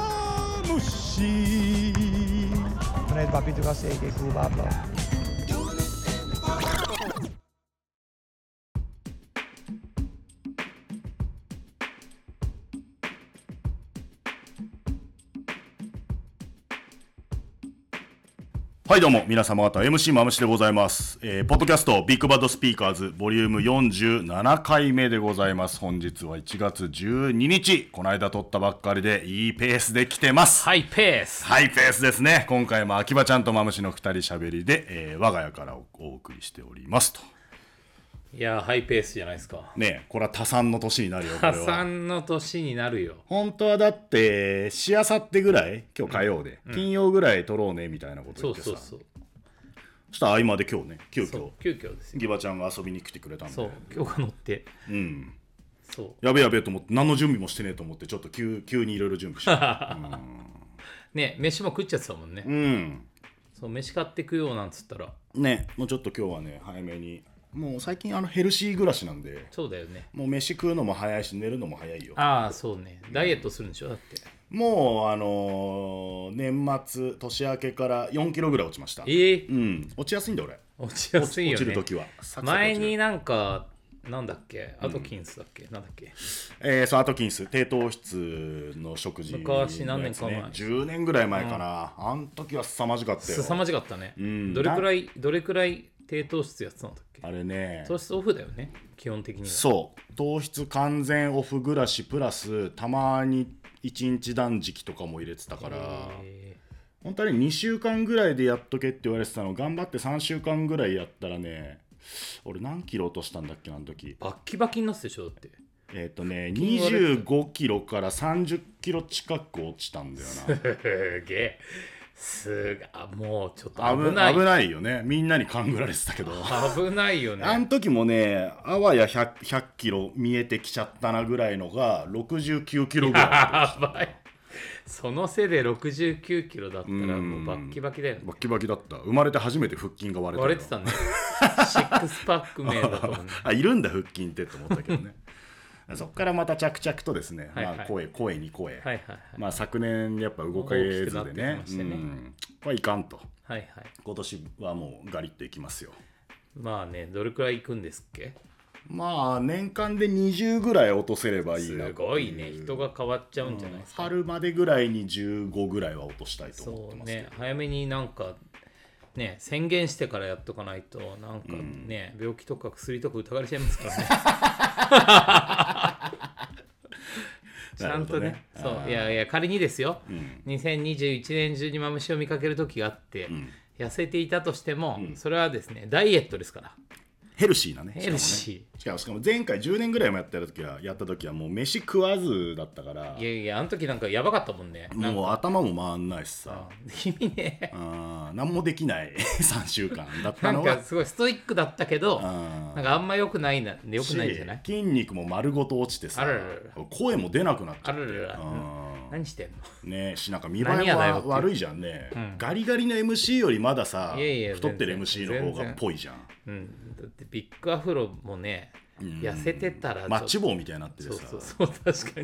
Mamushi. Vanuit Papito Kasi, kay Kuba Bro. はいどうも皆様方 MC まむしでございます、ポッドキャストビッグバッドスピーカーズボリューム47回目でございます。本日は1月12日この間撮ったばっかりでいいペースで来てます。 ハイペースですね。今回も秋葉ちゃんとまむしの2人しゃべりで、我が家からお送りしておりますと。 いやハイペースじゃないですかね。これは多産の年になるよ。 多産の年になるよ。 本当はだってしあさってぐらい今日火曜で、金曜ぐらい撮ろうねみたいなこと言ってさ、そしたら合間で今日ね急遽ですよ。 ギバちゃんが遊びに来てくれたんで、 そう今日が乗ってそうやべえと思って何の準備もしてねえと思ってちょっと急にいろいろ準備してね飯も食っちゃってたもんね。そう飯買ってくよなんつったらね、もうちょっと今日はね早めに、もう最近ヘルシー暮らしなんで、 そうだよね。 もう飯食うのも早いし寝るのも早いよ。 ああそうね、ダイエットするんでしょだって。 もう年末年明けから4キロぐらい落ちました。落ちやすいんだ俺。 落ちやすいよね。 落ちる時は前になんかなんだっけアトキンスだっけ、なんだっけそうアトキンス低糖質の食事のやつ、ね、 昔何年か前 10年ぐらい前かな、あん時は凄まじかったよ。 凄まじかったね、どれくらい低糖質やってたんだっけ。 あれね糖質オフだよね基本的には。 そう糖質完全オフ暮らしプラスたまに1日断食とかも入れてたから、本当に2週間ぐらいでやっとけって言われてたの頑張って3週間ぐらいやったらね、俺何キロ落としたんだっけあの時。 バッキバキになってたでしょだって。 25キロから30キロ近く落ちたんだよな。 すげえもうちょっと危ないよね。みんなに勘ぐられてたけど危ないよね。 あの時もねあわや 100キロ見えてきちゃったなぐらいのが69キロぐらい。 やばい。そのせいで69キロだったらもうバッキバキだよね。 バッキバキだった。生まれて初めて腹筋が割れてたね。シックスパック名だと思う、ね、 いるんだ腹筋ってと思ったけどねそっからまた着々とですね、声に声、昨年やっぱ動けずでね、これいかんと、今年はもうガリッといきますよ。 まあね、どれくらいいくんですっけ。 まあ年間で20ぐらい落とせればいいな。 すごいね、人が変わっちゃうんじゃないですか。 春までぐらいに15ぐらいは落としたいと思ってますけど。 そうね、早めになんかね宣言してからやっとかないとなんかね、病気とか薬とか疑われちゃいますからねちゃんと ねそういや仮にですよ、2021年中にマムシを見かける時があって、痩せていたとしても、それはですねダイエットですから。 ヘルシーなね。 ヘルシー。 しかも前回10年ぐらいもやった時はもう飯食わずだったから。 いやあの時なんかやばかったもんね。 もう頭も回んないしさ。 君ね。 何もできない3週間だったのが。 なんかすごいストイックだったけど、なんかあんま良くないんじゃない。 筋肉も丸ごと落ちてさ、声も出なくなっちゃって。 何してんのねえ、なんか見栄えは悪いじゃんね。ガリガリの MC よりまださ、太ってる MC の方がっぽいじゃん。 だってビッグアフロもね、痩せてたらマッチ棒みたいになっててさ。 そう確かに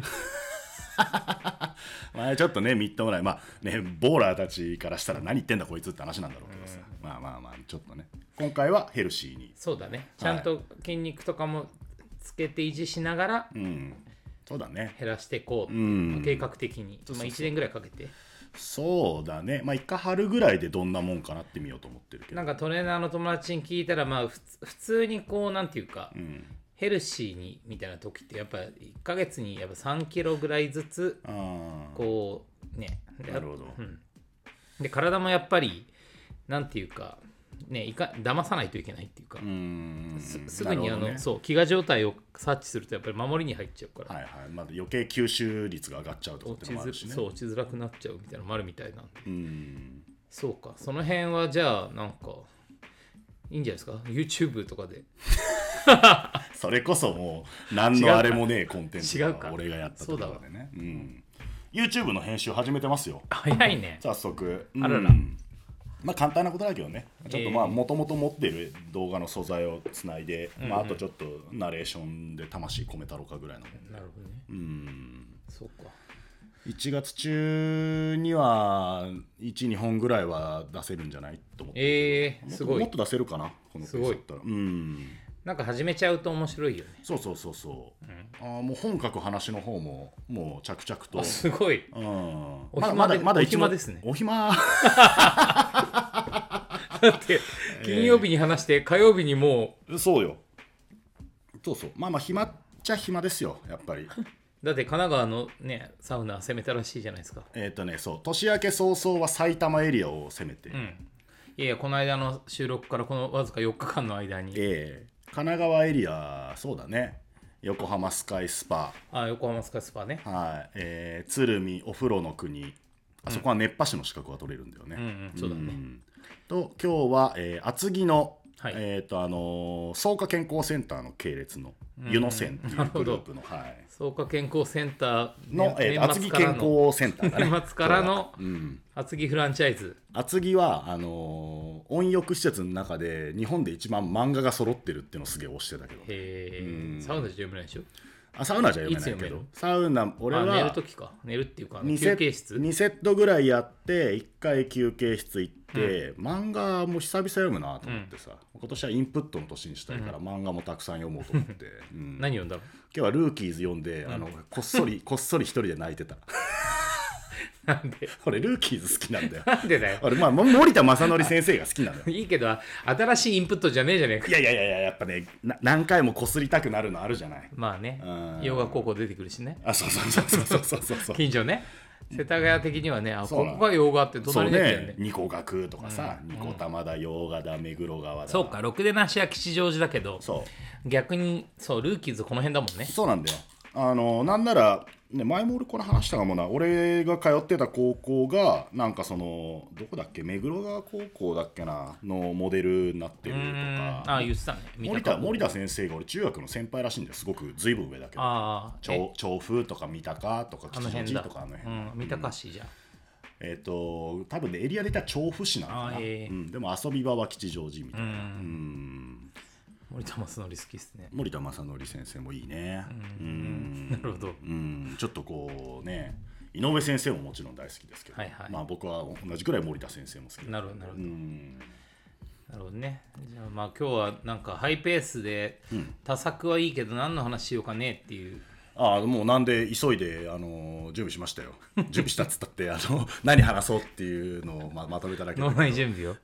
まあちょっとねみっともない、まあねボーラーたちからしたら何言ってんだこいつって話なんだろうけどさ、まあちょっとね今回はヘルシーに。 そうだね、ちゃんと筋肉とかもつけて維持しながら、 そうだね、 減らしていこう、計画的に、1年ぐらいかけて。 そうだね、一回春ぐらいでどんなもんかなってみようと思ってるけど、 なんかトレーナーの友達に聞いたら、普通にこうなんていうか、ヘルシーにみたいな時ってやっぱ1ヶ月にやっぱ3キロぐらいずつこうね、 なるほど、 で体もやっぱりなんていうかね、騙さないといけないっていうか、すぐにそう飢餓状態を察知するとやっぱり守りに入っちゃうから、 余計吸収率が上がっちゃうとかってのもあるしね。 落ちづらくなっちゃうみたいなのもあるみたいなんで、そうか、その辺はじゃあなんかいいんじゃないですか、 YouTube とかでそれこそもう何のあれもねえコンテンツが俺がやったところでね、YouTube の編集始めてますよ。 早いね早速。 あらら、 まあ簡単なことだけどね、ちょっとまあもともと持ってる動画の素材をつないで、まあ、あとちょっとナレーションで魂込めたろかぐらいの。 なるほどね。そうか。 1月中には 1,2 本ぐらいは出せるんじゃないと思って、 すごい。 もっと出せるかなこのペースだったら。 なんか始めちゃうと面白いよね。 そう、もう本書く話の方ももう着々と。 すごい。 まだ一暇ですね。 お暇だって金曜日に話して火曜日にもう。そうよ。そう、まあ暇っちゃ暇ですよやっぱり。 だって神奈川のねサウナ攻めたらしいじゃないですか。 そう年明け早々は埼玉エリアを攻めて、 いやこの間の収録からこのわずか4日間の間に、 神奈川エリアそうだね、横浜スカイスパ、 横浜スカイスパね、 鶴見お風呂の国、あそこは熱波師の資格が取れるんだよね。 そうだね。 と今日は、厚木の、草加健康センターの系列の湯野線っていうグループの、 草加健康センターの、厚木健康センターだね。 年末からの厚木フランチャイズ。 厚木は温浴施設の中で日本で一番漫画が揃ってるっていうのをすげえ推してたけど、 サウナじゃ読めないでしょ。 サウナじゃ読めないけど、サウナ俺は寝るときか、寝るっていうか休憩室 2セットぐらいやって1回休憩室行って、漫画も久々読むなと思ってさ、今年はインプットの年にしたいから、漫画もたくさん読もうと思って、 何読んだの？ 今日はルーキーズ読んで、こっそり一人で泣いてた。 なんで？ 俺ルーキーズ好きなんだよ。 なんでだよ。 俺森田正則先生が好きなのよ。 いいけど新しいインプットじゃねえじゃねえか。 いややっぱね何回もこすりたくなるのあるじゃない。 まあね、洋画高校出てくるしね。 そう近所ね、世田谷的にはね、ここが洋画って隣だよね。 二子学とかさ、二子玉田洋画だ目黒川だ。 そうか、ろくでなしは吉祥寺だけど、逆にそうルーキーズこの辺だもんね。 そうなんだよ。なんなら、ね、前も俺これ話したかもな、俺が通ってた高校がなんかどこだっけ、目黒川高校だっけなのモデルになってるとか。 言ってたね。 森田先生が俺中学の先輩らしいんですごくずいぶん上だけど、調布とか三鷹とか吉祥寺とか三鷹市じゃん。 多分ねエリアで言ったら調布市なのかな、でも遊び場は吉祥寺みたいな。 森田正則好きですね。 森田正則先生もいいね。 なるほど。 ちょっとこうね、井上先生ももちろん大好きですけど、まあ僕は同じくらい森田先生も好き。 なるほど。なるほどね。じゃあまあ今日はなんかハイペースで、多作はいいけど何の話しようかねっていう。 もうなんで急いで準備しましたよ。準備したっつったって何話そうっていうのを まとめただけで。 脳内準備を。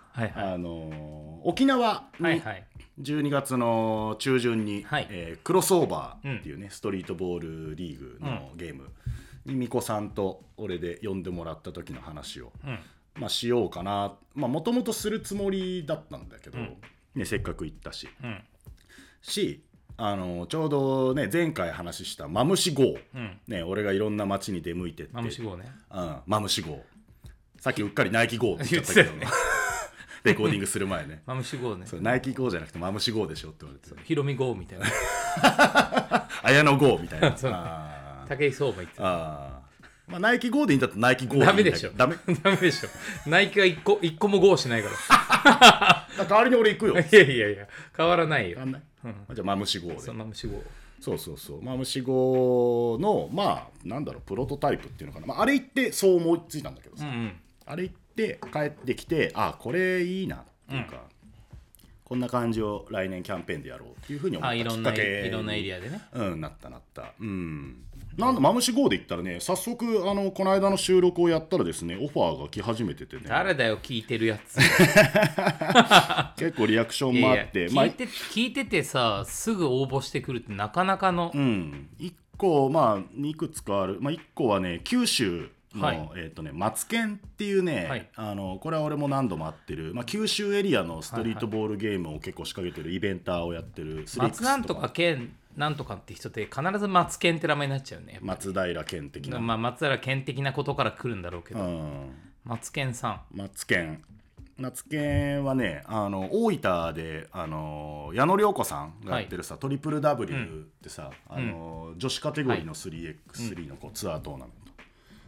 沖縄に12月の中旬に、クロスオーバーっていうね、ストリートボールリーグのゲームにみこさんと俺で呼んでもらった時の話を、しようかな。もともとするつもりだったんだけど、せっかく行ったし、ちょうどね前回話したマムシ号、俺がいろんな街に出向いてってマムシ号ね、 マムシ号、さっきうっかりナイキ号って言っちゃったけどねレコーディングする前ね、 マムシ号ね、 ナイキ号じゃなくてマムシ号でしょって言われて、 ヒロミ号みたいな綾野号みたいな武井壮も言ってた。 ナイキ号でいいんだったらナイキ号でいいんだけど、 ダメでしょ。ダメでしょ。ナイキが一個も号しないから代わりに俺行くよ。 いや変わらないよ。 じゃあマムシ号で。 マムシ号。 そうマムシ号のなんだろうプロトタイプっていうのかな、あれ行ってそう思いついたんだけどさ、あれ行って帰ってきてこれいいなっていうか、こんな感じを来年キャンペーンでやろうっていうふうに思ったきっかけにいろんなエリアでね、 なった。なんだマムシ号で言ったらね、早速この間の収録をやったらですね、オファーが来始めててね。 誰だよ聞いてるやつ結構リアクションもあって聞いててさ、すぐ応募してくるってなかなかの。 1個いくつかある。1個はね九州の、マツケンっていうね、これは俺も何度も会ってる、九州エリアのストリートボールゲームを結構仕掛けてるイベンターをやってる松なんとか県なんとかって人って必ず松健って名前になっちゃうね。 松平健的な、 松平健的なことから来るんだろうけど、松健さん。松健はね大分で矢野涼子さんがやってるさ、トリプル W ってさ、女子カテゴリーの 3x3 のツアートーナメント、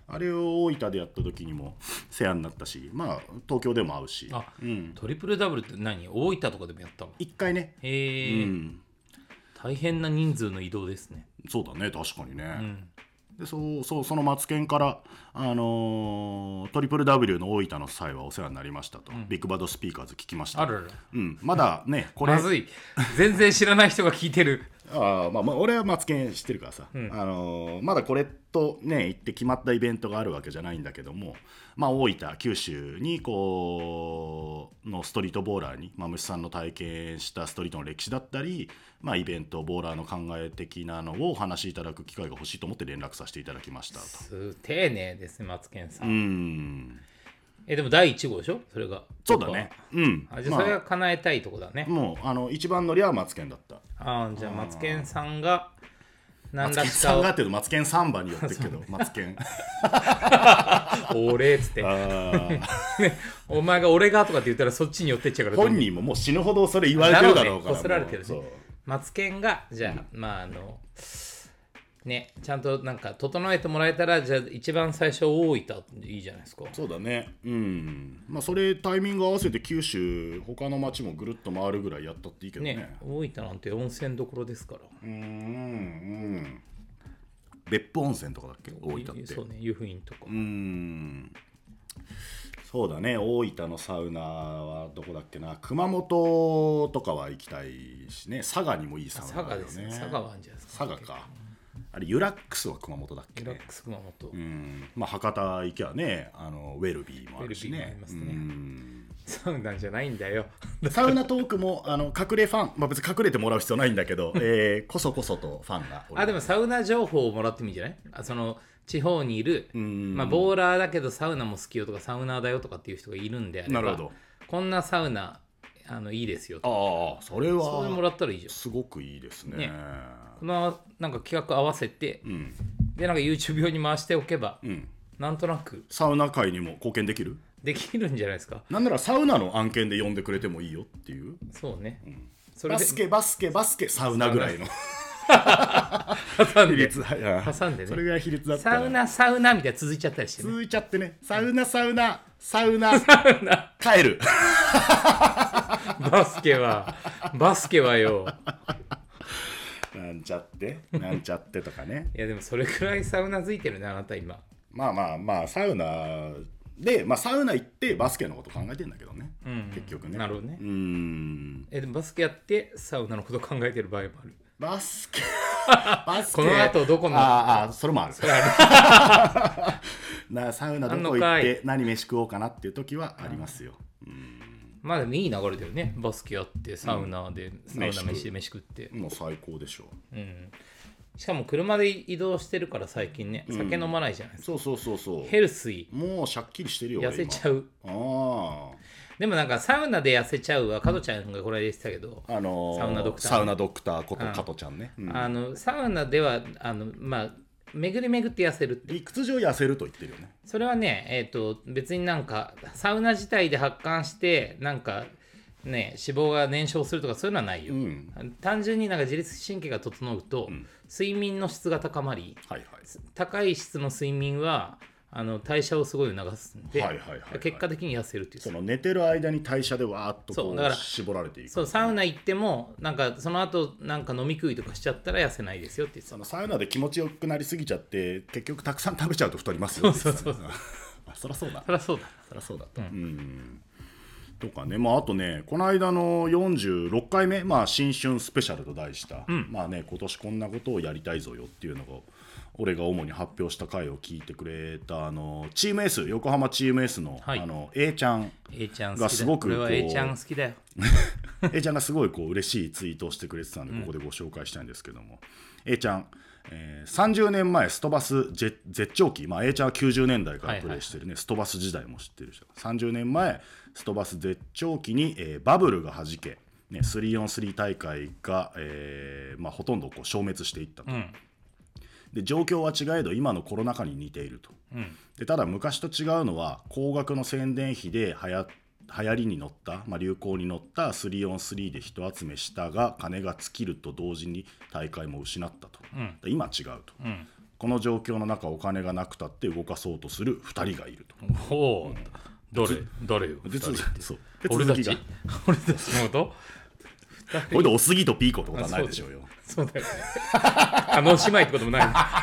あれを大分でやった時にも世話になったし、まあ東京でも会うし。 トリプルダブルって何、大分とかでもやったの？ 一回ね。 へえ、大変な人数の移動ですね。 そうだね、確かにね。でそのマツケンから、トリプル W の大分の際はお世話になりましたと、ビッグバッドスピーカーズ聞きました。 あらら、 まだねこれまずい、全然知らない人が聞いてる。 まあ俺はマツケン知ってるからさ、まだこれとね行って決まったイベントがあるわけじゃないんだけども、まあ大分九州にこうのストリートボーラーにマムシさんの体験したストリートの歴史だったり、まあイベントボーラーの考え的なのをお話しいただく機会が欲しいと思って連絡させていただきましたと。 丁寧ですね、マツケンさん。でも第1号でしょ、それが。 そうだね。 じゃあそれが叶えたいとこだね。 もう一番乗りはマツケンだった。 じゃあマツケンさんが何らかマツケンさんがっていうとマツケンサンバによってるけど、マツケン俺っつってお前が俺がとかって言ったらそっちに寄ってっちゃうから、 本人ももう死ぬほどそれ言われてるだろうから、 こすられてるね。マツケンがじゃあ、まあね、ちゃんとなんか整えてもらえたら、じゃあ一番最初大分いいじゃないですか。 そうだね。まあそれタイミング合わせて九州他の町もぐるっと回るぐらいやったっていいけどね。 大分なんて温泉どころですから。 別府温泉とかだっけ、大分って。 そうね、湯布院とか。 そうだね、大分のサウナはどこだっけな、熊本とかは行きたいしね。佐賀にもいいサウナがあるよね。 佐賀ですね。佐賀はあるんじゃないですか。 佐賀か。あれユラックスは熊本だっけね。 ユラックス熊本。 まあ博多行けばね、ウェルビーもあるしね。 サウナじゃないんだよ。 サウナトークも隠れファン、まあ別に隠れてもらう必要ないんだけど、こそこそとファンが。 でもサウナ情報をもらってもいいんじゃない？その地方にいる、まあボーラーだけどサウナも好きよとかサウナーだよとかっていう人がいるんであれば、 なるほど、 こんなサウナいいですよと。それはそれもらったらいいじゃん。 すごくいいですね。 このなんか企画合わせて、でなんか YouTube 用に回しておけば、なんとなくサウナ界にも貢献できるんじゃないですか。 なんならサウナの案件で呼んでくれてもいいよっていう。 そうね、 バスケサウナぐらいの挟んでね、 それぐらい比率だったらサウナみたいな続いちゃったりしてね。 続いちゃってね、サウナ帰るバスケはよなんちゃってとかね。 いやでもそれくらいサウナ付いてるね、あなた今。 まあサウナで、サウナ行ってバスケのこと考えてんだけどね、結局ね。 なるほどね。でもバスケやってサウナのこと考えてる場合もある。 バスケこの後どこのそれもあるサウナどこ行って何飯食おうかなっていう時はありますよ。 まあでもいい流れだよね。バスケやってサウナで、サウナ飯で飯食ってもう最高でしょ。 しかも車で移動してるから最近ね、酒飲まないじゃないですか。 そうヘルスイ、 もうしゃっきりしてるよ。 痩せちゃう。でもなんかサウナで痩せちゃうは加トちゃんがこれ言ってたけど、サウナドクターこと加トちゃんね。サウナではまあ巡り巡って痩せるって、 理屈上痩せると言ってるよね。 それはね、別になんかサウナ自体で発汗してなんかね、脂肪が燃焼するとかそういうのはないよ。単純になんか自律神経が整うと、睡眠の質が高まり、高い質の睡眠は代謝をすごい促すんで、結果的に痩せるっていう。 その寝てる間に代謝でわーっとこう絞られていく。 そう、サウナ行ってもなんかその後なんか飲み食いとかしちゃったら痩せないですよって言ってた。 サウナで気持ちよくなりすぎちゃって結局たくさん食べちゃうと太りますよって言ってた。そりゃそうだと。とかね、あとね、この間の46回目、新春スペシャルと題した、今年こんなことをやりたいぞよっていうのを俺が主に発表した回を聞いてくれたチーム S、 横浜チーム S の、A ちゃんがすごく、 俺は A ちゃん好きだよ A ちゃんがすごい嬉しいツイートをしてくれてたんで、ここでご紹介したいんですけども、A ちゃん、30年前ストバス絶頂期、A ちゃんは90年代からプレイしてるね、ストバス時代も知ってる人、30年前ストバス絶頂期に、バブルがはじけ、3on3 大会が、ほとんどこう消滅していったと。で状況は違えど今のコロナ禍に似ていると。でただ昔と違うのは高額の宣伝費で流行りに乗った、流行に乗った 3on3 で人集めしたが金が尽きると同時に大会も失ったと。今違うと。 この状況の中お金がなくたって動かそうとする2人がいると。 ほう、誰よ実はそうで俺たち続きがのことこれでおすぎとピーコってことはないでしょうよ。 そうだよねあの姉妹ってこともない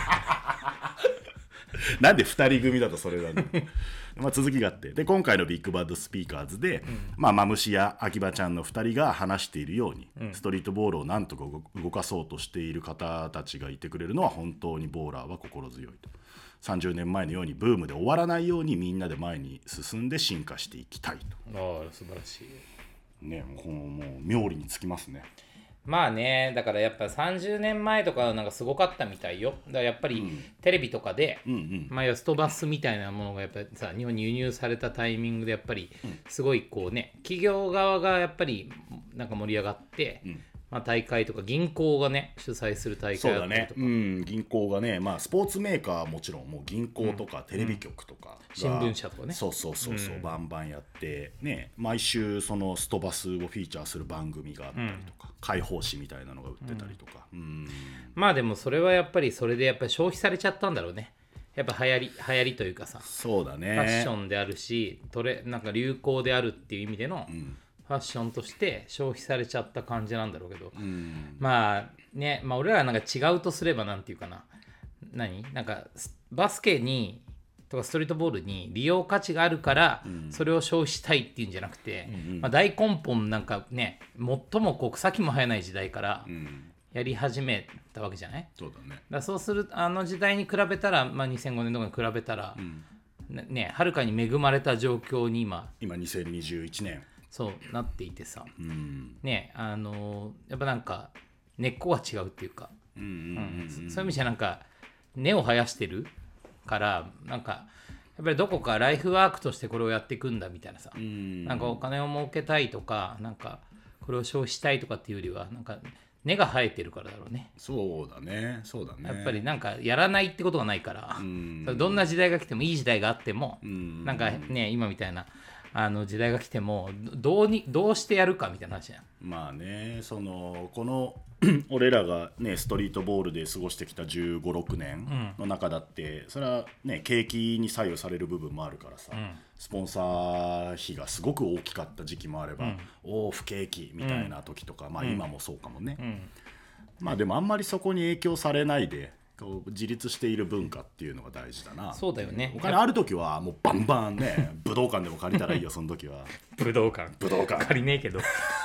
なんで2人組だとそれなのまあ続きがあって、で今回のビッグバッドスピーカーズで、まあ、マムシや秋葉ちゃんの2人が話しているように、ストリートボールをなんとか動かそうとしている方たちがいてくれるのは本当にボーラーは心強いと。30年前のようにブームで終わらないようにみんなで前に進んで進化していきたいと。 ああ素晴らしいね、もう妙利につきますね。 まあね、だからやっぱ30年前とかなんかすごかったみたいよ。だからやっぱりテレビとかで、まあヤストバスみたいなものがやっぱりさ、日本に輸入されたタイミングでやっぱりすごいこうね、企業側がやっぱりなんか盛り上がって、まあ、大会とか銀行がね主催する大会だったりとか、 銀行がね、まあ、スポーツメーカーはもちろんもう銀行とかテレビ局とかが、 新聞社とかね、 そう、バンバンやってね、毎週そのストバスをフィーチャーする番組があったりとか、開放誌みたいなのが売ってたりとか、 まあでもそれはやっぱりそれでやっぱり消費されちゃったんだろうね。やっぱ流行りというかさ、 そうだね、 ファッションであるしなんか流行であるっていう意味での、ファッションとして消費されちゃった感じなんだろうけど、まあね、まあ俺らはなんか違うとすればなんていうかな、なんかバスケにとかストリートボールに利用価値があるからそれを消費したいっていうんじゃなくて、まあ、大根本なんかね、最もこう草木も生えない時代からやり始めたわけじゃない。 そうだね。 だからそうするあの時代に比べたら、まあ、2005年とかに比べたら、ね、はるかに恵まれた状況に今 2021年そうなっていてさ、ね、やっぱなんか根っこが違うっていうか、そういう意味じゃなんか根を生やしてるからなんかやっぱりどこかライフワークとしてこれをやっていくんだみたいなさ、なんかお金を儲けたいとかなんかこれを消費したいとかっていうよりはなんか根が生えてるからだろうね。 そうだね。 やっぱりなんかやらないってことがないから、どんな時代が来てもいい時代があっても、なんかね今みたいな時代が来てもどうしてやるかみたいな話じゃん。 まあね、この俺らがねストリートボールで過ごしてきた15、6年の中だって、それはね景気に左右される部分もあるからさ、スポンサー費がすごく大きかった時期もあれば、不景気みたいな時とか、まあ今もそうかもね、まあでもあんまりそこに影響されないでこう自立している文化っていうのが大事だな。 そうだよね。 お金ある時はもうバンバンね武道館でも借りたらいいよその時は。 武道館借りねえけど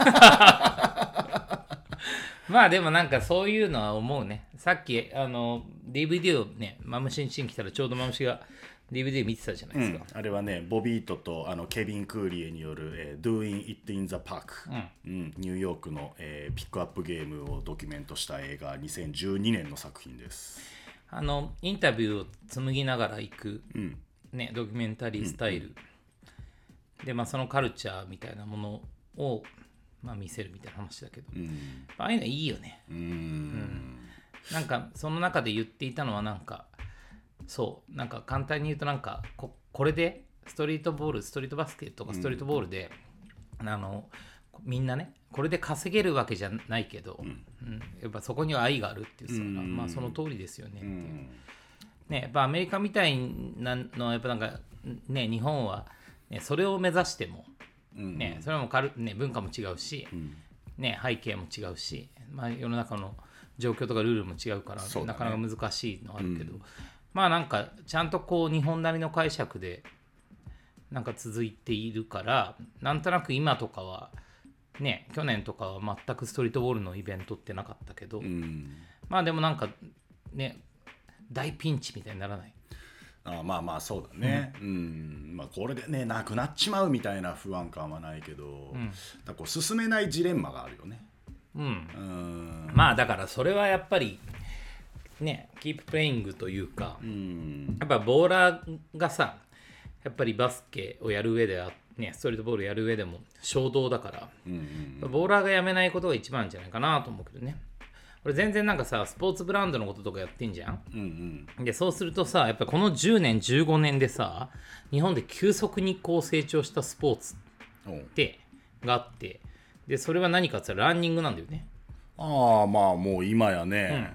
まあでもなんかそういうのは思うね。さっきDVD をねマムシに来たらちょうどマムシが DVD 見てたじゃないですか、 あれはねボビートとケビン・クーリエによる、Doing It in the Park、ニューヨークの、ピックアップゲームをドキュメントした映画2012年の作品です。 インタビューを紡ぎながら行く、ね、ドキュメンタリースタイル、で、まあ、そのカルチャーみたいなものを、まあ、見せるみたいな話だけど、ああいうのいいよね。なんかその中で言っていたのはなんかそうなんか簡単に言うとなんかこれでストリートバスケとかストリートボールで、みんなねこれで稼げるわけじゃないけど、やっぱそこには愛があるっていうさ、まあその通りですよねっていう、ね、やっぱアメリカみたいなのはやっぱなんかね日本は、ね、それを目指しても、ね、それもね、文化も違うし、ね、背景も違うし、まあ、世の中の状況とかルールも違うから、なかなか難しいのはあるけど、まあなんかちゃんとこう日本なりの解釈でなんか続いているから、なんとなく今とかはね去年とかは全くストリートボールのイベントってなかったけど、まあでもなんかね大ピンチみたいにならない。 まあまあそうだね、まあ、これでねなくなっちまうみたいな不安感はないけど、だこう進めないジレンマがあるよね。まあだからそれはやっぱりねキーププレイングというか、やっぱボーラーがさやっぱりバスケをやる上ではねストリートボールやる上でも衝動だから、ボーラーがやめないことが一番じゃないかなと思うけどね。俺全然なんかさスポーツブランドのこととかやってんじゃん、でそうするとさやっぱこの10年15年でさ日本で急速にこう成長したスポーツってがあって、でそれは何かって言ったらランニングなんだよね。 まあもう今やね、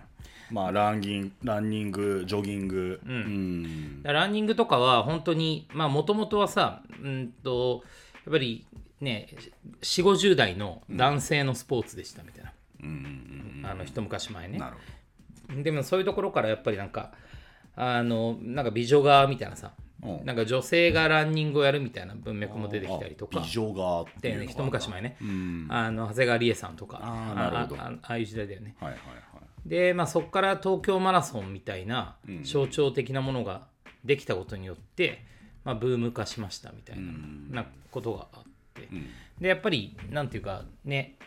まあランニングジョギング、 ランニングとかは本当にまあもともとはさやっぱりね4 50代の男性のスポーツでしたみたいな、一昔前ね。 なるほでもそういうところからやっぱりなんかなんか美女画みたいなさ、なんか女性がランニングをやるみたいな文脈も出てきたりとか、 美女画っていうのが一昔前ね、長谷川理恵さんとかなるほどああいう時代だよね。 はいはいはい。 で、まあ、そこから東京マラソンみたいな象徴的なものができたことによって、まあ、ブーム化しましたみたいなことがあって、でやっぱりなんていうかね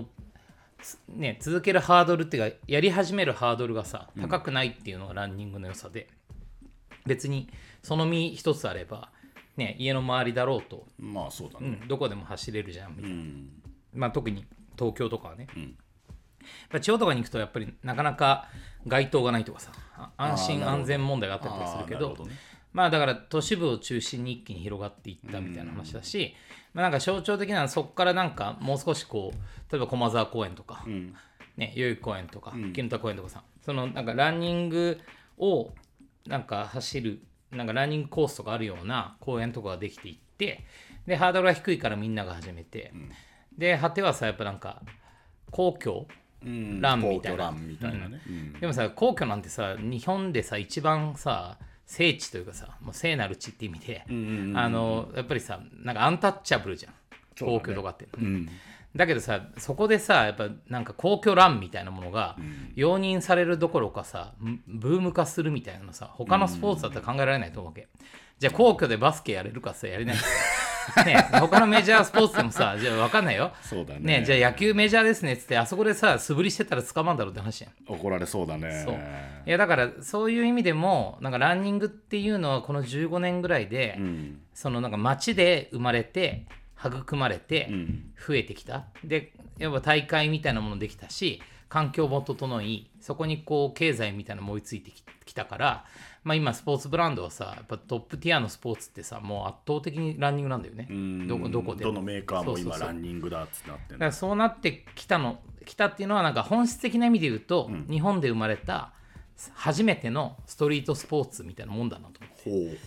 続けるハードルっていうかやり始めるハードルがさ高くないっていうのがランニングの良さで、別にその身一つあれば、ね、家の周りだろうと、 まあそうだね、 どこでも走れるじゃんみたいな、まあ、特に東京とかはね、地方とかに行くとやっぱりなかなか街灯がないとかさ安心安全問題があったりとかするけど、まあだから都市部を中心に一気に広がっていったみたいな話だし、まあ、なんか象徴的なのはそこからなんかもう少しこう例えば駒沢公園とか、ね、代々木公園とか絹田公園とかさ、そのなんかランニングをなんか走るなんかランニングコースとかあるような公園とかができていって、でハードルが低いからみんなが始めて、で果てはさやっぱなんか皇居ランみたいな、 ね、 でもさ皇居なんてさ日本でさ一番さ聖地というかさもう聖なる地って意味で、やっぱりさなんかアンタッチャブルじゃん、皇居とかって、だけどさそこでさやっぱなんか皇居ランみたいなものが容認されるどころかさブーム化するみたいなのさ他のスポーツだったら考えられないと思うわけ。じゃあ皇居でバスケやれるかさやれないね、他のメジャースポーツでもさじゃあ分かんないよ、 そうだね、 じゃあ野球メジャーですねっつってあそこでさ素振りしてたら捕まんだろうって話やん。 怒られそうだね。 そういやだからそういう意味でもなんかランニングっていうのはこの15年ぐらいで、そのなんか街で生まれて育まれて増えてきた、でやっぱ大会みたいなものできたし環境も整いそこにこう経済みたいなのも追いついてきたから、まあ、今スポーツブランドはさやっぱトップティアのスポーツってさもう圧倒的にランニングなんだよね。どこでもどのメーカーも今ランニングだってなってんだ。 だからそうなってきたっていうのはなんか本質的な意味で言うと、日本で生まれた初めてのストリートスポーツみたいなもんだなと思って。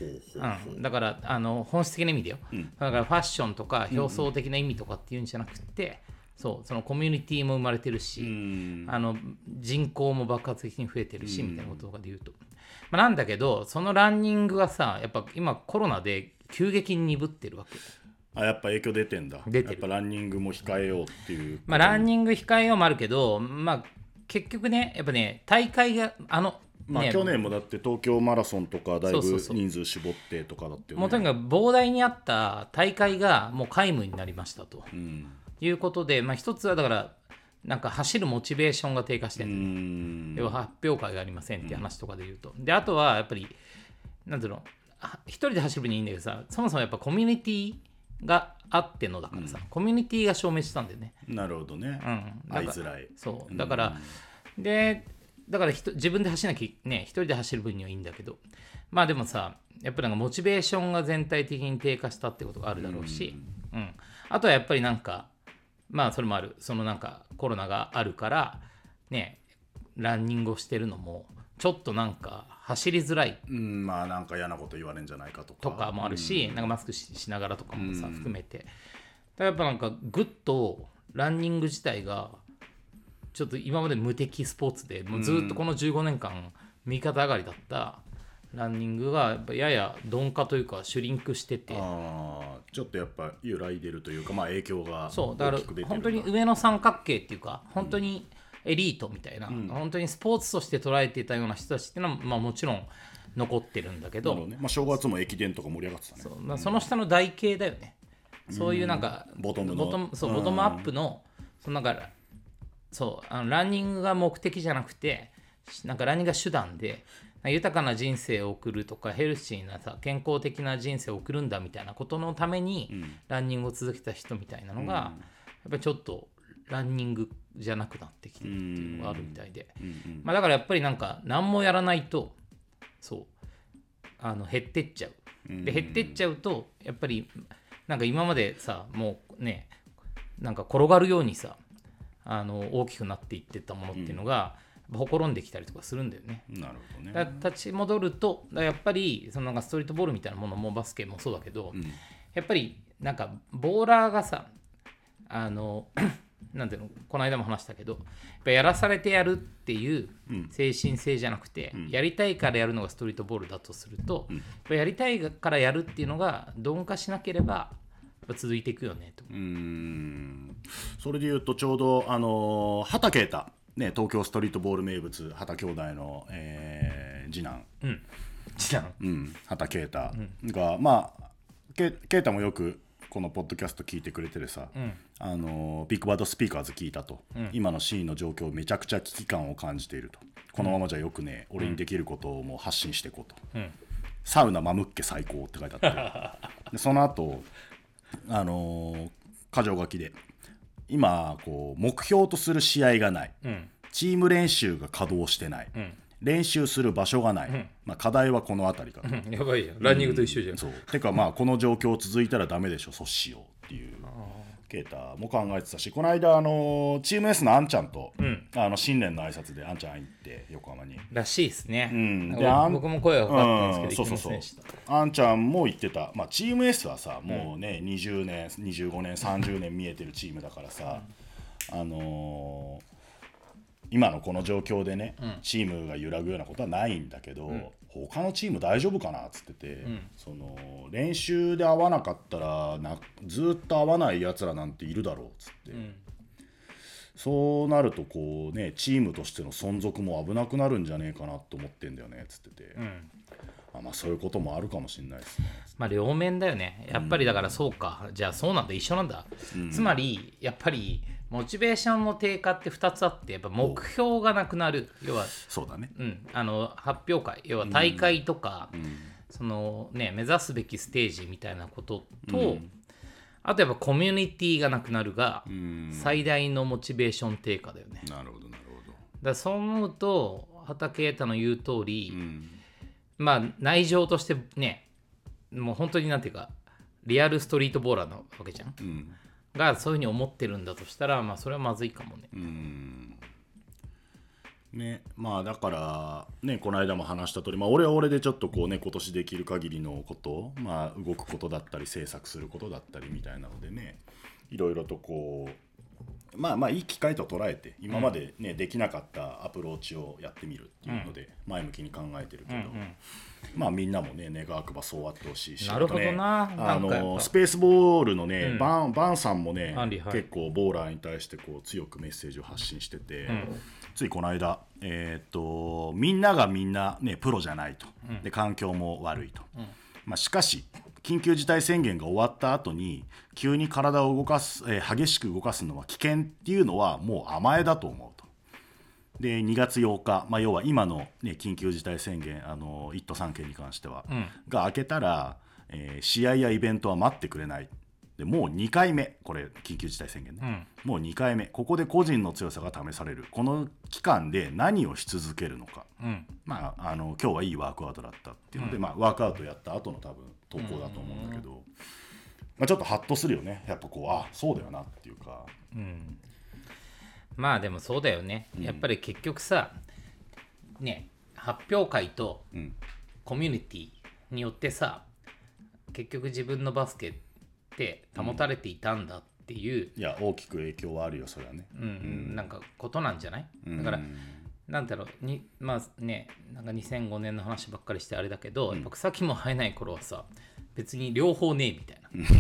だから本質的な意味だよ、だからファッションとか表層的な意味とかっていうんじゃなくて、そのコミュニティも生まれてるし、人口も爆発的に増えてるし、みたいなこととかで言うと、まあ、なんだけどそのランニングがさやっぱ今コロナで急激に鈍ってるわけ。 やっぱ影響出てんだ。 出てる。 やっぱランニングも控えようっていう、 まあ、ランニング控えようもあるけど、まあ、結局ねやっぱね大会がまあ、去年もだって東京マラソンとかだいぶ人数絞ってとかだってよね。 もうとにかく膨大にあった大会がもう皆無になりましたと、いうことで、まあ、一つはだからなんか走るモチベーションが低下してる、要は発表会がありませんっていう話とかで言うと、であとはやっぱりなんていうの一人で走る分にいいんだけどさ、そもそもやっぱコミュニティがあってのだからさ、コミュニティが証明したんだよね。 なるほどね、会いづらい。 そうだから、だから自分で走らなきゃね一人で走る分にはいいんだけど、まあでもさやっぱりなんかモチベーションが全体的に低下したってことがあるだろうし、あとはやっぱりなんかまあそれもある、そのなんかコロナがあるからねランニングをしてるのもちょっとなんか走りづらい、 まあなんか嫌なこと言われるんじゃないかとかもあるし、なんかマスク しながらとかもさ、含めてだやっぱなんかぐっとランニング自体がちょっと今まで無敵スポーツでもうずっとこの15年間右肩上がりだったランニングがやっぱやや鈍化というかシュリンクしてて、 ちょっとやっぱ揺らいでるというか、まあ影響がそうだから本当に上の三角形っていうか本当にエリートみたいな、本当にスポーツとして捉えていたような人たちっていうのは、まあ、もちろん残ってるんだけど、 まあ、正月も駅伝とか盛り上がってたね。 その下の台形だよね、そういうなんかボトムアップのなんかランニングが目的じゃなくてなんかランニングが手段で豊かな人生を送るとかヘルシーなさ健康的な人生を送るんだみたいなことのために、ランニングを続けた人みたいなのが、やっぱりちょっとランニングじゃなくなってきてるっていうのがあるみたいで、まあ、だからやっぱりなんか何もやらないと減ってっちゃう。で減ってっちゃうとやっぱりなんか今までさもうねなんか転がるようにさ大きくなっていってたものっていうのが、 ほころんできたりとかするんだよね。 なるほどね。 だ立ち戻るとやっぱりそのなんかストリートボールみたいなものもバスケもそうだけど、やっぱりなんかボーラーがさなんていうのこの間も話したけどやっぱやらされてやるっていう精神性じゃなくて、やりたいからやるのがストリートボールだとすると、やっぱやりたいからやるっていうのが鈍化しなければ続いていくよねと。 それでいうとちょうど畑啓太、ね、東京ストリートボール名物畑兄弟の、次男、畑啓太が、まあ啓太もよくこのポッドキャスト聞いてくれてるさ、ビッグバッドスピーカーズ聞いたと、今のシーンの状況めちゃくちゃ危機感を感じていると、このままじゃよくね、俺にできることをもう発信していこうと、サウナマムッケ最高って書いてあってでその後箇条書きで今こう目標とする試合がない、チーム練習が稼働してない、練習する場所がない、課題はこの辺りかと、 やばいじゃん、ランニングと一緒じゃん。 そうてかまあこの状況続いたらダメでしょ、阻止しようっていう啓太も考えてたし、この間チーム S のあんちゃんと、新年の挨拶であんちゃん行って横浜にらしいですね、 で僕も声がかかったんですけど、 そうあんちゃんも言ってた、チーム S はさもうね、20年25年30年見えてるチームだからさ、今のこの状況でね、チームが揺らぐようなことはないんだけど、他のチーム大丈夫かなっつってて、その練習で合わなかったらずっと合わないやつらなんているだろうっつって、そうなるとこうねチームとしての存続も危なくなるんじゃねえかなと思ってんだよねっつってて、そういうこともあるかもしれないですね。 両面だよねやっぱり。だからそうか、じゃあそうなんだ、一緒なんだ、つまりやっぱりモチベーションの低下って2つあって、やっぱ目標がなくなる、要はそうだね、 発表会、要は大会とか、そのね目指すべきステージみたいなことと、あとやっぱコミュニティがなくなるが、最大のモチベーション低下だよね。 なるほどなるほど。 だからそう思うと畑啓太の言う通り、内情としてね、もう本当になんていうかリアルストリートボーラーなわけじゃん、がそういうふうに思ってるんだとしたら、それはまずいかもね。 だからね、この間も話した通り、俺は俺でちょっとこうね今年できる限りのことを、動くことだったり制作することだったりみたいなのでね、いろいろとこういい機会と捉えて今までね、できなかったアプローチをやってみるっていうので前向きに考えてるけど、みんなもね願わくばそうあってほしいし、 なるほどな。 スペースボールのね、バンさんもね、 結構ボーラーに対してこう強くメッセージを発信してて、ついこの間、みんながみんな、ね、プロじゃないと、で環境も悪いと、しかし緊急事態宣言が終わった後に急に体を動かす、激しく動かすのは危険っていうのはもう甘えだと思うと。で2月8日、要は今の、緊急事態宣言1都3県に関しては、が明けたら、試合やイベントは待ってくれない。でもう2回目、これ緊急事態宣言ね、もう2回目、ここで個人の強さが試される。この期間で何をし続けるのか、今日はいいワークアウトだったっていうので、ワークアウトやった後の多分投稿だと思うんだけど、ちょっとハッとするよね、やっぱこうそうだよなっていうか、 でもそうだよね、やっぱり結局さね、発表会とコミュニティによってさ、結局自分のバスケって保たれていたんだっていう、 いや大きく影響はあるよそれはね、 なんかことなんじゃない？だからなんだろうになんか2005年の話ばっかりしてあれだけど、やっぱ草木も生えない頃はさ別に両方ねえみたい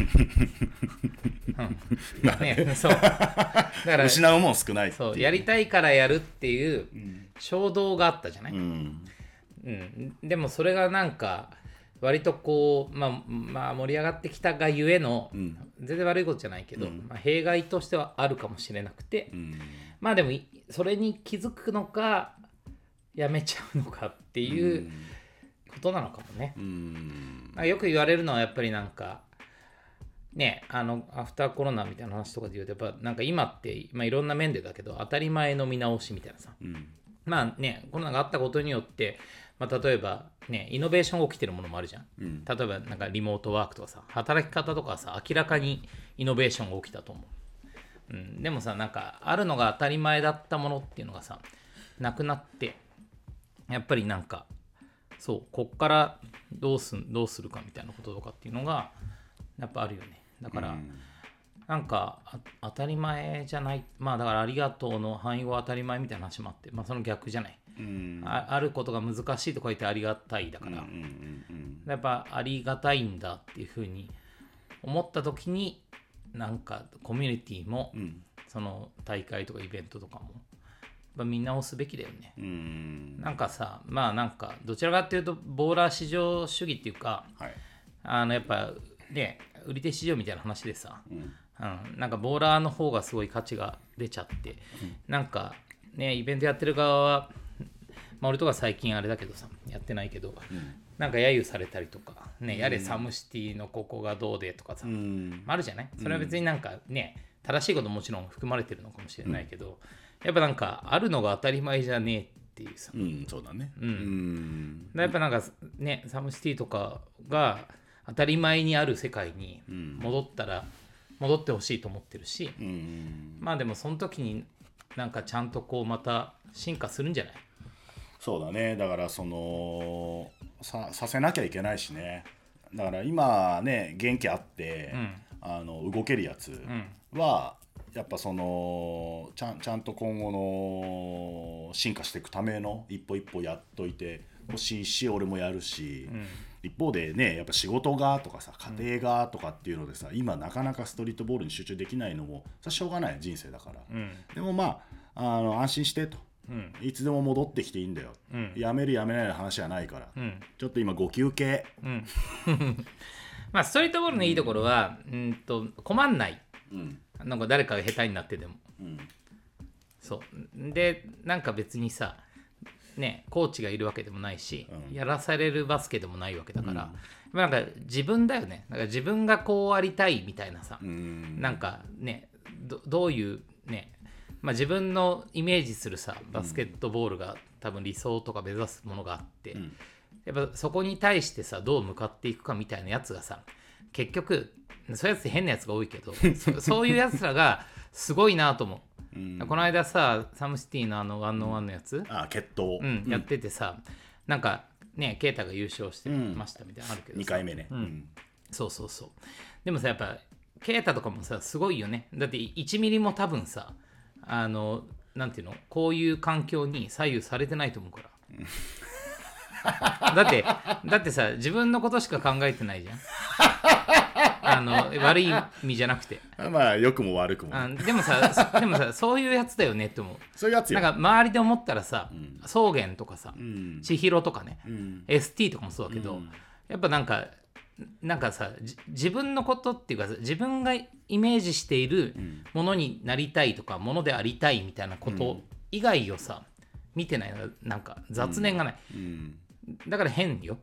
な、そうだから失うもん少ないっていう、 そうやりたいからやるっていう衝動があったじゃない、でもそれがなんか割とこう盛り上がってきたがゆえの、全然悪いことじゃないけど、弊害としてはあるかもしれなくて、でもそれに気づくのかやめちゃうのかっていうことなのかもね。よく言われるのはやっぱりなんかね、アフターコロナみたいな話とかで言うと、やっぱなんか今って、いろんな面でだけど当たり前の見直しみたいなさ、コロナがあったことによって、例えばねイノベーションが起きてるものもあるじゃん、例えばなんかリモートワークとかさ、働き方とかさ、明らかにイノベーションが起きたと思う、でもさ、なんかあるのが当たり前だったものっていうのがさ、 なくなって、やっぱりなんかそうこっからどうするかみたいなこととかっていうのがやっぱあるよね。だから、なんか当たり前じゃない、まあだからありがとうの範囲語当たり前みたいな話もあって、まあその逆じゃない、あることが難しいと書いてありがたいだから、やっぱありがたいんだっていうふうに思った時に、なんかコミュニティも、その大会とかイベントとかもやっぱ見直すべきだよね。なんかさ、まあなんかどちらかっていうとボーラー市場主義っていうか、やっぱね売り手市場みたいな話でさ、なんかボーラーの方がすごい価値が出ちゃって、なんかねイベントやってる側は、まあ、俺とか最近あれだけどさやってないけど、なんか揶揄されたりとかね、やれサムシティのここがどうでとかさ、あるじゃない。それは別になんかね正しいこともちろん含まれてるのかもしれないけど、やっぱなんかあるのが当たり前じゃねえっていうさ、 そうだね。 やっぱなんかねサムシティとかが当たり前にある世界に戻ってほしいと思ってるし、まあでもその時になんかちゃんとこうまた進化するんじゃない。 そうだね。だからそのさせなきゃいけないしね。だから今ね元気あって、動けるやつは、やっぱそのちゃんと今後の進化していくための一歩一歩やっといてほしいし、俺もやるし、一方でねやっぱ仕事がとかさ家庭がとかっていうのでさ、今なかなかストリートボールに集中できないのもそれはしょうがない人生だから、でもまあ安心してと、いつでも戻ってきていいんだよ、やめるやめないの話はないから、ちょっと今ご休憩、 まあストリートボールのいいところは困んない、なんか誰かが下手になってでも、そうでなんか別にさねコーチがいるわけでもないし、やらされるバスケでもないわけだから、なんか自分だよね。なんか自分がこうありたいみたいなさ、なんかねどういうね、まあ、自分のイメージするさバスケットボールが多分理想とか目指すものがあって、やっぱそこに対してさどう向かっていくかみたいなやつがさ、結局そういうやつ変なやつが多いけどそういうやつらがすごいなと思う。この間さサムシティのワンオンワンのやつ、 決闘、 やっててさ、なんかねケイタが優勝してましたみたいなのあるけど、 2回目ね、 そうでもさやっぱケイタとかもさすごいよね。だって1ミリも多分さなんていうのこういう環境に左右されてないと思うからだってさ自分のことしか考えてないじゃん悪い意味じゃなくて、 まあ良くも悪くも、 でもさそういうやつだよねって思う。 そういうやつよ。 なんか周りで思ったらさ、草原とかさ、千尋とかね、ST とかもそうだけど、やっぱなんかさ自分のことっていうか自分がイメージしているものになりたいとか、ものでありたいみたいなこと以外をさ見てないの、なんか雑念がない、だから変よ、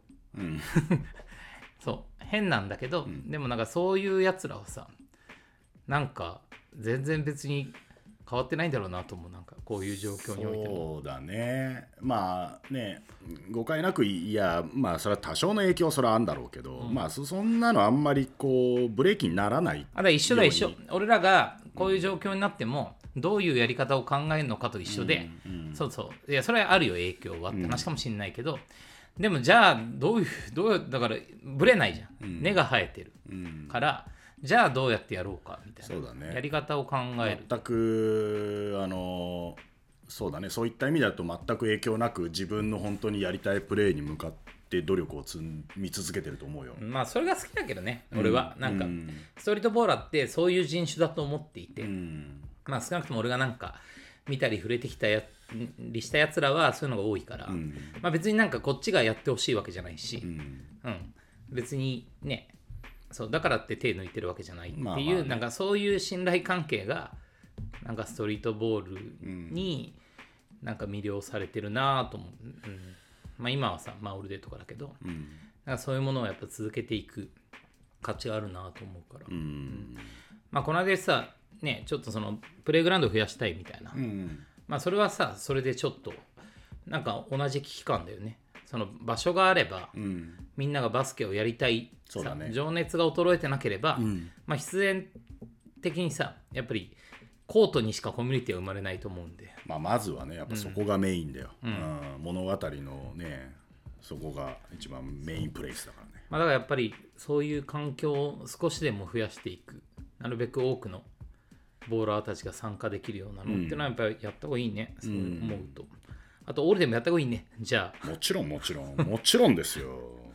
そう変なんだけど、でもなんかそういうやつらはさなんか全然別に変わってないんだろうなと思う。なんかこういう状況においても。 そうだね。まあね誤解なく、いやまあそれは多少の影響それはあるんだろうけど、まあそんなのあんまりこうブレーキにならない。 だ一緒。俺らがこういう状況になってもどういうやり方を考えるのかと一緒で、いやそれはあるよ影響はって話かもしれないけど、でもじゃあどういうだからブレないじゃん、根が生えてるから、じゃあどうやってやろうかみたいな、 そうだね、 やり方を考える。 全くそうだね、そういった意味だと全く影響なく自分の本当にやりたいプレーに向かって努力を積み続けてると思うよ。 まあそれが好きだけどね、俺はなんか、ストリートボーラーってそういう人種だと思っていて、まあ少なくとも俺がなんか見たり触れてきたりしたやつらはそういうのが多いから、まあ別になんかこっちがやってほしいわけじゃないし、別にね、そうだからって手抜いてるわけじゃないっていう、なんかそういう信頼関係がなんかストリートボールになんか魅了されてるなと思う。まあ今はさマウルデとかだけど、なんかそういうものをやっぱ続けていく価値があるなと思うから、まあこの間さねちょっとそのプレイグラウンドを増やしたいみたいな、まあそれはさそれでちょっとなんか同じ危機感だよね。その場所があれば、みんながバスケをやりたい、情熱が衰えてなければ、まあ必然的にさやっぱりコートにしかコミュニティは生まれないと思うんで、 まずはねやっぱそこがメインだよ、物語のねそこが一番メインプレイスだからね。 だからやっぱりそういう環境を少しでも増やしていく、なるべく多くのボーラーたちが参加できるようなのっていうのはやっぱりやった方がいいね、そう思うと。あとオールでもやった方がいいね。じゃあもちろんですよ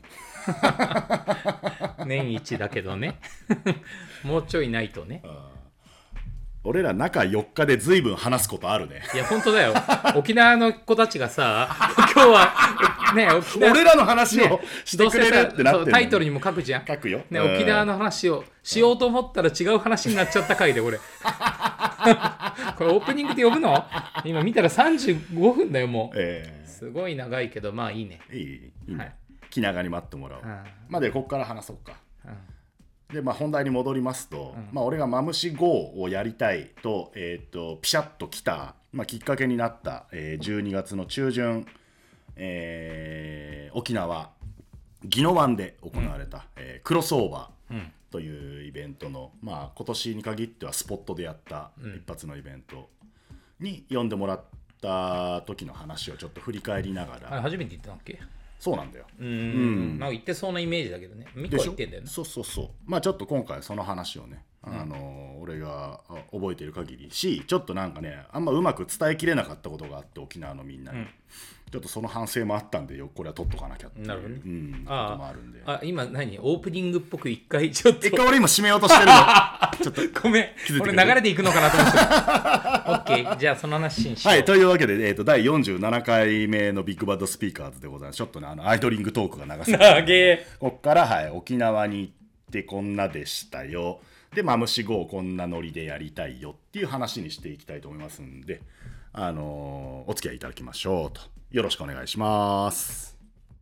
年一だけどねもうちょいないとね。 俺ら中4日で随分話すことあるね。 いや本当だよ沖縄の子たちがさ今日はね沖縄俺らの話をしてくれるってなってるの、 タイトルにも書くじゃん。 書くよ、 ね、沖縄の話をしようと思ったら違う話になっちゃった回で俺これオープニングで呼ぶの今見たら35分だよもう、すごい長いけどまあいいね。 いいね、はい、気長に待ってもらおう、でここから話そうか、で本題に戻りますと、俺がマムシ GO をやりたいと、ピシャッと来た、きっかけになった、12月の中旬、沖縄宜野湾で行われた、クロスオーバーというイベントの、今年に限ってはスポットでやった一発のイベントに呼んでもらった時の話をちょっと振り返りながら。 初めて言ったんだっけ。 そうなんだよ。 なんか言ってそうなイメージだけどね。ミコは言ってんだよね。 そうちょっと今回その話をね、俺が覚えている限りし、ちょっとなんかねあんまうまく伝えきれなかったことがあって沖縄のみんなに、ちょっとその反省もあったんでこれは取っとかなきゃっていう、 なるほどね、 こともあるんで。 今何オープニングっぽく一回ちょっと俺今締めようとしてるのちょっとごめん俺流れでいくのかなと思ってオッケーじゃあその話にしよう。 はい、というわけで、第47回目のビッグバッドスピーカーズでございます。ちょっとねアイドリングトークが流せてこっから、沖縄に行ってこんなでしたよ、でマムシ GO こんなノリでやりたいよっていう話にしていきたいと思いますんで、お付き合いいただきましょうと。よろしくお願いします。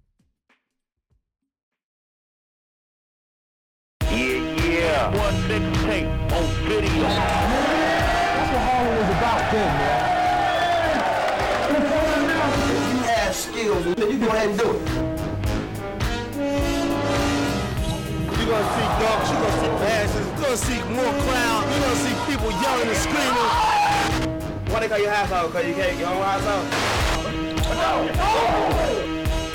Yeah. One mixtape on video. That's what Harlem is about then, man. If you have skills, then you go ahead and do it. You're gonna see dogs, you're gonna see passes, you're gonna see more crowd, you're gonna see people yelling and screaming. Why they call you household? Because you can't get on household? No!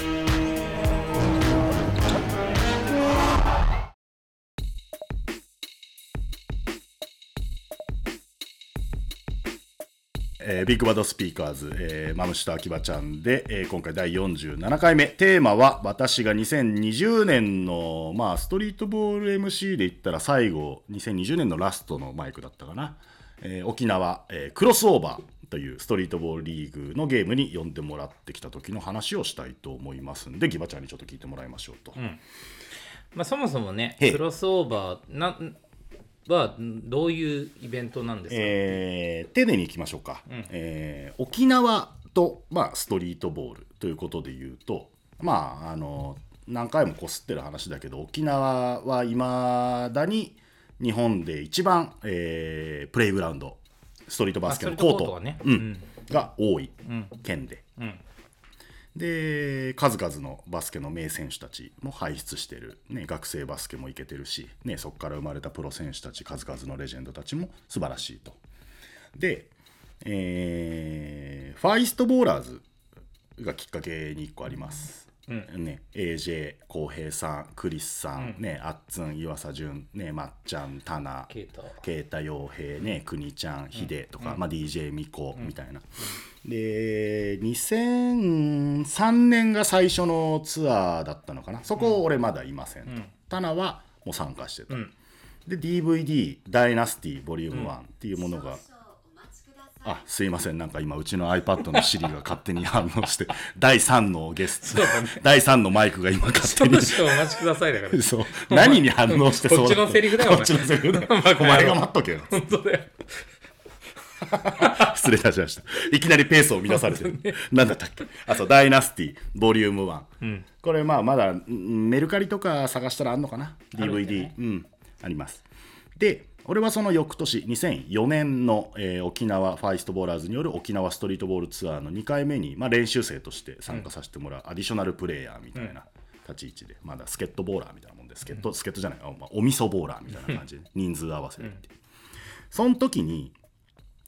ビッグバッドスピーカーズ、マムシと秋葉ちゃんで、今回第47回目、テーマは私が2020年の、ストリートボール MC で言ったら最後2020年のラストのマイクだったかな、沖縄、クロスオーバーというストリートボールリーグのゲームに呼んでもらってきた時の話をしたいと思いますんで、ギバちゃんにちょっと聞いてもらいましょうと。 そもそもねクロスオーバーはどういうイベントなんですか。 丁寧にいきましょうか、沖縄と、ストリートボールということで言うと、何回もこすってる話だけど沖縄はいまだに日本で一番、プレイグラウンドストリートバスケのコートが多い県で、で数々のバスケの名選手たちも輩出してる、学生バスケもいけてるし、そこから生まれたプロ選手たち数々のレジェンドたちも素晴らしいと。で、ファイストボーラーズがきっかけに1個あります、AJ 浩平さん、クリスさん、あっつん、岩佐潤、まっちゃん、タナ、ケイタ陽平、くにちゃん、ヒデとか、DJ ミコみたいな、で2003年が最初のツアーだったのかな。そこ俺まだいませんと、タナはもう参加してた、で DVD ダイナスティボリューム1っていうものが、すいません、なんか今うちの iPad の Siri が勝手に反応して第3のゲスト、第3のマイクが今勝手に少々お待ちくださいだからそう何に反応してそうこっちのセリフだよこっちのセリフだよお前が待っとけよ本当だよ失礼いたしました。いきなりペースを乱されてるなんだったっけ。そうダイナスティボリューム1、これまだメルカリとか探したらあんのかな DVD あります。で俺はその翌年2004年の、沖縄ファイストボーラーズによる沖縄ストリートボールツアーの2回目に、練習生として参加させてもらうアディショナルプレイヤーみたいな立ち位置で、まだスケットボーラーみたいなもんで、スケットじゃない、お味噌ボーラーみたいな感じで人数合わせでって、その時に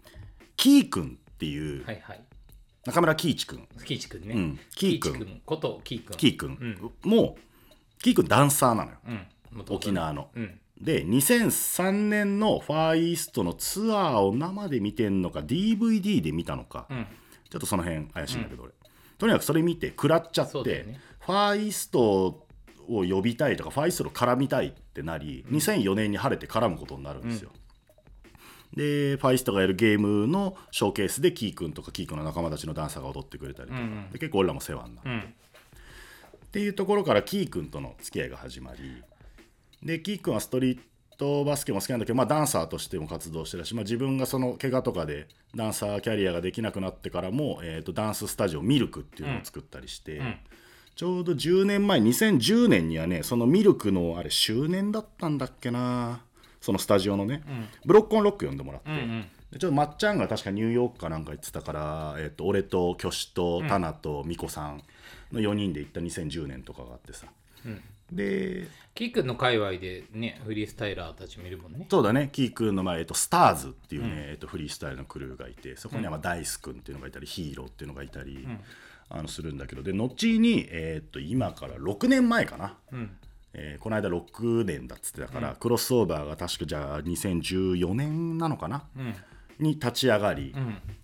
キー君っていう、 はいはい、 中村喜一君、 喜一君ね、 喜一君こと喜君、 喜一君も喜一君ダンサーなのよ、沖縄の、で2003年のファーイーストのツアーを生で見てんのか DVD で見たのか、ちょっとその辺怪しいんだけど、俺とにかくそれ見て食らっちゃって、ね、ファーイーストを呼びたいとかファーイーストを絡みたいってなり、2004年に晴れて絡むことになるんですよ、でファイストがやるゲームのショーケースでキー君とかキー君の仲間たちのダンサーが踊ってくれたりとか、で結構俺らも世話になる、っていうところからキー君との付き合いが始まり、でキー君はストリートバスケも好きなんだけど、ダンサーとしても活動してるし、自分がその怪我とかでダンサーキャリアができなくなってからも、ダンススタジオミルクっていうのを作ったりして、ちょうど10年前2010年にはね、そのミルクのあれ周年だったんだっけな、そのスタジオのね、ブロックオンロック呼んでもらって、でちょっとまっちゃんが確かニューヨークかなんか行ってたから、俺とキョシとタナとミコさんの4人で行った2010年とかがあってさ、でキー君の界隈でねフリースタイラーたちもいるもんね。 そうだね、キー君の前、スターズっていうね、フリースタイルのクルーがいて、そこにはダイス君っていうのがいたり、ヒーローっていうのがいたり、するんだけど、で後に、今から6年前かな、この間6年だっつってたから、クロスオーバーが確かじゃあ2014年なのかな、に立ち上がり、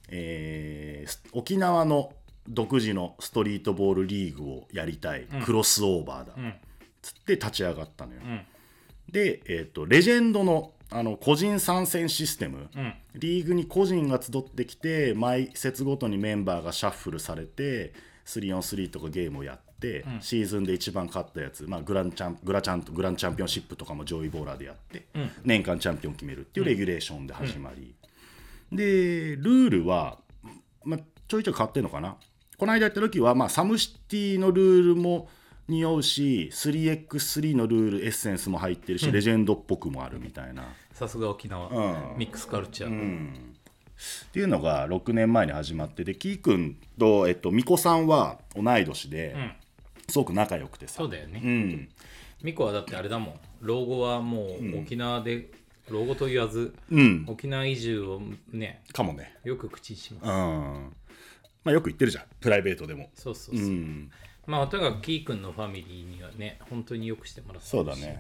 沖縄の独自のストリートボールリーグをやりたい、クロスオーバーだ、つって立ち上がったのよ、で、レジェンドの個人参戦システム、リーグに個人が集ってきて毎節ごとにメンバーがシャッフルされて 3on3 とかゲームをやって、シーズンで一番勝ったやつ、グランチャンピオンシップとかも上位ボーラーでやって、年間チャンピオン決めるっていうレギュレーションで始まり、でルールは、ちょいちょい変わってんのかな。この間やった時は、サムシティのルールも匂うし 3x3 のルールエッセンスも入ってるし、レジェンドっぽくもあるみたいな、 さすが沖縄、ミックスカルチャー、 っていうのが6年前に始まって、でキー君とミコさんは同い年で、すごく仲良くてさ。 そうだよね、ミコはだってあれだもん、老後はもう沖縄で、老後と言わず、沖縄移住をねかもね、 よく口にします、 よく言ってるじゃん、プライベートでも。 そう、とにかくキー君のファミリーにはね本当によくしてもらってるし。 そうだね、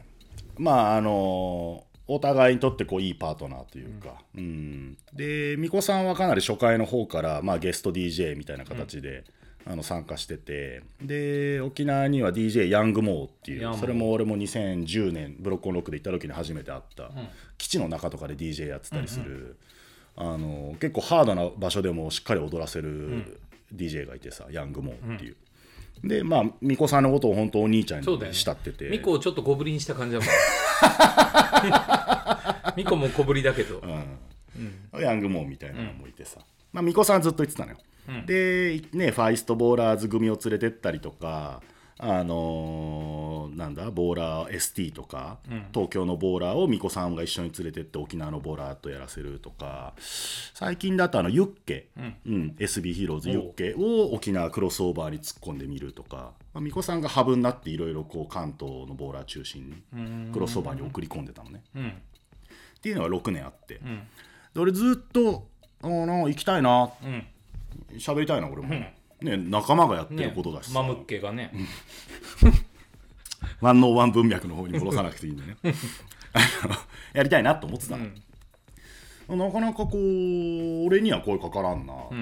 お互いにとっていいパートナーというか、でミコさんはかなり初回の方から、ゲスト DJ みたいな形で、参加してて、で沖縄には DJ ヤングモーっていう、それも俺も2010年ブロックオンロックで行った時に初めて会った、基地の中とかで DJ やってたりする、結構ハードな場所でもしっかり踊らせる DJ がいてさ、ヤングモーっていう、でミコさんのことを本当お兄ちゃんに慕ってて、 ミコをちょっと小ぶりにした感じだもんミコも小ぶりだけど、 ヤングモーみたいなのもいてさ、ミコさんはずっと言ってたのよ、でね、ファイストボーラーズ組を連れてったりとか、ボーラー ST とか、東京のボーラーをミコさんが一緒に連れてって沖縄のボーラーとやらせるとか、最近だとユッケ、SB ヒーローズユッケを沖縄クロスオーバーに突っ込んでみるとか、ミコさんがハブになっていろいろ関東のボーラー中心にクロスオーバーに送り込んでたのね、っていうのが6年あって、で俺ずっと行きたいな、喋りたいな俺も、仲間がやってることだしさ、 マムッケがね 101文脈の方に戻さなくていいんでねやりたいなと思ってたの、なかなか俺には声かからんなと思って、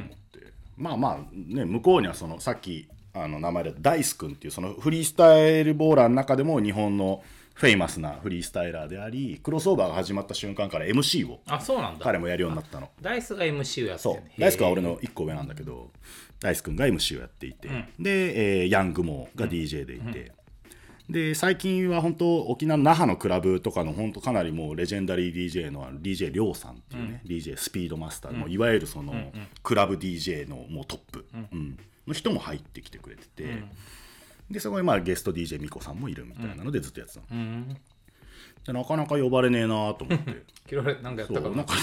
向こうにはそのさっき名前でダイス君っていうそのフリースタイルボーラーの中でも日本のフェイマスなフリースタイラーであり、クロスオーバーが始まった瞬間から MC を彼もやるようになったの。 ダイスが MC をやってる、 そうダイス君は俺の1個上なんだけど、ダイス君が MC をやっていて、で、ヤングモーが DJ でいて、で最近は本当沖縄の那覇のクラブとかの本当かなりもうレジェンダリー DJ のDJ りょうさんっていうね、DJ スピードマスター、もういわゆるそのクラブ DJ のもうトップ、の人も入ってきてくれてて、でそこにゲスト DJ ミコさんもいるみたいなのでずっとやってたの、でなかなか呼ばれねえなと思って嫌われなんかやったかな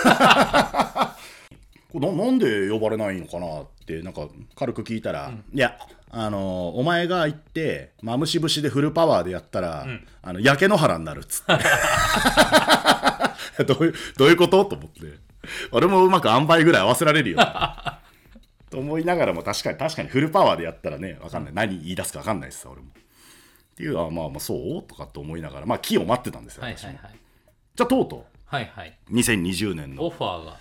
なんで呼ばれないのかなってなんか軽く聞いたら、いやお前が行ってマムシ節でフルパワーでやったら、焼け野原になるっつってどういうことと思って、 俺もうまく塩梅ぐらい合わせられるよと思いながらも確かにフルパワーでやったらね分かんない、何言い出すか分かんないですさ俺もっていうまあそうとかって思いながらまあ木を待ってたんですよ、 はいはいはい。 じゃあとうとはいはい。 う2020年のオファーが。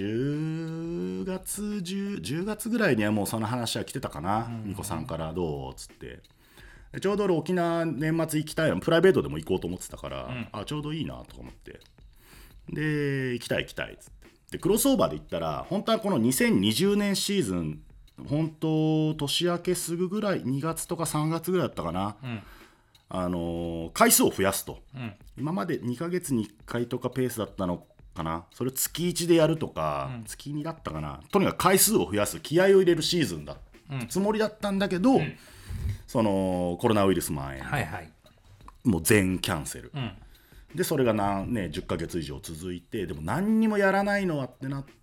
10月ぐらいにはもうその話は来てたかな、ニコさんからどうっつってちょうど俺沖縄年末行きたいのプライベートでも行こうと思ってたから、あちょうどいいなとか思ってで行きたいっつってでクロスオーバーで行ったら本当はこの2020年シーズン本当年明けすぐぐらい2月とか3月ぐらいだったかな、回数を増やすと、今まで2ヶ月に1回とかペースだったのかな、それを月1でやるとか、月2だったかな、とにかく回数を増やす気合を入れるシーズンだ、つもりだったんだけど、そのコロナウイルス蔓延、 はいはい。 もう全キャンセル、でそれが10ヶ月以上続いてでも何にもやらないのはってなって、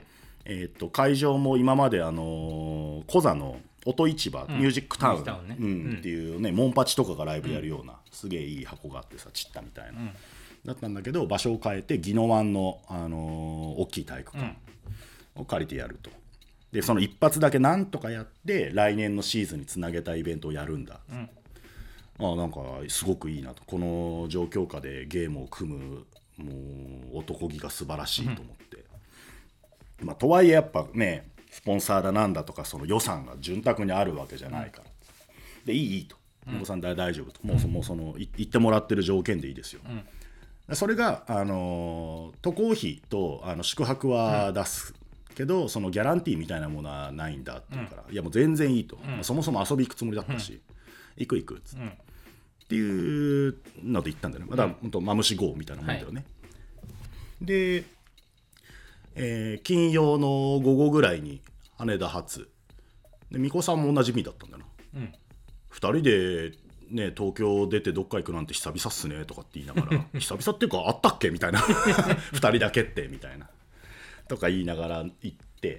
会場も今までコザの音市場、ミュージックタウン、 ねっていうねモンパチとかがライブやるような、すげえいい箱があってさちったみたいな、だったんだけど場所を変えて宜野湾の、大きい体育館を借りてやると。でその一発だけなんとかやって来年のシーズンにつなげたイベントをやるんだ、なんかすごくいいなと、この状況下でゲームを組むもう男気が素晴らしいと思って、とはいえやっぱねスポンサーだなんだとかその予算が潤沢にあるわけじゃないから、でいいとニコさん大丈夫と、もうその言ってもらってる条件でいいですよ、それが渡航費と宿泊は出すけど、そのギャランティーみたいなものはないんだって言うから、いやもう全然いいと、そもそも遊び行くつもりだったし、行くっつって、っていうので行ったんだよね。だから本当マムシ GO みたいなもんだよね、で、金曜の午後ぐらいに羽田発で巫女さんも同じ便だったんだよな、2人でね、東京出てどっか行くなんて久々っすねとかって言いながら久々っていうかあったっけみたいな2人だけってみたいなとか言いながら行って、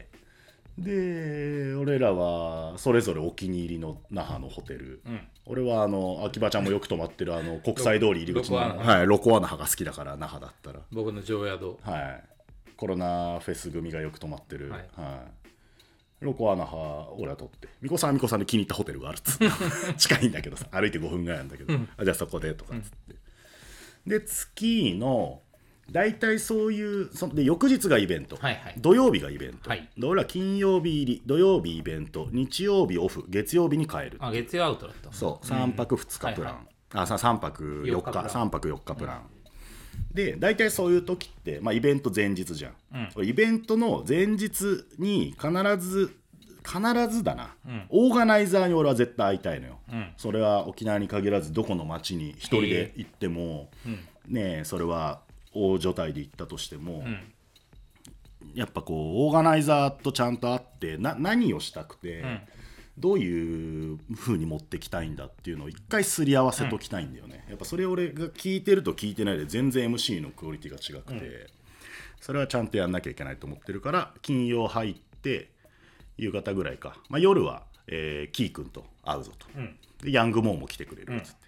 で俺らはそれぞれお気に入りの那覇のホテル、俺は秋葉ちゃんもよく泊まってる国際通り入り口のロコアナハが好きだから那覇だったら僕の常宿、 コロナフェス組がよく泊まってる、ロコアナハ俺は取って巫女さんで気に入ったホテルがあるっつって近いんだけどさ歩いて5分ぐらいなんだけど、じゃあそこでとかっつって、で月の大体そういうで翌日がイベント、土曜日がイベント、で俺ら金曜日入り土曜日イベント日曜日オフ月曜日に帰る、 月曜アウトだった、 そう3泊2日プラン、3泊4日3泊4日プラン、で大体そういう時って、イベント前日じゃん、イベントの前日に必ずだな、オーガナイザーに俺は絶対会いたいのよ、それは沖縄に限らずどこの町に一人で行っても、ねえそれは大所帯で行ったとしても、やっぱこうオーガナイザーとちゃんと会って何をしたくて、どういう風に持ってきたいんだっていうのを一回すり合わせときたいんだよね、やっぱそれ俺が聞いてると聞いてないで全然 MC のクオリティが違くて、それはちゃんとやんなきゃいけないと思ってるから金曜入って夕方ぐらいか、夜は、キー君と会うぞと、でヤングモーも来てくれるっつって、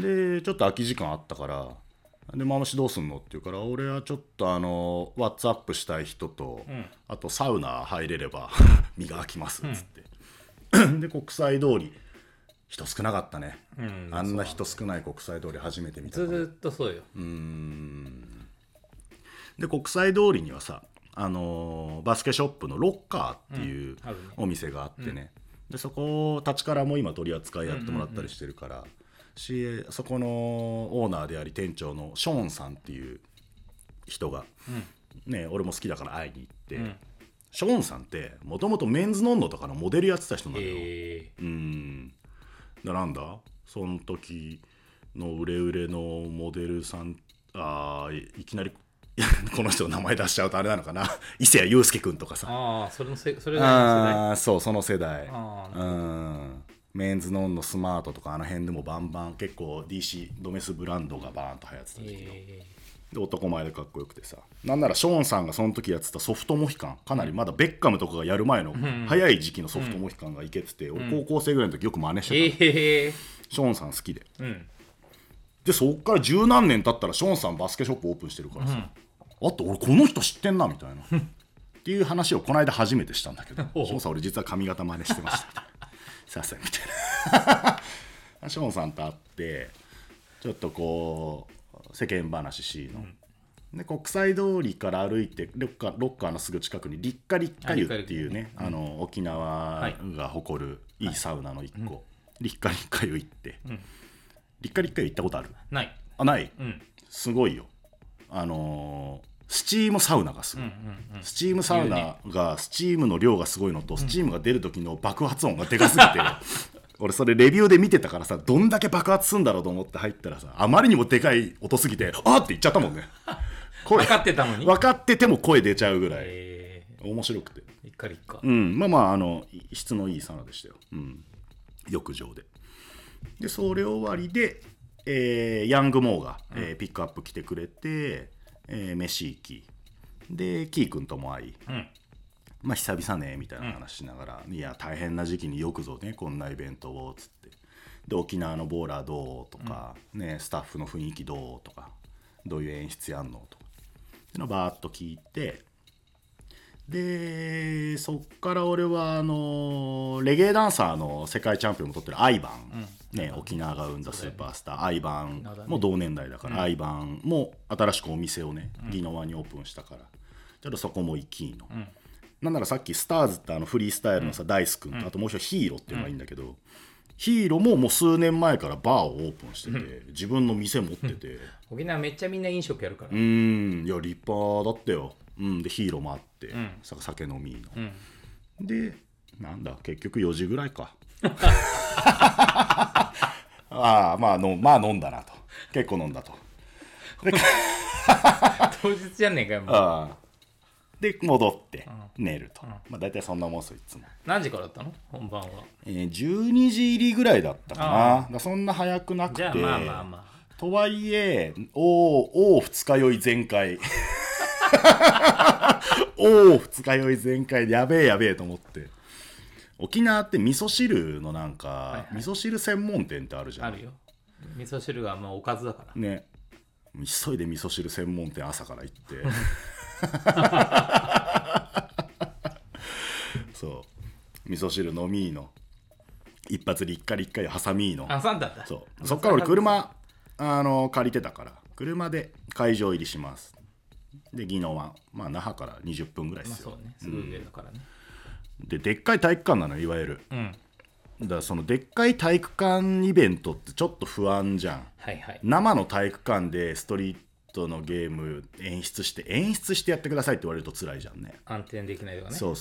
でちょっと空き時間あったからでマムシどうすんのって言うから、俺はちょっとワッツアップしたい人と、あとサウナ入れれば身が空きますっつって、で国際通り人少なかったね、あんな人少ない国際通り初めて見たから、 ずっとそうよ。 で国際通りにはさバスケショップのロッカーっていうお店があってね、でそこ立ちからも今取り扱いやってもらったりしてるから、そこのオーナーであり店長のショーンさんっていう人が、俺も好きだから会いに行って、ショーンさんってもともとメンズノンノとかのモデルやってた人なのよ、なんだその時の売れ売れのモデルさん、いきなりこの人の名前出しちゃうとあれなのかな伊勢谷友介くんとかさ、 それが世代、 そうその世代、メンズノンのスマートとかあの辺でもバンバン結構 DC ドメスブランドがバーンと流行ってた時期の、で男前でかっこよくてさ、なんならショーンさんがその時やってたソフトモヒカン、かなりまだベッカムとかがやる前の早い時期のソフトモヒカンがいけてて、俺高校生ぐらいの時よく真似してた、ショーンさん好きで、でそっから十何年経ったらショーンさんバスケショップオープンしてるからさ、 あと俺この人知ってんなみたいなっていう話をこの間初めてしたんだけどショーンさん俺実は髪型真似してましたみたいなすいませんみたいなショーンさんと会ってちょっとこう世間話しの、で国際通りから歩いてロッカーのすぐ近くに立夏立夏湯っていうね、沖縄が誇るいいサウナの一個、立夏立夏湯行って、立夏立夏湯行ったことある？ ない。 ない、すごいよ。スチームサウナがすごい、スチームサウナがスチームの量がすごいのと、スチームが出る時の爆発音がでかすぎて、俺それレビューで見てたからさ、どんだけ爆発するんだろうと思って入ったらさ、あまりにもでかい音すぎてあーって言っちゃったもんね分かってたのに分かってても声出ちゃうぐらい、面白くて、 一回一回、 まあ質のいいサウナでしたよ、浴場でそれ終わりで、ヤングモーが、ピックアップ来てくれて、飯行きでキー君とも会い、まあ久々ねみたいな話しながら、いや大変な時期によくぞねこんなイベントをつって、で沖縄のボーラーどうとか、スタッフの雰囲気どうとか、どういう演出やんのとかってのをバーッと聞いて、でそっから俺はレゲエダンサーの世界チャンピオンも取ってるアイバン、沖縄が生んだスーパースター、アイバンも同年代だから、アイバンも新しくお店をね宜野湾にオープンしたから、ちょっとそこも行きの、なんならさっきスターズってフリースタイルのさ、ダイス君とあともう一人ヒーローっていうのがいいんだけど、ヒーローももう数年前からバーをオープンしてて、自分の店持ってて沖縄めっちゃみんな飲食やるから、 いや立派だったよ、でヒーローもあって、酒飲みの、でなんだ結局4時ぐらいかまあ飲んだなと、結構飲んだと当日じゃねえかよもう。 で戻って寝ると、大体そんなもんすいつも。 何時からだったの本番は？ 12時入りぐらいだったかな。だそんな早くなくて、 じゃあまあとはいえ二日酔い全開二日酔い全開でやべえと思って、沖縄って味噌汁のなんか、味噌汁専門店ってあるじゃん。 あるよ、味噌汁がおかずだからね。急いで味噌汁専門店朝から行ってそう味噌汁飲みの一発で一回挟みの挟んだんだ。 そっから俺車借りてたから車で会場入りします。で宜野湾那覇から20分ぐらいですよ、 そうね、すぐ上だからね、 でっかい体育館なのいわゆる、だからそのでっかい体育館イベントってちょっと不安じゃん、生の体育館でストリートのゲーム演出してやってくださいって言われると辛いじゃんね。 安定できないとかね。 そう、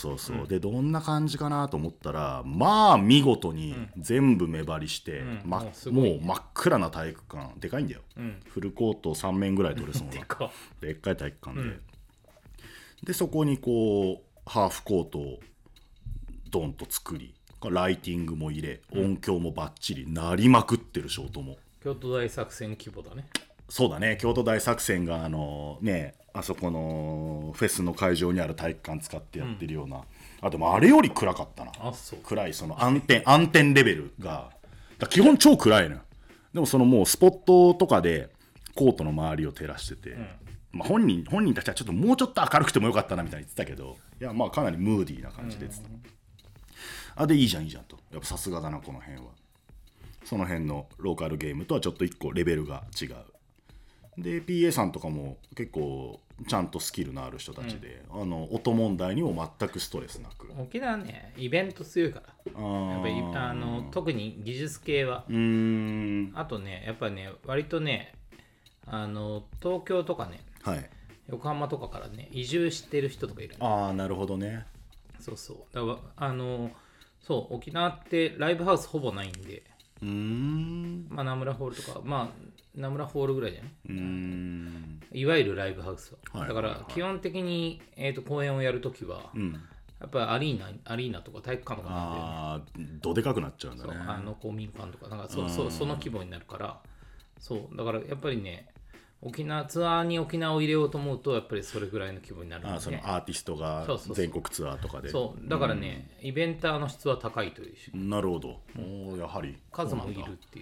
でどんな感じかなと思ったら、まあ見事に全部目張りして、もう真っ暗な体育館でかいんだよ、フルコート3面ぐらい取れそうなでっかい体育館で、でそこにこうハーフコートをドンと作り、ライティングも入れ、音響もバッチリ鳴りまくってるショートも。 京都大作戦規模だね。 そうだね、京都大作戦があそこのフェスの会場にある体育館使ってやってるような、でもあれより暗かったな。暗い、その暗転レベルが基本超暗いのよ。でもそのもうスポットとかでコートの周りを照らしてて、本人たちはちょっともうちょっと明るくてもよかったなみたいに言ってたけど、いやかなりムーディーな感じで言ってた、でいいじゃんと、やっぱさすがだなこの辺は。その辺のローカルゲームとはちょっと一個レベルが違う。で PA さんとかも結構ちゃんとスキルのある人たちで、音問題にも全くストレスなく。 沖縄ねイベント強いから、やっぱり特に技術系は。あとねやっぱりね割とね東京とかね、横浜とかからね移住してる人とかいる。 なるほどね。 そうだからそう沖縄ってライブハウスほぼないんで、名村ホールとか名村ホールぐらいじゃない、いわゆるライブハウスは、だから基本的に、公演をやるときは、やっぱりアリーナとか体育館とかなんで、 どでかくなっちゃうんだね。 公民館とかなんかその規模になるから、だからやっぱりねツアーに沖縄を入れようと思うとやっぱりそれぐらいの規模になるんで、ね、 そのアーティストが全国ツアーとかで、 だからね、イベンターの質は高いというし。 なるほど、やはり数もいるっていう。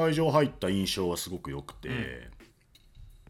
で会場入った印象はすごく良くて、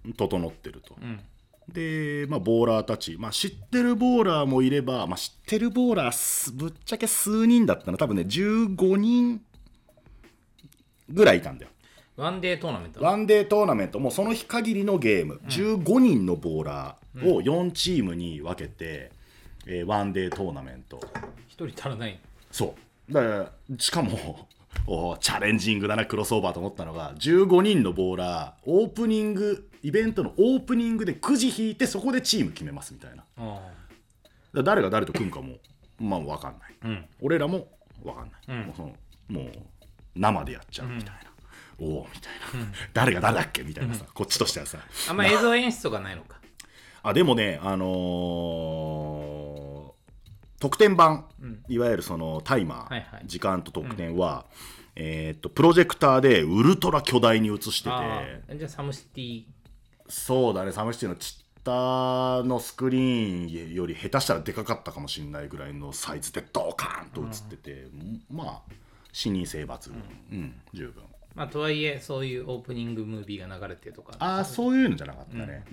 整ってると、で、ボーラーたち、知ってるボーラーもいれば、知ってるボーラーぶっちゃけ数人だったの多分ね15人ぐらいいたんだよ。 ワンデートーナメント。 ワンデートーナメントもうその日限りのゲーム、15人のボーラーを4チームに分けて、ワンデートーナメント。 1人足らない。 そうだからしかもチャレンジングだなクロスオーバーと思ったのが15人のボーラーオープニングイベントのオープニングでくじ引いてそこでチーム決めますみたいな。だから誰が誰と組むかも分かんない、俺らも分かんない、もう生でやっちゃうみたいな、おおみたいな、誰が誰だっけみたいなさ、こっちとしてはさあんま映像演出とかないのか。 でもね得点板、いわゆるそのタイマー、時間と得点は、プロジェクターでウルトラ巨大に映してて、 じゃあサムシティ。 そうだね、サムシティのチッタのスクリーンより下手したらでかかったかもしれないぐらいのサイズでドカーンと映ってて、視認性抜群、十分。 とはいえそういうオープニングムービーが流れてるとか、 そういうのじゃなかったね。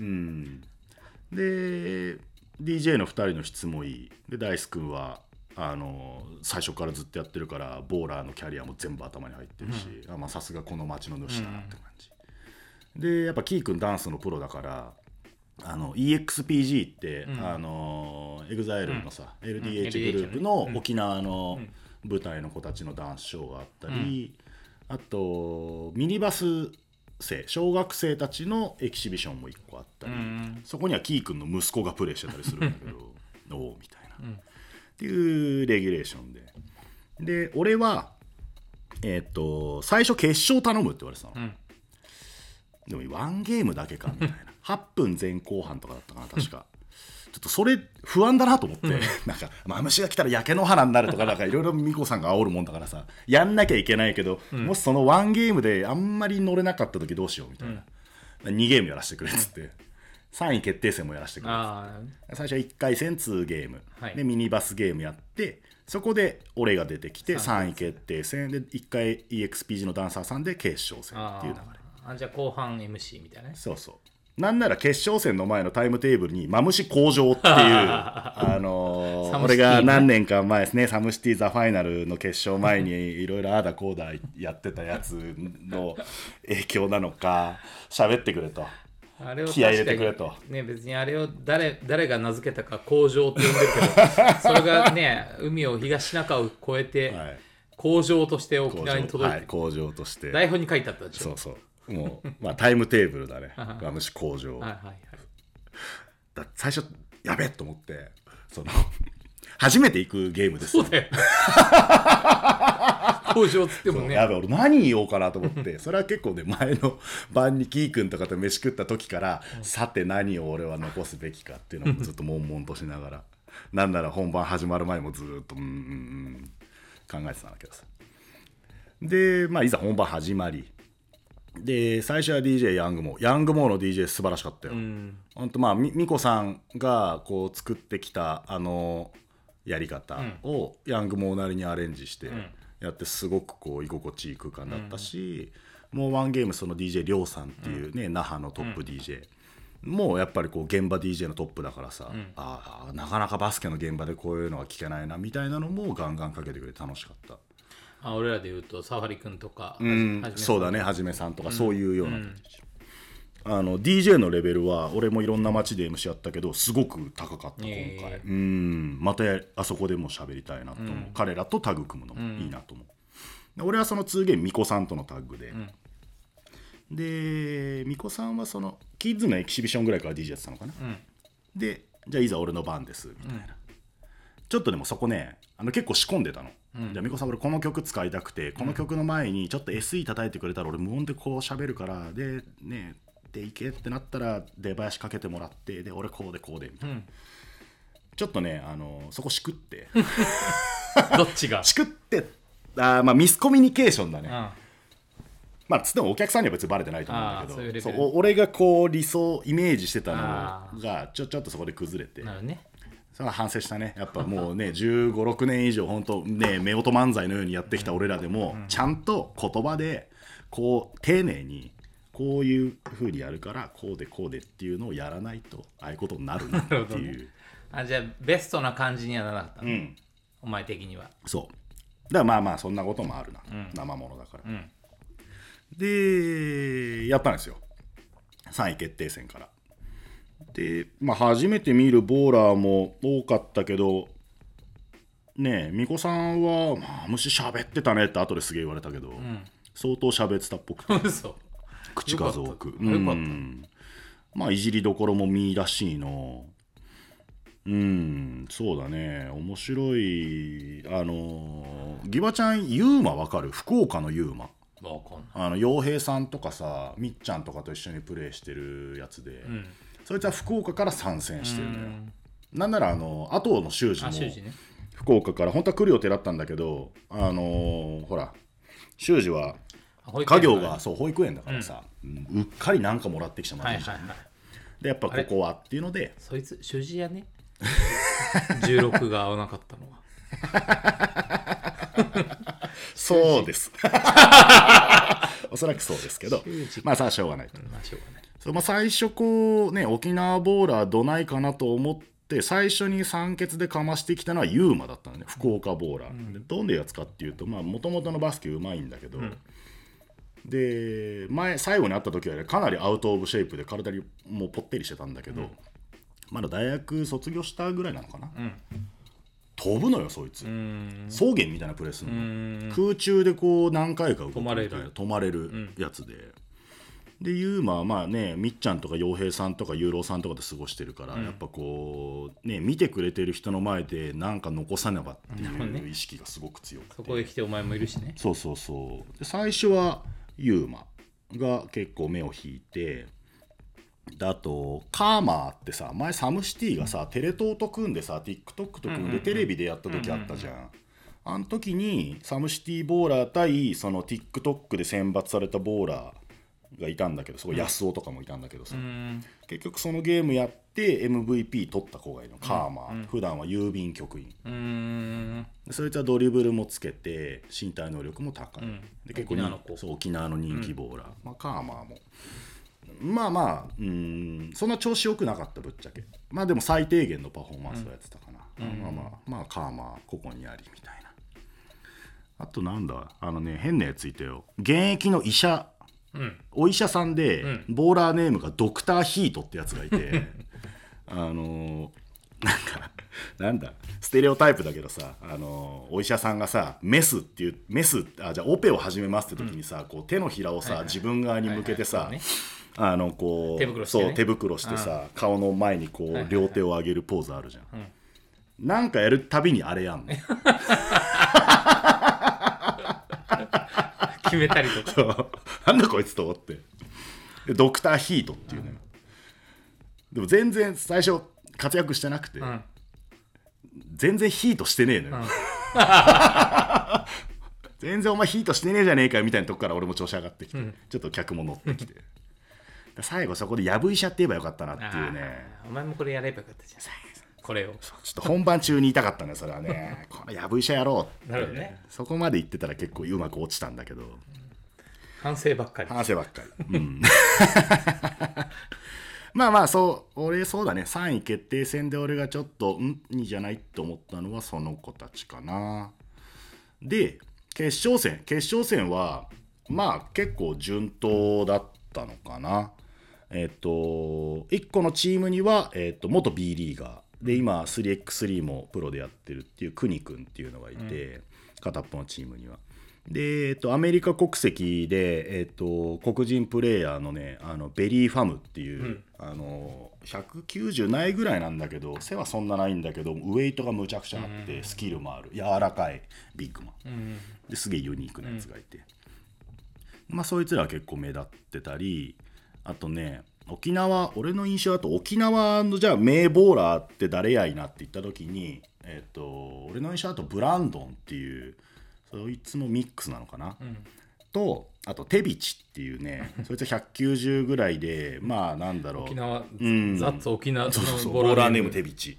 で DJ の2人の質もいいで、ダイス君は最初からずっとやってるからボーラーのキャリアも全部頭に入ってるし、さすがこの街の主だなって感じ、でやっぱキー君ダンスのプロだからEXPG って、EXILE のさ、LDH グループの沖縄の舞台の子たちのダンスショーがあったり、あとミニバス生小学生たちのエキシビションも1個あったり、そこにはキー君の息子がプレイしてたりするんだけどおおみたいな、っていうレギュレーションで俺は最初決勝頼むって言われてたの、でもワンゲームだけかみたいな8分前後半とかだったかな確かちょっとそれ不安だなと思って、なんかマムシが来たら焼け野原になるとかなんかいろいろミコさんが煽るもんだからさやんなきゃいけないけど、もしそのワンゲームであんまり乗れなかった時どうしようみたいな、2ゲームやらせてくれっつって、3位決定戦もやらせてくれっつって、最初は1回戦2ゲーム、でミニバスゲームやってそこで俺が出てきて3位決定戦で1回 EXPG のダンサーさんで決勝戦っていう流れ。 じゃあ後半 MC みたいなね。 そうそう、なんなら決勝戦の前のタイムテーブルにマムシ工場っていう俺が何年か前ですね、サムシティザファイナルの決勝前にいろいろあだこうだやってたやつの影響なのか喋ってくれと、 あれを気合い入れてくれと、 ね、別にあれを誰が名付けたか工場って呼んでるけどそれがね海を東シナ海を越えて、工場として沖縄に届いて、 工場として台本に書いてあったでしょ。 そうそうもうタイムテーブルだねマムシ工場、だ最初やべえと思って初めて行くゲームですよ。 そうだよ工場つってもね、 やべ俺何言おうかなと思ってそれは結構ね前の晩にキー君とかと飯食った時から、さて何を俺は残すべきかっていうのをずっと悶々としながらなんなら本番始まる前もずっと考えてたんだけどさ、でいざ本番始まりで最初は DJ ヤングモーの DJ 素晴らしかったよ。ほんとミコさんがこう作ってきたやり方をヤングモーなりにアレンジしてやってすごくこう居心地いい空間だったし、もうワンゲームその DJ りょうさんっていうね、那覇のトップ DJ、もうやっぱりこう現場 DJ のトップだからさ、なかなかバスケの現場でこういうのは聞けないなみたいなのもガンガンかけてくれて楽しかった。 俺らで言うとサファリ君とか、 そうだね、はじめさんとかそういうような、DJ のレベルは俺もいろんな街で MC やったけどすごく高かった今回。またあそこでも喋りたいなと思う、彼らとタッグ組むのもいいなと思う。俺はその2ゲームミコさんとのタッグで、でミコさんはそのキッズのエキシビションぐらいから DJ やってたのかな、でじゃあいざ俺の番ですみたいな、ちょっとでもそこね結構仕込んでたの。じゃあミコさん俺この曲使いたくてこの曲の前にちょっと SE 叩いてくれたら俺無音でこう喋るからでねでいけってなったら出囃子かけてもらってで俺こうでこうでみたいな、ちょっとねそこしくってどっちがしくってミスコミュニケーションだね。つってもお客さんには別にバレてないと思うんだけど、俺がこう理想イメージしてたのがちょっとそこで崩れて、 なるね、 それは反省したね。やっぱもうね15、6年以上本当ね夫婦漫才のようにやってきた俺らでも、ちゃんと言葉でこう丁寧にこういう風にやるからこうでこうでっていうのをやらないとああいうことになるなっていうじゃあベストな感じにはならなかったの、 うんお前的には。 そうだからまあそんなこともあるな、生ものだから、でやったんですよ3位決定戦から。で初めて見るボーラーも多かったけどねえ、みこさんは、虫喋ってたねって後ですげえ言われたけど、相当喋ってたっぽくて嘘口数多くよかった。 いじりどころも見らしいの。そうだね、面白い。ギバちゃんユーマわかる？福岡のユーマ。 わかんない。 陽平さんとかさ、みっちゃんとかと一緒にプレイしてるやつで、そいつは福岡から参戦してるのよ。なんなら後の修二もね、 福岡から本当は来る予定だったんだけど、ほら修二は家業がそう保育園だからさ、うっかりなんかもらってきちゃまずいじゃん。でやっぱここはっていうので、 そいつ習字やね16が合わなかったのはそうですおそらくそうですけど、さあしょうがないと。最初こうね、沖縄ボーラーどないかなと思って最初に酸欠でかましてきたのはユーマだったのね、福岡ボーラー、でどんなやつかっていうと、もともとのバスケうまいんだけど、で最後に会った時は、ね、かなりアウトオブシェイプで体にもうぽってりしてたんだけど、まだ大学卒業したぐらいなのかな、飛ぶのよそいつ。草原みたいなプレーするの、空中でこう何回か動くみたいな止まれるやつで、でユーマはみっちゃんとか陽平さんとかユーローさんとかで過ごしてるから、やっぱこうね、見てくれてる人の前でなんか残さねばっていう意識がすごく強くて、 そこへ来てお前もいるしね。 そうで最初はユーマが結構目を引いて、であとカーマーってさ、前サムシティがさテレ東と組んでさ TikTok と組んでテレビでやった時あったじゃん。あの時にサムシティボーラー対その TikTok で選抜されたボーラーがいたんだけど、そこ安尾とかもいたんだけどさ、結局そのゲームやって MVP 取った子がいるの、カーマー、普段は郵便局員、そいつはドリブルもつけて身体能力も高い、で結構沖縄の人気ボーラー、カーマーもそんな調子よくなかったぶっちゃけ。でも最低限のパフォーマンスはやってたかな。カーマーここにありみたいな。あとなんだ、変なやついたよ。現役の医者、お医者さんで、ボーラーネームがドクターヒートってやつがいてなんだステレオタイプだけどさ、お医者さんがさメスじゃあオペを始めますって時にさ、こう手のひらをさ、自分側に向けてさ、こう手袋してさ、顔の前にこう両手を上げるポーズあるじゃん、なんかやるたびにあれやんの決めたりとかなんだこいつと思って、でドクターヒートっていうね、でも全然最初活躍してなくて、全然ヒートしてねえのよ、全然お前ヒートしてねえじゃねえかみたいなとこから俺も調子上がってきて、ちょっと客も乗ってきて最後そこでやぶ医者って言えばよかったなっていうね。 お前もこれやればよかったじゃん、これを。 ちょっと本番中に言いたかったねそれはねこのやぶ医者やろうって、 なるほどね、 そこまで言ってたら結構うまく落ちたんだけど、 反省ばっかり、 俺そうだね、3位決定戦で俺がちょっと2じゃないと思ったのはその子たちかな。で決勝戦は結構順当だったのかな。1個のチームには、元 B リーガーで今 3x3 もプロでやってるっていうクニ君っていうのがいて、片っぽのチームにはで、アメリカ国籍で、黒人プレイヤーのね、ベリー・ファムっていう、190ないぐらいなんだけど、背はそんなないんだけどウエイトがむちゃくちゃあって、スキルもある柔らかいビッグマン、ですげえユニークなやつがいて、そいつらは結構目立ってたり、あとね俺の印象だと沖縄のじゃあ名ボーラーって誰やいなって言った時に、俺の印象だとブランドンっていうそいつもミックスなのかな、とあとテビチっていうねそいつは190ぐらいでなんだろう沖縄、ザッツ沖縄のボーラーネームテビチ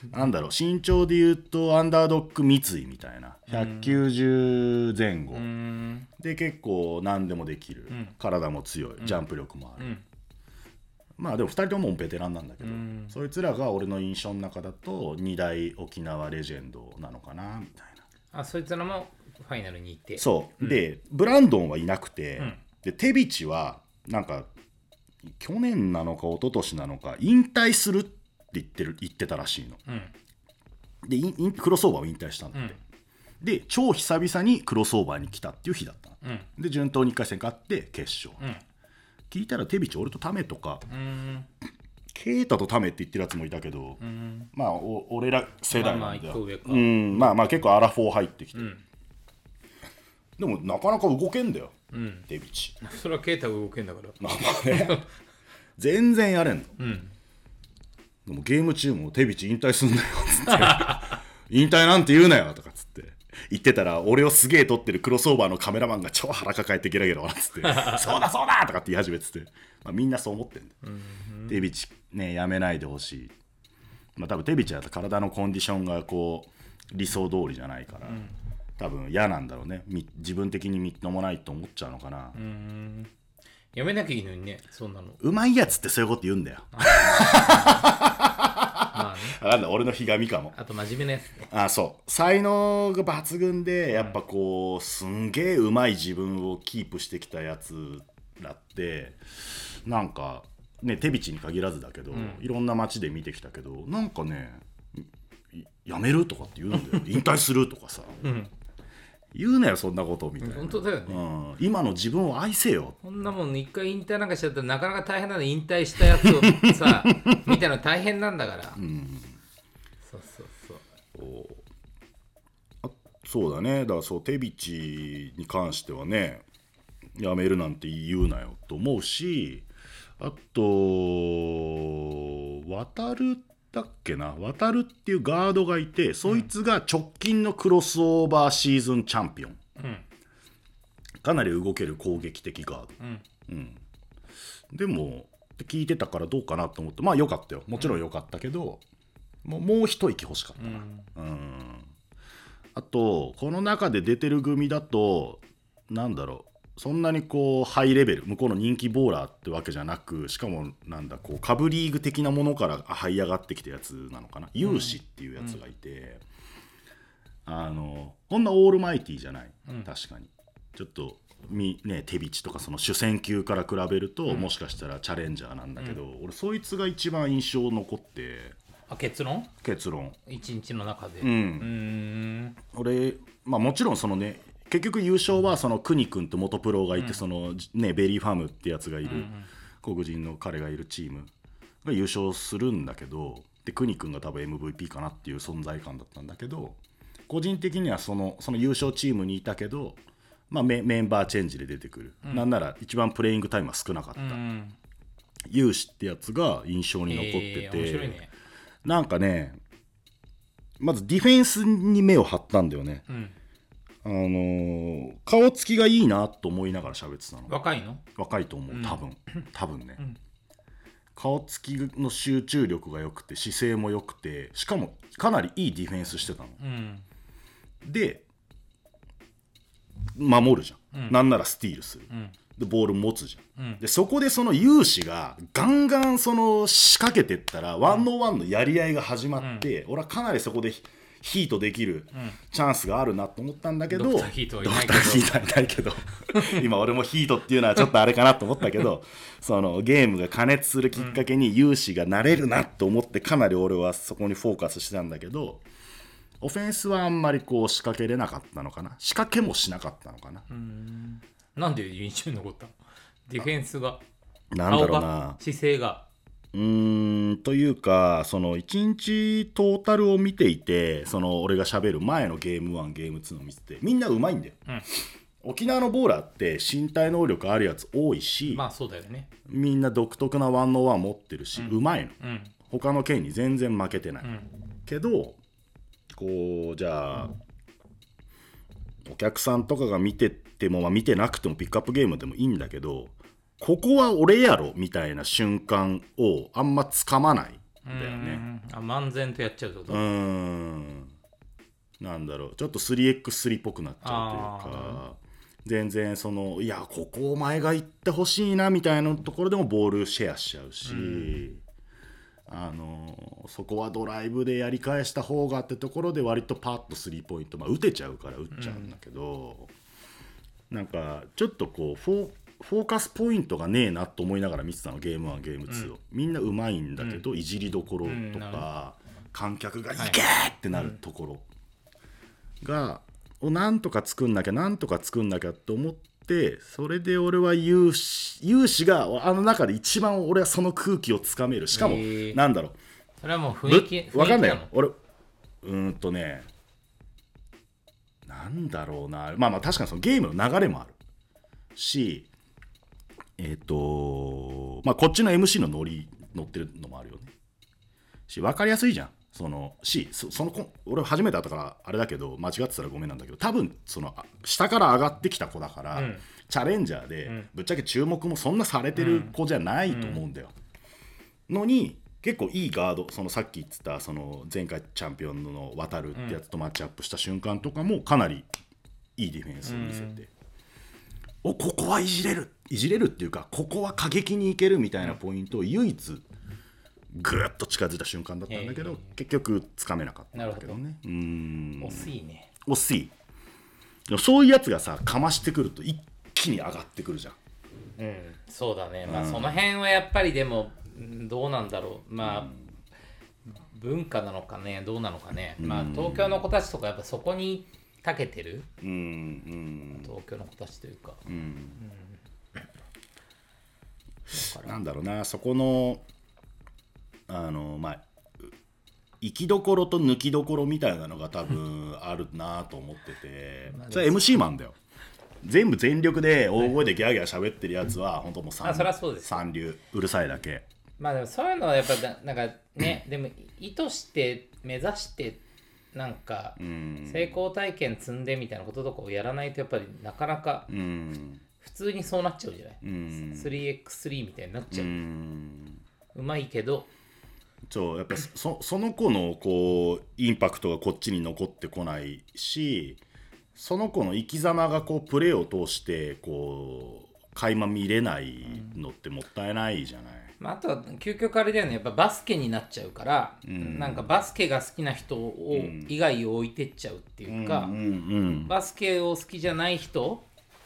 なんだろう、身長で言うとアンダードック三井みたいな190前後で結構何でもできる、体も強い、ジャンプ力もある、まあでも2人ともベテランなんだけど、そいつらが俺の印象の中だと2大沖縄レジェンドなのかなみたいな。 あ、そいつらもファイナルに行って。 そう、でブランドンはいなくて、でテビチはなんか去年なのか一昨年なのか引退するって言ってたらしいの、でクロスオーバーを引退したんだって、で超久々にクロスオーバーに来たっていう日だったの、で順当に1回戦勝って決勝、聞いたらテビチ俺とタメとか、ケイタとタメって言ってるやつもいたけど、まあ俺ら世代なんだよ、まあまあ結構アラフォー入ってきて、でもなかなか動けんだよ、テビチ。 それはケイタが動けんだから。 まあね全然やれんの、でもゲーム中もテビチ引退すんなよっつって引退なんて言うなよとかっつって言ってたら、俺をすげえ撮ってるクロスオーバーのカメラマンが超腹抱えてゲラゲラ笑っつってそうだそうだとかって言い始めてて、まあ、みんなそう思ってんだよ、テビチねやめないでほしい。まあ多分テビチは体のコンディションがこう理想通りじゃないから、多分嫌なんだろうね、自分的にみっともないと思っちゃうのかな。 やめなきゃいいのにね、そんなの。 うまいやつってそういうこと言うんだよまあね、 なんだ俺のひがみかも。 あと真面目なやつね。 あ、そう才能が抜群でやっぱこうすんげえうまい自分をキープしてきたやつらってなんかね、テビチに限らずだけど、いろんな街で見てきたけど、なんかねやめるとかって言うんだよ引退するとかさ、言うなよそんなことみたいな。 本当だよね、 今の自分を愛せよ。 こんなもん一回引退なんかしちゃったらなかなか大変なの。引退したやつをさ見たの大変なんだから、そうそうそう。 そうだね、だからそうテビチに関してはねやめるなんて言うなよと思うし、あと渡るだっけな、渡るっていうガードがいて、そいつが直近のクロスオーバーシーズンチャンピオン、かなり動ける攻撃的ガード、でも聞いてたからどうかなと思って、まあ良かったよ、もちろん良かったけど、もう一息欲しかったな。あとこの中で出てる組だとなんだろう、そんなにこうハイレベル、向こうの人気ボーラーってわけじゃなく、しかもなんだこう下部リーグ的なものから這い上がってきたやつなのかな、有志っていうやつがいて、こんなオールマイティーじゃない、確かにちょっとね、テビチとかその主戦級から比べると、もしかしたらチャレンジャーなんだけど、俺そいつが一番印象残って。 結論一日の中で、俺、 まあ、もちろんそのね結局優勝はその国君って元プロがいて、そのねベリーファムってやつがいる、黒人の彼がいるチームが優勝するんだけど、で国君が多分 MVP かなっていう存在感だったんだけど、個人的にはその優勝チームにいたけど、まあ、メンバーチェンジで出てくる、なんなら一番プレイングタイムは少なかった、有志ってやつが印象に残ってて、 面白いね。 なんかね、まずディフェンスに目を張ったんだよね、顔つきがいいなと思いながら喋ってたの。 若いの？ 若いと思う、多分ね、顔つきの集中力が良くて姿勢も良くて、しかもかなりいいディフェンスしてたの、で守るじゃん、なんならスティールする、でボール持つじゃん、でそこでその有志がガンガンその仕掛けてったら、1on1のやり合いが始まって、俺はかなりそこでヒートできるチャンスがあるなと思ったんだけど、 ドクターヒートはいないけど今俺もヒートっていうのはちょっとあれかなと思ったけどそのゲームが過熱するきっかけに有志がなれるなと思って、かなり俺はそこにフォーカスしてたんだけど、オフェンスはあんまりこう仕掛けれなかったのかな、仕掛けもしなかったのかな。 なんで印象に残ったの？ディフェンスが、 なんだろうな、 姿勢がというか、その1日トータルを見ていて、その俺が喋る前のゲーム1ゲーム2の見てて、みんなうまいんだよ、沖縄のボーラーって身体能力あるやつ多いし、 まあそうだよね、 みんな独特な1on1持ってるし、うまいの、他の県に全然負けてない、けどこうじゃあお客さんとかが見てても、まあ、見てなくてもピックアップゲームでもいいんだけど、ここは俺やろみたいな瞬間をあんまつかまない、 だよね。 漫然とやっちゃうってこと？ なんだろう、ちょっと 3x3 っぽくなっちゃうというか、全然そのいやここお前が行ってほしいなみたいなところでもボールシェアしちゃうし、そこはドライブでやり返した方がってところで割とパッと3ポイント、打てちゃうから打っちゃうんだけど、なんかちょっとこうフォーカスポイントがねえなと思いながら見てたの、ゲーム1ゲーム2を、みんなうまいんだけど、いじりどころとか、観客がいけーってなるところが、なんとか作んなきゃと思って、それで俺は有志があの中で一番俺はその空気をつかめる。しかもなんだろう、 それはもう雰囲気わかんないよ俺。なんだろうな、まあ確かにそのゲームの流れもあるし、こっちの MC の乗ってるのもあるよね。し分かりやすいじゃん。俺初めて会ったからあれだけど、間違ってたらごめんなんだけど、多分その下から上がってきた子だから、チャレンジャーで、ぶっちゃけ注目もそんなされてる子じゃないと思うんだよ。のに結構いいガード、そのさっき言ってたその前回チャンピオンの渡るってやつとマッチアップした瞬間とかもかなりいいディフェンスを見せて、ここはいじれるっていうか、ここは過激にいけるみたいなポイントを唯一ぐっと近づいた瞬間だったんだけど、結局つかめなかったんだけどね。 惜しいね。 惜しい。でもそういうやつがさかましてくると一気に上がってくるじゃん。 そうだね。その辺はやっぱりでもどうなんだろう。文化なのかね、どうなのかね。東京の子たちとかやっぱそこに長けてる。東京の子たちというか。 なんだろうな、そこの生きどころと抜きどころみたいなのが多分あるなと思ってて、それは MC マンだよ。全部全力で大声でギャーギャー喋ってるやつは本当もう三流うるさいだけ。 でもそういうのはやっぱなんかねでも意図して目指してなんか成功体験積んでみたいなこととかをやらないとやっぱりなかなか普通にそうなっちゃうじゃない。3x3 みたいになっちゃう。うまいけどやっぱその子のこうインパクトがこっちに残ってこないし、その子の生き様がこうプレーを通してこう垣間見れないのってもったいないじゃない。 あとは究極あれだよね、やっぱバスケになっちゃうから、なんかバスケが好きな人を以外を置いてっちゃうっていうか、バスケを好きじゃない人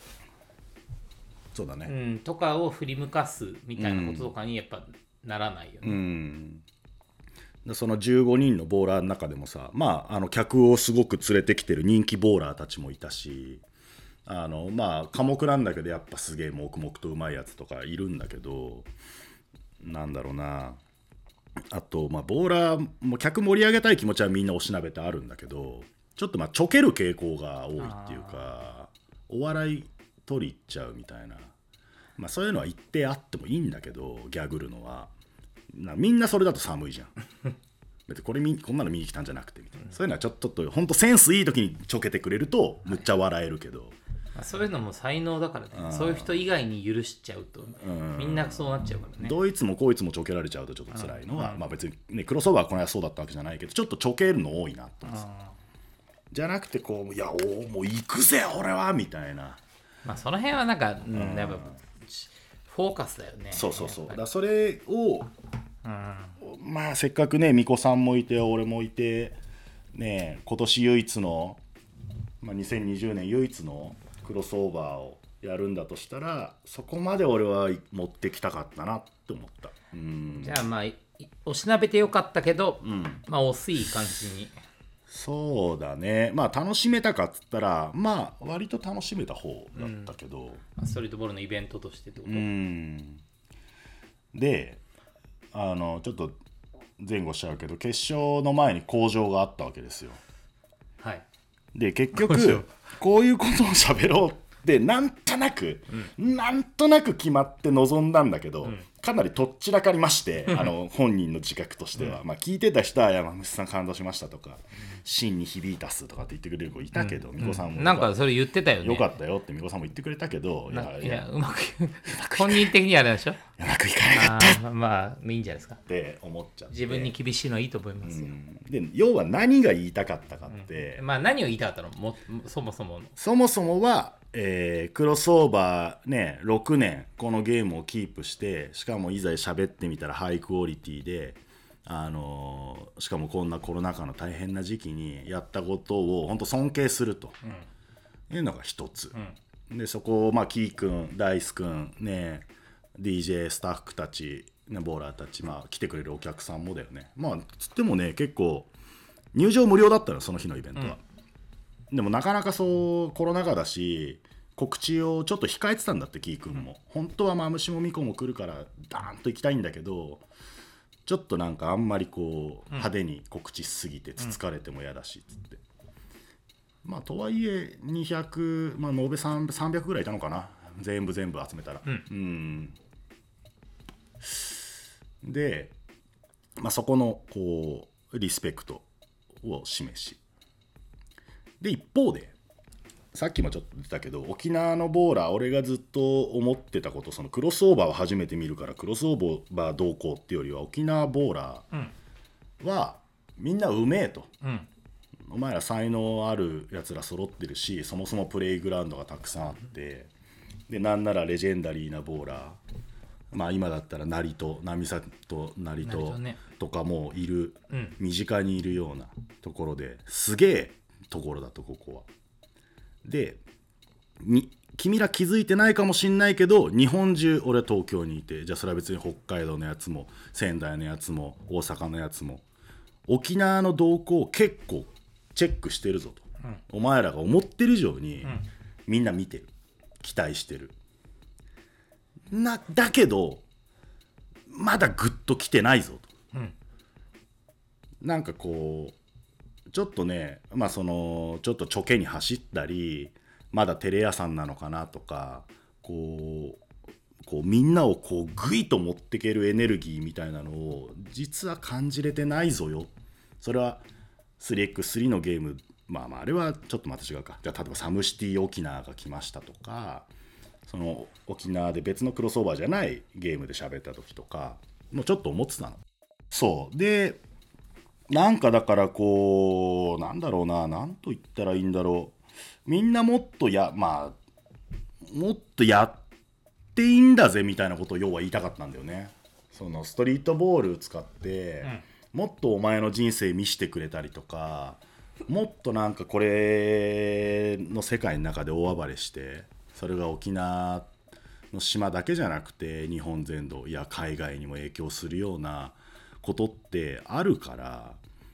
そうだね、 とかを振り向かすみたいなこととかにやっぱならないよね。 その15人のボーラーの中でもさ、客をすごく連れてきてる人気ボーラーたちもいたし、寡黙なんだけどやっぱすげえ黙々とうまいやつとかいるんだけど、なんだろうな、あとボーラーも客盛り上げたい気持ちはみんなおしなべてあるんだけど、ちょっとちょける傾向が多いっていうか、お笑い取り入っちゃうみたいな、そういうのは一定あってもいいんだけど、ギャグるのはみんなそれだと寒いじゃん別にこんなの見に来たんじゃなくてみたいな、そういうのはちょっとほんとセンスいい時にちょけてくれるとむっちゃ笑えるけど、 そういうのも才能だからね。そういう人以外に許しちゃうとみんなそうなっちゃうからね。 どいつもこいつもちょけられちゃうとちょっと辛いのは、別にねクロスオーバーはこの間そうだったわけじゃないけど、ちょっとちょけるの多いなと思って、じゃなくてこういやもう行くぜ俺はみたいな、 その辺はなんか、やっぱフォーカスだよね。 そうだからそれを、せっかくね巫女さんもいて俺もいてね、今年唯一の、2020年唯一のクロスオーバーをやるんだとしたら、そこまで俺は持ってきたかったなって思った。 じゃあおしなべてよかったけど、惜しい感じに。 そうだね、楽しめたかっつったら割と楽しめた方だったけど、 ストリートボールのイベントとしてってこと。 でちょっと前後しちゃうけど、決勝の前に口上があったわけですよ。で結局こういうことを喋ろうってなんとなく決まって臨んだんだけど、 かなりとっちらかりまして本人の自覚としては、まあ、聞いてた人は山口さん感動しましたとか真に響いたっすとかって言ってくれる子いたけど、美子さんもなんかそれ言ってたよね。 よかったよって美子さんも言ってくれたけど、 いやうまく本人的にはあれでしょ、 うまくいかなかったまあいいんじゃないですかって思っちゃって、 自分に厳しいのはいいと思いますよ。 で要は何が言いたかったかって、 まあ何を言いたかったのそもそもは、クロスオーバーね6年このゲームをキープして、しかもいざ喋ってみたらハイクオリティで、しかもこんなコロナ禍の大変な時期にやったことを本当尊敬すると、いうのが一つ、でそこをまあキー君ダイス君ね DJ スタッフたちボーラーたち、まあ来てくれるお客さんもだよね。まあつってもね結構入場無料だったのその日のイベントは、でもなかなかそうコロナ禍だし告知をちょっと控えてたんだってキー君も、本当はマムシもミコも来るからダーンと行きたいんだけど、ちょっとなんかあんまりこう派手に告知しすぎてつつかれても嫌だしっつって、まあとはいえ200、まあ延べ300ぐらいいたのかな、全部集めたら、で、まあ、そこのこうリスペクトを示し、で一方でさっきもちょっと言ってたけど沖縄のボーラー俺がずっと思ってたこと、そのクロスオーバーを初めて見るからクロスオーバーどうこうっていうよりは沖縄ボーラーはみんなうめえと、お前ら才能あるやつら揃ってるし、そもそもプレイグラウンドがたくさんあって、でなんならレジェンダリーなボーラー、まあ今だったら成戸波里成戸とかもいる、身近にいるようなところですげえところだと、ここは。で君ら気づいてないかもしんないけど日本中、俺は東京にいて、じゃあそれは別に北海道のやつも仙台のやつも大阪のやつも沖縄の動向を結構チェックしてるぞと、お前らが思ってる以上に、みんな見てる、期待してるだけどまだグッと来てないぞと、なんかこうちょっとね、まあそのちょっとちょけに走ったり、まだテレ屋さんなのかなとか、こうみんなをこうグイと持ってけるエネルギーみたいなのを実は感じれてないぞよ。それは 3x3 のゲーム、まああれはちょっとまた違うか。じゃあ例えばサムシティ沖縄が来ましたとか、その沖縄で別のクロスオーバーじゃないゲームで喋った時とかもうちょっと思ってたの。そうでなんかだからこうなんだろうな、なんと言ったらいいんだろう、みんなもっともっとやっていいんだぜみたいなことを要は言いたかったんだよね。そのストリートボール使って、もっとお前の人生見してくれたりとか、もっとなんかこれの世界の中で大暴れして、それが沖縄の島だけじゃなくて日本全土、いや海外にも影響するようなことってあるから、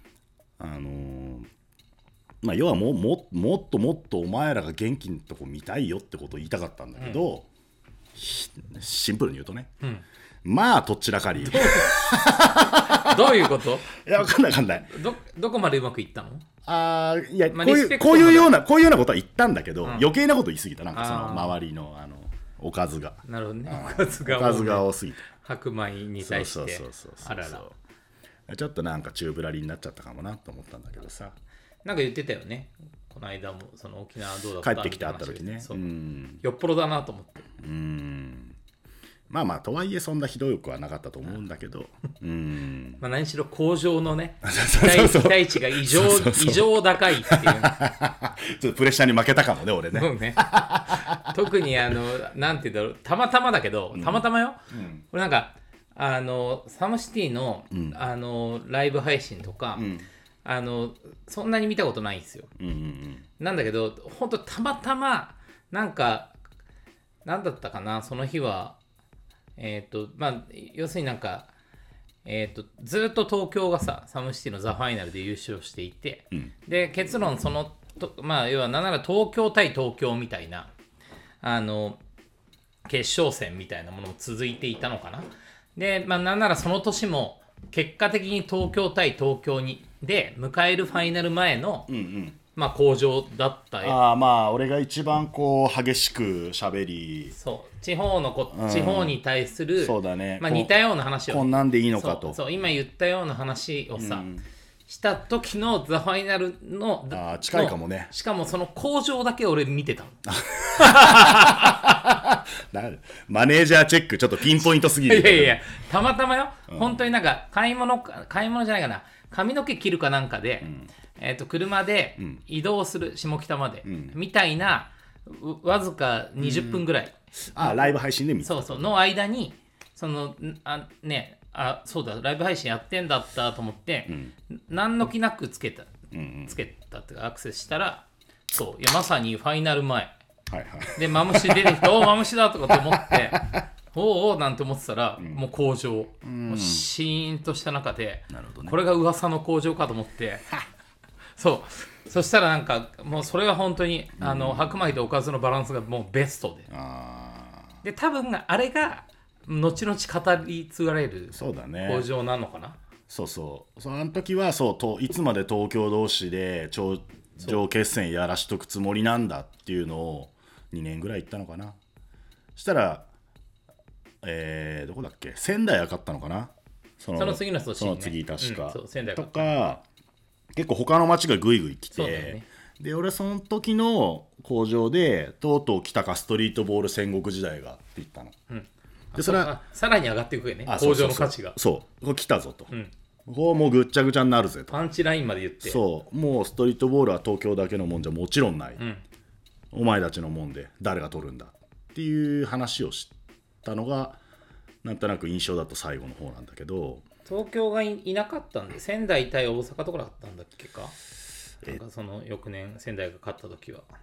まあ要はもっとお前らが元気なとこ見たいよってことを言いたかったんだけど、シンプルに言うとね、まあどっちらかりどういうこと？ いや分かんない。 どこまでうまくいったの？ いや、 まあこういうようなことは言ったんだけど、余計なこと言い過ぎた。なんかその周りのおかずが、 なるほどね、 おかずが多すぎて、 白米に対して、あらら、 ちょっとなんか宙ぶらりになっちゃったかもなと思ったんだけどさ、 なんか言ってたよね、この間もその沖縄どうだった帰ってきて会った時ね。 よっぽどだなと思って。 まあとはいえそんなひどくはなかったと思うんだけど、 まあ何しろ工場のね期待値が異常高いっていうちょっとプレッシャーに負けたかもね俺ね。 そうね特になんて言うんだろう、たまたまだけど、たまたまよ、これなんかサムシティの、ライブ配信とか、そんなに見たことないんですよ、なんだけど本当たまたまなんかなんだったかな、その日はまあ要するになんかずっと東京がさサムシティのザ・ファイナルで優勝していて、で結論まあ要はなんなら東京対東京みたいな決勝戦みたいなものも続いていたのかな。でまあなんならその年も結果的に東京対東京で迎えるファイナル前のまあ向上だったよ。 ああまあ俺が一番こう激しく喋り、 そう地方に対する、 そうだね、 まあ、似たような話をこんなんでいいのかと。 そう今言ったような話をさ、した時のザ・ファイナルの近いかもね。 しかもその向上だけ俺見てたのマネージャーチェックちょっとピンポイントすぎる。 いやたまたまよ、本当になんか買い物じゃないかな、髪の毛切るかなんかで、車で移動する、下北まで、みたいなわずか20分ぐらい、 ライブ配信で見てた。 そうの間にそのそうだライブ配信やってんだったと思って、何の気なくつけたっていうかアクセスしたら、そういやまさにファイナル前、でマムシ出てきておマムシだとかと思っておなんて思ってたら、もう工場、もうシーンとした中で、これが噂の工場かと思ってそしたらなんかもうそれが本当に白米とおかずのバランスがもうベストで多分あれが後々語り継がれる工場なのかな。 その時はいつまで東京同士で頂上決戦やらしとくつもりなんだっていうのを2年ぐらい行ったのかな。したらどこだっけ、仙台が勝ったのかな、その次の年、ね、その次確か、仙台とか結構他の町がグイグイ来て、ね、で俺その時の工場でとうとう来たかストリートボール戦国時代がって言ったの、 でそれはさらに上がっていくよね、工場の価値が。 そう来たぞと、こうもうぐっちゃぐちゃになるぜと、 パンチラインまで言って、 もうストリートボールは東京だけのもんじゃもちろんない、お前たちのもんで誰が取るんだっていう話をしたのがなんとなく印象だと最後の方なんだけど、 東京が いなかったんで、仙台対大阪とかだったんだっけか、なんかその翌年仙台が勝った時は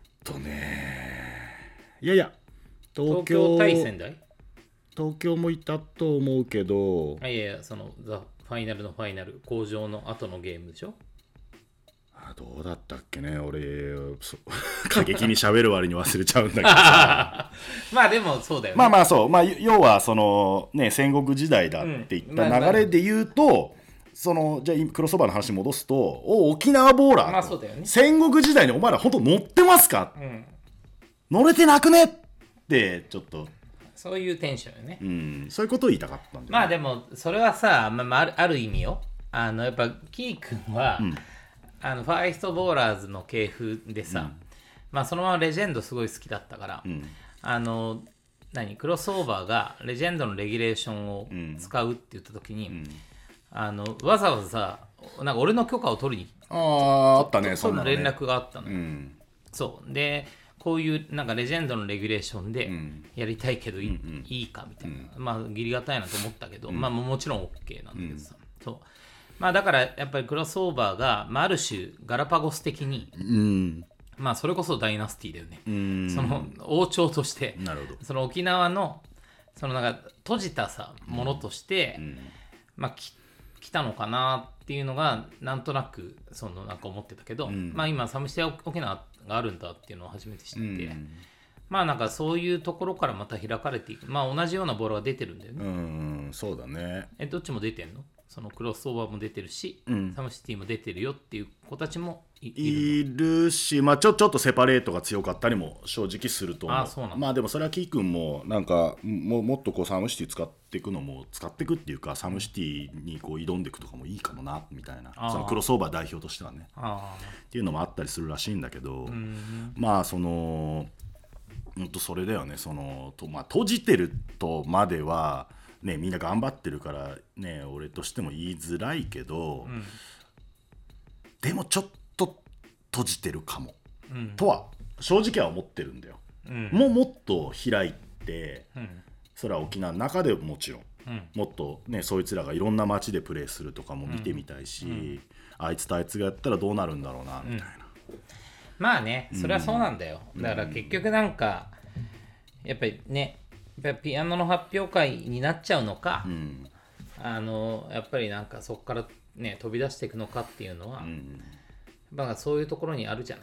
いや東京対仙台、 東京もいたと思うけど、 いやそのザ・ファイナルのファイナル工場の後のゲームでしょ。 どうだったっけね、俺過激に喋る割に忘れちゃうんだけどさまあでもそうだよね。 要はそのね戦国時代だっていった流れで言うと、そのじゃあクロスオーバーの話に戻すと、沖縄ボーラー、 そうだよね、 戦国時代にお前ら本当乗ってますか、乗れてなくねってちょっとそういうテンションよね、 そういうことを言いたかったんだよね。 まあでもそれはさ、ある意味よ、やっぱキー君は、ファイストボーラーズの系譜でさ、そのままレジェンドすごい好きだったから、クロスオーバーがレジェンドのレギュレーションを使うって言った時に、わざわざなんか俺の許可を取りにあったね、 そんな連絡があったのよ、そうでこういうなんかレジェンドのレギュレーションでやりたいけどいいかみたいな、義理がたいなと思ったけど、もちろん OK なんだけどさ、だからやっぱりクロスオーバーが、ある種ガラパゴス的に、それこそダイナスティだよね、その王朝としてその沖縄のそのなんか閉じたさものとして、来たのかなっていうのがなんとなくそのなんか思ってたけど、今サムシティ沖縄があるんだっていうのを初めて知って、なんかそういうところからまた開かれていく、同じようなボールが出てるんだよね。 そうだね。 どっちも出てんの？そのクロスオーバーも出てるし、サムシティも出てるよっていう子たちもいるし、ちょっとセパレートが強かったりも正直すると思う。 そうなんだ。 でもそれはキー君もなんかもっとこうサムシティ使っていくっていうか、サムシティにこう挑んでいくとかもいいかもなみたいな、そのクロスオーバー代表としてはねっていうのもあったりするらしいんだけど、そのそれだよね、その閉じてるとまではね、みんな頑張ってるからね、俺としても言いづらいけど、でもちょっと閉じてるかも、とは正直は思ってるんだよ、もっと開いて、それは沖縄の中でもちろん、もっとねそいつらがいろんな街でプレーするとかも見てみたいし、あいつとあいつがやったらどうなるんだろうなみたいな、 それはそうなんだよ。だから結局なんかやっぱりね、ピアノの発表会になっちゃうのか、やっぱりなんかそこからね飛び出していくのかっていうのは、そういうところにあるじゃない。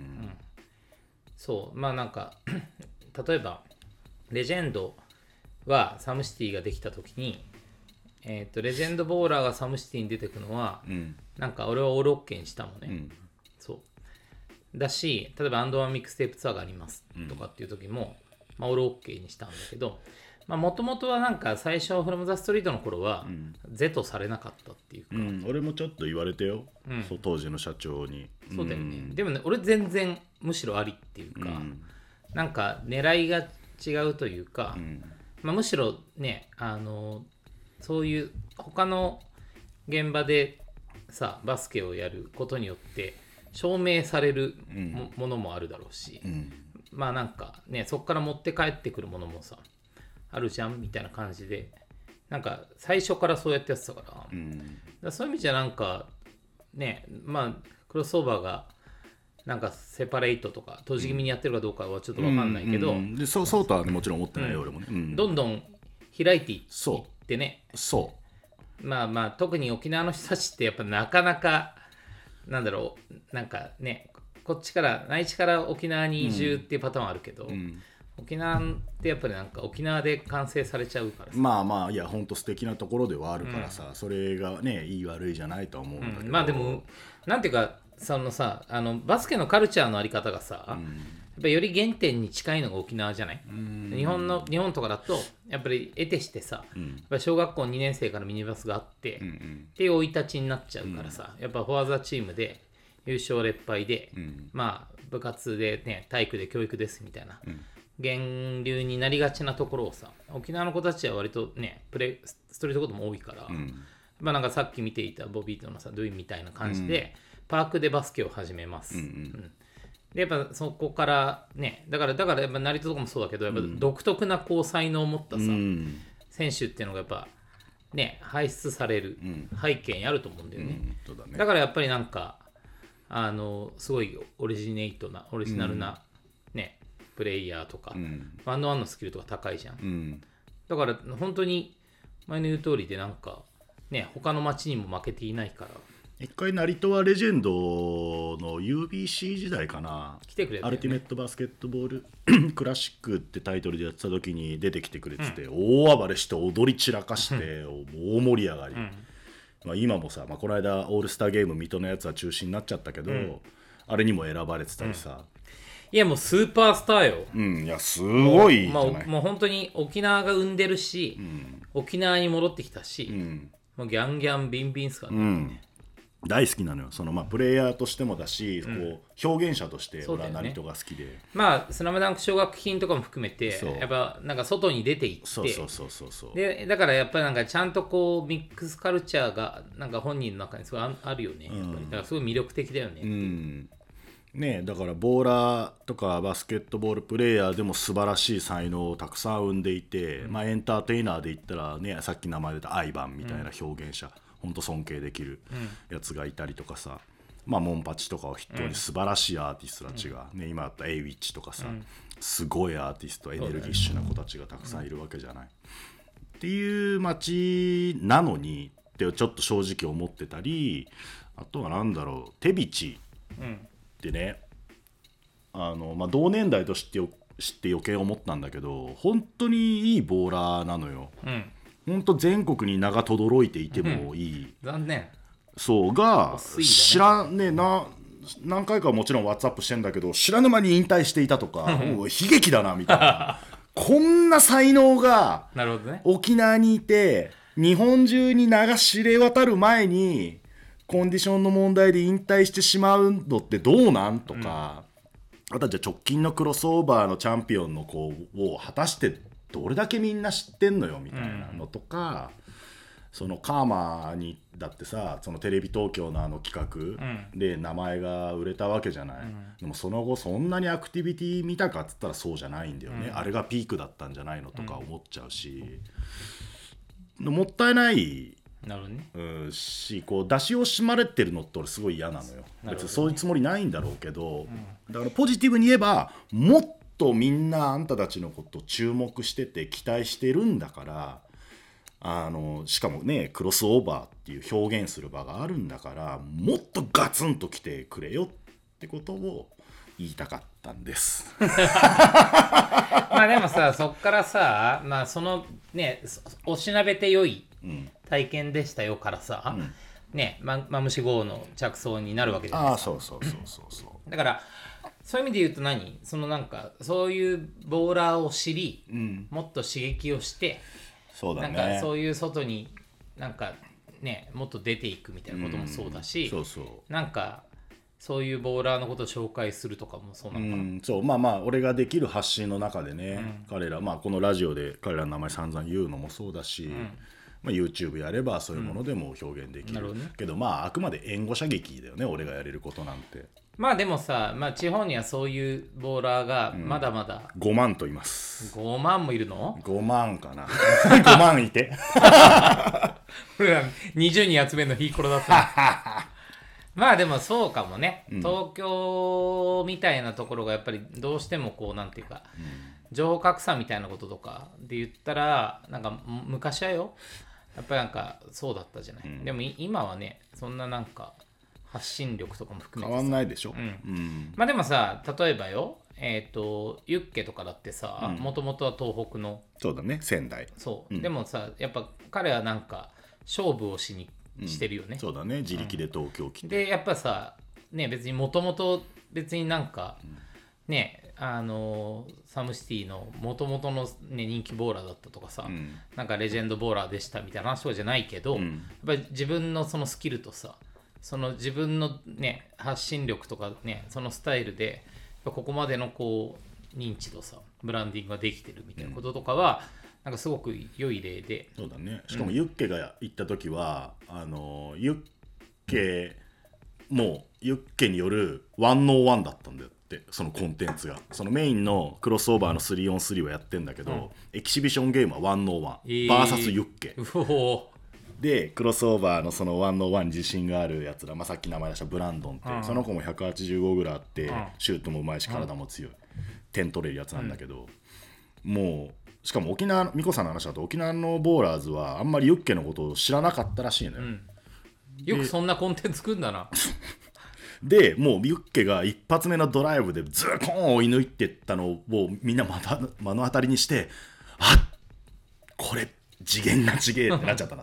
そうなんか例えばレジェンドはサムシティができた時に、レジェンドボーラーがサムシティに出てくのは、なんか俺はオールオッケーにしたのね、そうだし、例えばアンドワンミックステープツアーがありますとかっていう時も、まあ俺 OK にしたんだけど、もともとはなんか最初フロムザストリートの頃は是とされなかったっていうか、 俺もちょっと言われてよ、そう当時の社長に。 そうだよね、でもね俺全然むしろありっていうか、なんか狙いが違うというか、むしろねそういう他の現場でさバスケをやることによって証明されるものもあるだろうし、まあなんかねそこから持って帰ってくるものもさあるじゃんみたいな感じで、なんか最初からそうやってやってたから、だからそういう意味じゃなんかね、まあクロスオーバーがなんかセパレートとか閉じ気味にやってるかどうかはちょっと分かんないけど、 でそうとはもちろん思ってないよ、俺もね、 どんどん開いていってね、まあ特に沖縄の人たちってやっぱなかなかなんだろう、なんかねこっちから内地から沖縄に移住っていうパターンはあるけど、沖縄ってやっぱりなんか沖縄で完成されちゃうからさ、 まあいやほんと素敵なところではあるからさ、それがねいい悪いじゃないとは思うんだけど、 まあでもなんていうかそのさバスケのカルチャーのあり方がさ、やっぱより原点に近いのが沖縄じゃない、日本とかだとやっぱり得てしてさ、やっぱ小学校2年生からミニバスがあって、っていう生い立ちになっちゃうからさ、やっぱフォアザチームで優勝劣敗で、まあ部活でね体育で教育ですみたいな、源流になりがちなところをさ、沖縄の子たちは割とねストリートことも多いから、まあなんかさっき見ていたボビーとのさドゥインみたいな感じで、パークでバスケを始めます、でやっぱそこからねだからやっぱ成田とかもそうだけど、やっぱ独特なこう才能を持ったさ、選手っていうのがやっぱね輩出される背景にあると思うんだよね、だからやっぱりなんかすごいオリジナルな、ねプレイヤーとか、ワンドワンのスキルとか高いじゃん、だから本当に前の言う通りでなんかね他の町にも負けていないから、 一回成戸はレジェンドの UBC 時代かな、 来てくれたよね、 アルティメットバスケットボールクラシックってタイトルでやってた時に出てきてくれてて、大暴れして踊り散らかして大盛り上がり、まあ、今もさ、この間オールスターゲーム水戸のやつは中止になっちゃったけど、あれにも選ばれてたりさ、 いやもうスーパースターよ、 いやすごいじゃない、 もう本当に沖縄が生んでるし、沖縄に戻ってきたし、もうギャンギャンビンビンっすからね、 大好きなのよ。そのプレイヤーとしてもだし、こう表現者として俺は成戸が好きで、 まあスラムダンク奨学金とかも含めてやっぱなんか外に出ていって、 そうでだからやっぱりなんかちゃんとこうミックスカルチャーがなんか本人の中にすごいあるよね、やっぱりだからすごい魅力的だよね、 ね、だからボーラーとかバスケットボールプレーヤーでも素晴らしい才能をたくさん生んでいて、エンターテイナーで言ったらね、さっき名前出たアイバンみたいな表現者、本当尊敬できるやつがいたりとかさ、モンパチとかを筆頭に素晴らしいアーティストたちが、今あったエイウィッチとかさ、すごいアーティストエネルギッシュな子たちがたくさんいるわけじゃない、っていう街なのにってちょっと正直思ってたり、あとはなんだろう、テビチってね、同年代と知って余計思ったんだけど、本当にいいボーラーなのよ、本当全国に名が轟いていてもいい、 残念そうが、知らねえな、何回かもちろん WhatsApp してんだけど、知らぬ間に引退していたとかもう悲劇だなみたいなこんな才能が沖縄にいて日本中に名が知れ渡る前にコンディションの問題で引退してしまうのってどうなんとか、あとはじゃあ直近のクロスオーバーのチャンピオンの子を果たしてどれだけみんな知ってんのよみたいなのとか、そのカーマにだってさ、そのテレビ東京の企画で名前が売れたわけじゃない、でもその後そんなにアクティビティ見たかっつったらそうじゃないんだよね、あれがピークだったんじゃないのとか思っちゃうし、もったいないなるほどね、 し、こう出し惜しまれてるのって俺すごい嫌なのよ、別にそういうつもりないんだろうけど、だからポジティブに言えばもっとみんなあんたたちのこと注目してて期待してるんだから、しかもねクロスオーバーっていう表現する場があるんだから、もっとガツンと来てくれよってことを言いたかったんですでもさ、そっからさ、そのねおしなべて良い体験でしたよからさ、 ねマムシ号の着想になるわけじゃないですか。 そうだからそういう意味で言うとそのなんかそういうボーラーを知り、もっと刺激をして、 そうだね、 なんかそういう外になんかねもっと出ていくみたいなこともそうだし、なんかそういうボーラーのことを紹介するとかもそうなのかな。 そうまあ俺ができる発信の中でね、彼らこのラジオで彼らの名前散々言うのもそうだし、YouTube やればそういうものでも表現できる、けどあくまで援護射撃だよね、俺がやれることなんて。 でもさ、地方にはそういうボーラーがまだまだ、 5万といます。 5万もいるの？ 5万かな5万いて俺ら20人集めるのヒーコロだったでもそうかもね、東京みたいなところがやっぱりどうしてもこうなんていうか、情報格差みたいなこととかで言ったらなんか昔はよやっぱりなんかそうだったじゃない、でも今はねそんななんか発信力とかも含めて変わんないでしょ、 でもさ例えばよユッケとかだってさもともとは東北のそうだね仙台そう、でもさやっぱ彼はなんか勝負をしてるよね、 そうだね自力で東京来て、 でやっぱさね別にもともと別になんか、ねサムシティのもともとの、ね、人気ボーラーだったとかさ、なんかレジェンドボーラーでしたみたいな話とかじゃないけど、やっぱり自分のそのスキルとさその自分のね発信力とかねそのスタイルでここまでのこう認知とさブランディングができてるみたいなこととかは、なんかすごく良い例で、 そうだね。しかもユッケが行った時は、ユッケもユッケによる101だったんだよって、そのコンテンツがそのメインのクロスオーバーの 3on3 はやってんだけど、エキシビションゲームは101、VS ユッケで、クロスオーバーのその101に自信があるやつら、さっき名前出したブランドンって、その子も185ぐらいあって、シュートもうまいし体も強い、点取れるやつなんだけど、もうしかも沖縄美子さんの話だと沖縄のボーラーズはあんまりユッケのことを知らなかったらしいのよ、 よくそんなコンテンツ作るんだなでもうユッケが一発目のドライブでズコーン追い抜いてったのをみんな目の当たりにして、これ次元が違えってなっちゃったなって、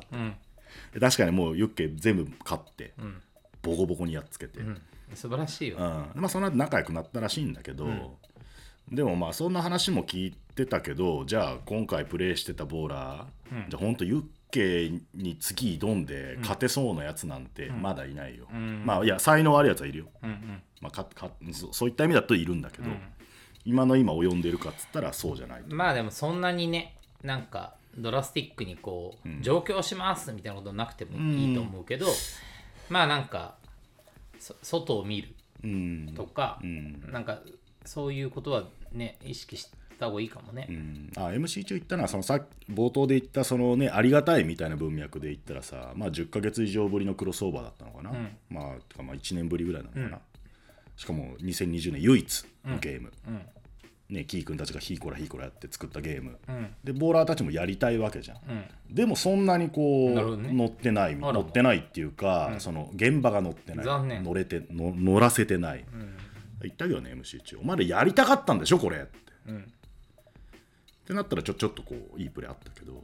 確かにもうユッケ全部勝って、ボコボコにやっつけて、 素晴らしいよ、 その後仲良くなったらしいんだけど、でもそんな話も聞いてたけど、じゃあ今回プレーしてたボーラー、じゃあほんとユッケに次挑んで勝てそうなやつなんてまだいないよ、いや才能あるやつはいるよ、そういった意味だといるんだけど、今及んでるかっつったらそうじゃない。 でもそんなにねなんかドラスティックにこう、上京しますみたいなことなくてもいいと思うけど、なんか外を見るとか、なんかそういうことはね意識した方がいいかもね。 MC 中言ったのはその冒頭で言ったそのねありがたいみたいな文脈で言ったらさ、10ヶ月以上ぶりのクロスオーバーだったのかな、1年ぶりぐらいなのかな、しかも2020年唯一のゲーム、キー君たちがヒーコラやって作ったゲーム、でボーラーたちもやりたいわけじゃん、でもそんなにこう、乗ってないっていうか、その現場が乗ってない、乗らせてない、言ったけどね MC 中お前らやりたかったんでしょこれって、ってなったらちょっとこういいプレーあったけど、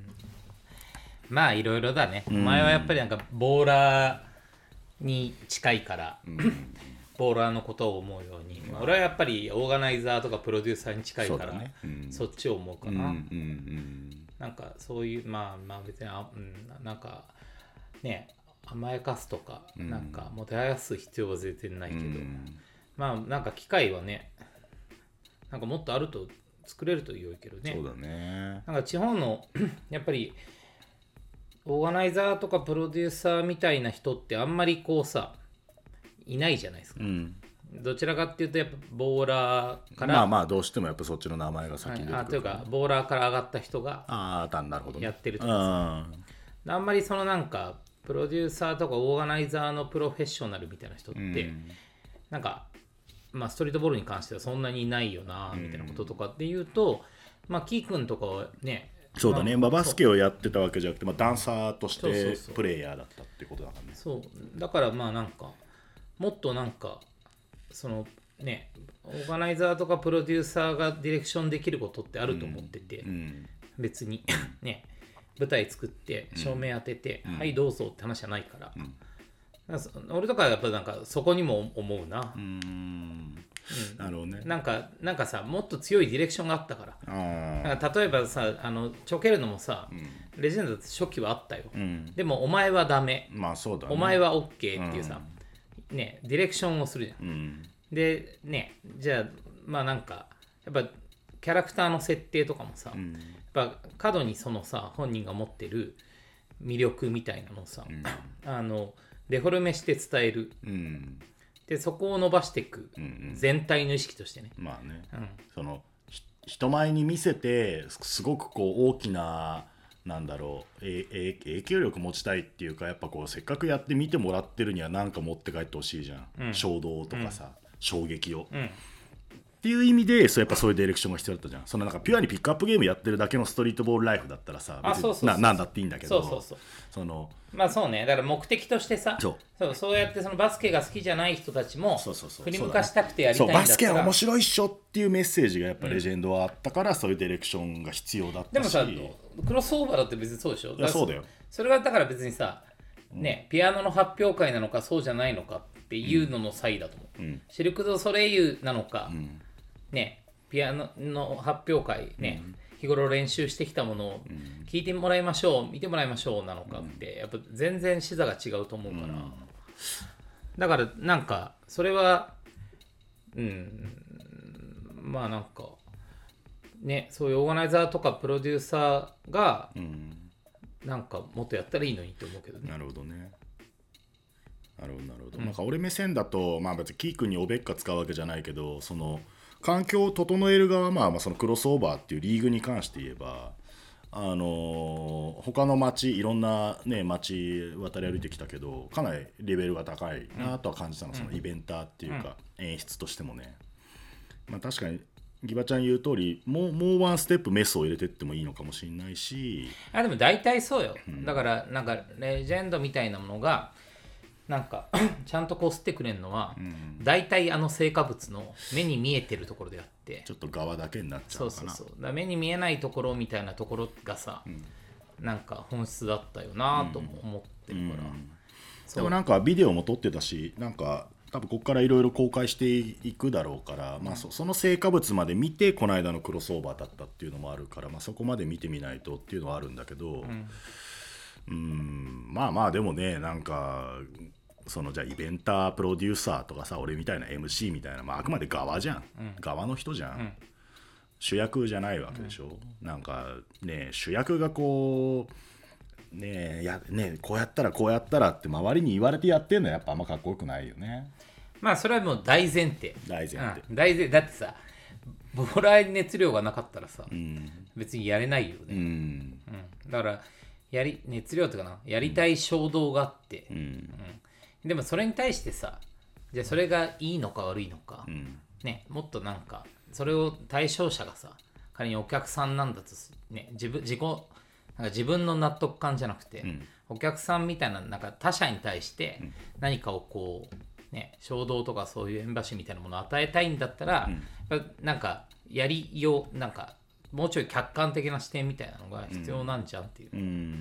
いろいろだね、お前はやっぱりなんかボーラーに近いから、ボーラーのことを思うように、俺はやっぱりオーガナイザーとかプロデューサーに近いから そっちを思うかな、なんかそういう別になんかね甘やかすとか、なんかもてあやす必要は全然ないけど、なんか機会はねなんかもっとあると作れると良いけどね。 そうだね。 なんか地方のやっぱりオーガナイザーとかプロデューサーみたいな人ってあんまりこうさいないじゃないですか、どちらかっていうとやっぱボーラーからどうしてもやっぱそっちの名前が先に出てくるというかボーラーから上がった人がやってるとかさ、あんまりそのなんかプロデューサーとかオーガナイザーのプロフェッショナルみたいな人って、なんかストリートボールに関してはそんなにいないよなみたいなこととかっていうと、キー君とかはねそうだね、バスケをやってたわけじゃなくて、ダンサーとしてプレイヤーだったってことだからね。 そうだからなんかもっとなんかそのねオーガナイザーとかプロデューサーがディレクションできることってあると思ってて、別にね舞台作って照明当てて、はいどうぞって話じゃないから、だから俺とかはやっぱなんかそこにも思うな。 なるほどね。 なんかさもっと強いディレクションがあったから。なんか例えばさちょけるのもさ、レジェンドって初期はあったよ、でもお前はダメ、 まあそうだね、 お前は OK っていうさ、ねディレクションをするじゃん、でねじゃあまあなんかやっぱキャラクターの設定とかもさ、やっぱ過度にそのさ本人が持ってる魅力みたいなのをさ、デフォルメして伝える、でそこを伸ばしていく、全体の意識としてね。 まあね、その人前に見せてすごくこう大きななんだろう影響力持ちたいっていうか、やっぱこうせっかくやって見てもらってるには何か持って帰ってほしいじゃん、衝動とかさ、衝撃を、っていう意味でやっぱそういうディレクションが必要だったじゃん。そのなんかピュアにピックアップゲームやってるだけのストリートボールライフだったらさ、別になんだっていいんだけど、そのまあそうね、だから目的としてさ、そうやってそのバスケが好きじゃない人たちも振り向かしたくてやりたいんだったら、 バスケは面白いっしょっていうメッセージがやっぱレジェンドはあったから、そういうディレクションが必要だったし。 でもさクロスオーバーだって別にそうでしょ。 いやそうだよ。 それがだから別にさ、ね、ピアノの発表会なのかそうじゃないのかっていうのの差異だと思う、シルク・ドゥ・ソレイユなのか、ね、ピアノの発表会ね、日頃練習してきたものを聞いてもらいましょう、見てもらいましょうなのかって、やっぱ全然視座が違うと思うから、だからなんかそれはまあなんかね、そういうオーガナイザーとかプロデューサーがなんかもっとやったらいいのにって思うけどね。 なるほどね。なるほど。なんか俺目線だと、まあ別にキー君におべっか使うわけじゃないけど、その環境を整える側はまあそのクロスオーバーっていうリーグに関して言えば、他の町いろんなね町渡り歩いてきたけど、かなりレベルが高いなとは感じたの、そのイベンターっていうか、演出としてもね。まあ確かにギバちゃん言う通り、もうワンステップメスを入れてってもいいのかもしれないし、 でも大体そうよ、だからなんかレジェンドみたいなものがなんかちゃんとこすってくれるのは、大体成果物の目に見えてるところであって、 ちょっと側だけになっちゃうかな。 そうだから目に見えないところみたいなところがさ、なんか本質だったよなと思ってるから、 でもなんかビデオも撮ってたし、なんか多分ここからいろいろ公開していくだろうから、まあ、その成果物まで見てこの間のクロスオーバーだったっていうのもあるから、まあ、そこまで見てみないとっていうのはあるんだけど、まあまあでもね、なんかそのじゃあイベンタープロデューサーとかさ、俺みたいな MC みたいな、まあ、あくまで側じゃん、側の人じゃん、主役じゃないわけでしょ、なんかね主役がこうこうやったらって周りに言われてやってんのはやっぱあんまかっこよくないよね。 まあそれはもう大前提だってさ、ボーラーに熱量がなかったらさ、別にやれないよね、だから熱量というかな、やりたい衝動があって、でもそれに対してさ、じゃあそれがいいのか悪いのか、ね、もっとなんかそれを対象者がさ、仮にお客さんなんだとね、自分の納得感じゃなくて、お客さんみたいな、なんか他者に対して何かをこうね、衝動とかそういうエンバシーみたいなものを与えたいんだったら、なんかやりよう、なんかもうちょい客観的な視点みたいなのが必要なんじゃんっていう。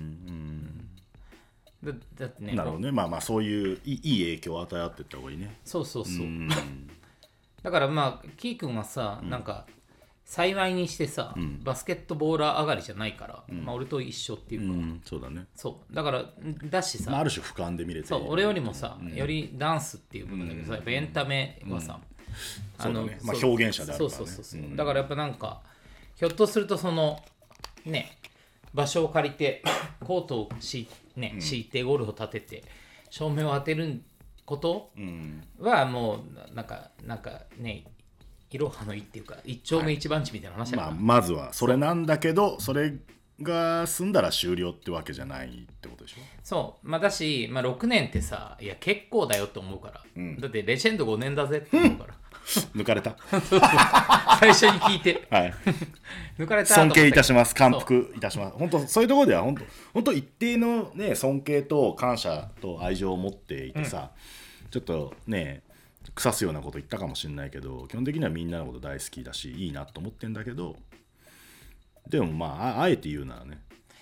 だってね、 なるほどね。まあそういういい影響を与え合っていった方がいいね。 そうだからまあキー君はさ、なんか幸いにしてさ、バスケットボーラー上がりじゃないから、まあ俺と一緒っていうか、 そうだね。 そうだからだしさ、 ある種俯瞰で見れて、 そう俺よりもさ、よりダンスっていう部分だけどさ、やっぱエンタメはさ、 まあ表現者であるからね。 そうだからやっぱなんかひょっとするとそのね、場所を借りてコートを敷いてゴルフを立てて照明を当てることはもうなんかね、いろはのいっていうか一丁目一番地みたいな話だから、 まずはそれなんだけど、それが済んだら終了ってわけじゃないってことでしょ。 そう、だし、6年ってさ、いや結構だよって思うから、だってレジェンド5年だぜって思うから、 抜かれた最初に聞いて、抜かれた。 尊敬いたします、感服いたします。本当そういうところでは本当一定のね尊敬と感謝と愛情を持っていてさ、ちょっとね腐すようなこと言ったかもしれないけど、基本的にはみんなのこと大好きだしいいなと思ってんだけど、でもあえて言うならね、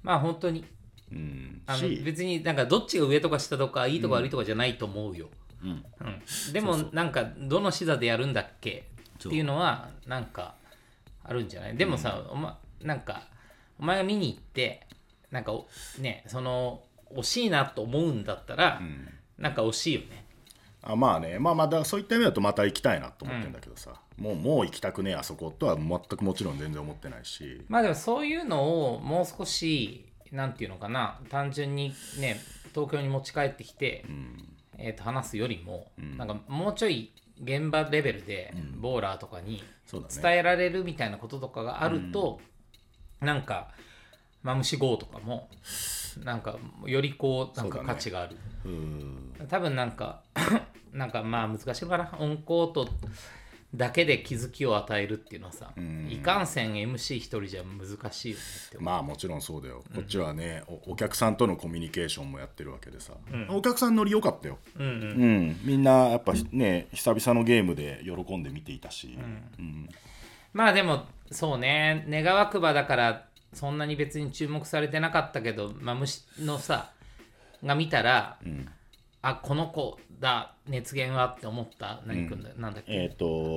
まあ本当に別になんかどっちが上とか下とかいいとか悪いとかじゃないと思うよ、でもなんかどの視座でやるんだっけっていうのはなんかあるんじゃない。でもさ、なんかお前が見に行ってなんかね、その惜しいなと思うんだったら、なんか惜しいよね。 まあね、まあまだそういった意味だとまた行きたいなと思ってるんだけどさ、もう行きたくねえあそことは全くもちろん全然思ってないし、 まあでもそういうのをもう少しなんていうのかな、単純にね東京に持ち帰ってきて、話すよりも、なんかもうちょい現場レベルでボーラーとかに伝えられるみたいなこととかがあると、なんかマムシ GO とかもなんかよりこうなんか価値がある、多分なんかなんかまあ難しいのかな、オンコートだけで気づきを与えるっていうのはさ、いかんせん MC 一人じゃ難しいよねって。 まあもちろんそうだよ、こっちはね お客さんとのコミュニケーションもやってるわけでさ、お客さんノリ良かったよ、みんなやっぱね久々のゲームで喜んで見ていたし、 まあでもそうね、願わくばだからそんなに別に注目されてなかったけど、マムシのさが見たら、あ、この子だ熱源はって思った。何君だ、なんだっけ、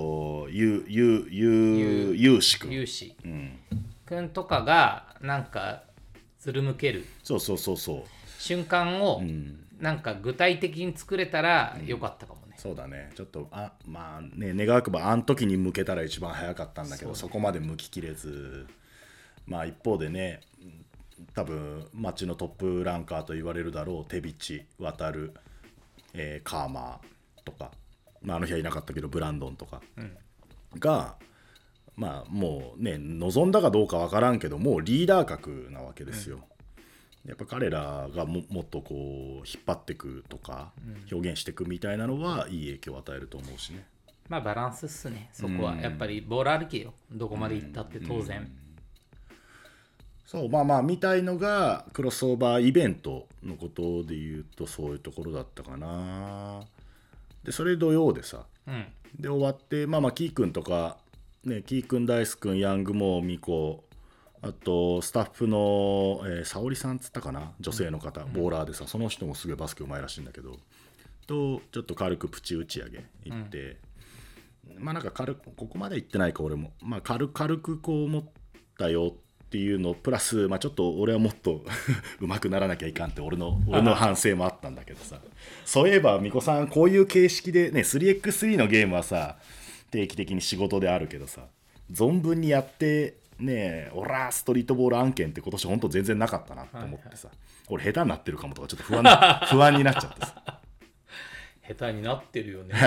ゆうし君、 ゆうし君とかがなんかずるむけるそう瞬間を、なんか具体的に作れたらよかったかもね。 そうだね、ちょっとまあね、願わくばあの時に向けたら一番早かったんだけど、そこまで向ききれず、まあ一方でね、多分街のトップランカーと言われるだろうテビチ、渡る、カーマーとか、まあ、あの日はいなかったけどブランドンとかが、まあもうね望んだかどうかわからんけどもうリーダー格なわけですよ、やっぱ彼らが もっとこう引っ張っていくとか、表現していくみたいなのはいい影響を与えると思うしね。 まあバランスっすね、そこはやっぱりボール歩きよ、どこまで行ったって当然、 そうまあみたいのがクロスオーバーイベントのことで言うとそういうところだったかな。でそれ土曜でさ、で終わってまあキー君とかね、キー君、ダイス君、ヤングモー、ミコ、あとスタッフの、沙織さんっつったかな、女性の方、ボーラーでさ、その人もすげえバスケうまいらしいんだけど、とちょっと軽くプチ打ち上げ行って、まあなんかここまで行ってないか俺も、まあ軽くこう思ったよっていうのプラス、まあ、ちょっと俺はもっと上手くならなきゃいかんって俺の反省もあったんだけどさ、そういえばみこさんこういう形式でね 3x3 のゲームはさ定期的に仕事であるけどさ、存分にやってね、オラストリートボール案件って今年ほんと全然なかったなと思ってさ、俺下手になってるかもとかちょっと不安になっちゃってさ下手になってるよね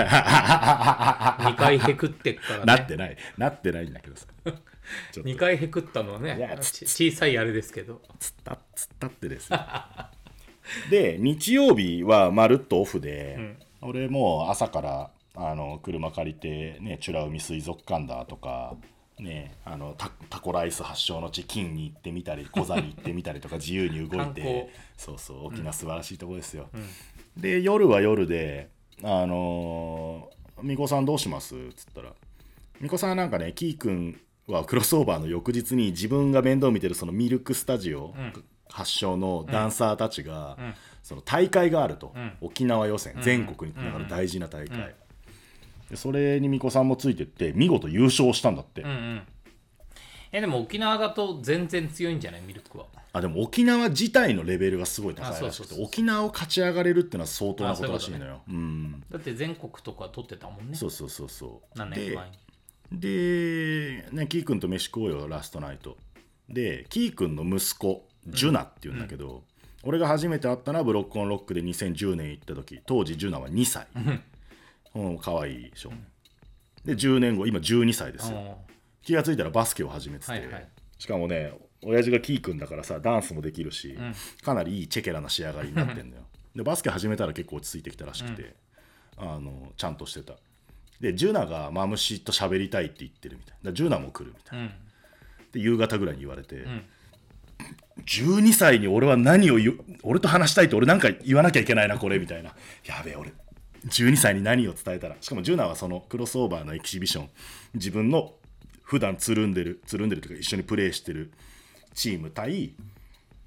2回へくってっからね。 なってないんだけどさ 2回へくったのはね小さいあれですけど、 つったってですよで日曜日はまるっとオフで、俺もう朝から車借りてね、美ら海水族館だとかね、タコライス発祥の地金に行ってみたり小座に行ってみたりとか自由に動いてそう沖縄素晴らしいとこですよ、で夜は夜でみこさんどうしますっつったら、みこさんはなんかね、キー君はクロスオーバーの翌日に自分が面倒見てるそのミルクスタジオ発祥のダンサーたちが、その大会があると、沖縄予選、全国につながる大事な大会、でそれにみこさんもついてって見事優勝したんだって、 でも沖縄だと全然強いんじゃない、ミルクは。 でも沖縄自体のレベルがすごい高いらしくて、沖縄を勝ち上がれるっていうのは相当なことらしいのよ。 だって全国とか取ってたもんね。 そう何年前にでね、キー君と飯食おうよラストナイトで、キー君の息子ジュナっていうんだけど、俺が初めて会ったのはブロックオンロックで2010年行った時、当時ジュナは2歳かわいい少年で、10年後今12歳ですよ。気がついたらバスケを始めてて、しかもね親父がキー君だからさ、ダンスもできるし、かなりいいチェケラな仕上がりになってんだよでバスケ始めたら結構落ち着いてきたらしくて、ちゃんとしてた。でジュナがマムシと喋りたいって言ってるみたいな、ジュナも来るみたいな、で夕方ぐらいに言われて、12歳に俺は何を俺と話したいって俺なんか言わなきゃいけないなこれみたいな、やべえ俺12歳に何を伝えたら、しかもジュナはそのクロスオーバーのエキシビション、自分の普段つるんでるというか一緒にプレーしてるチーム対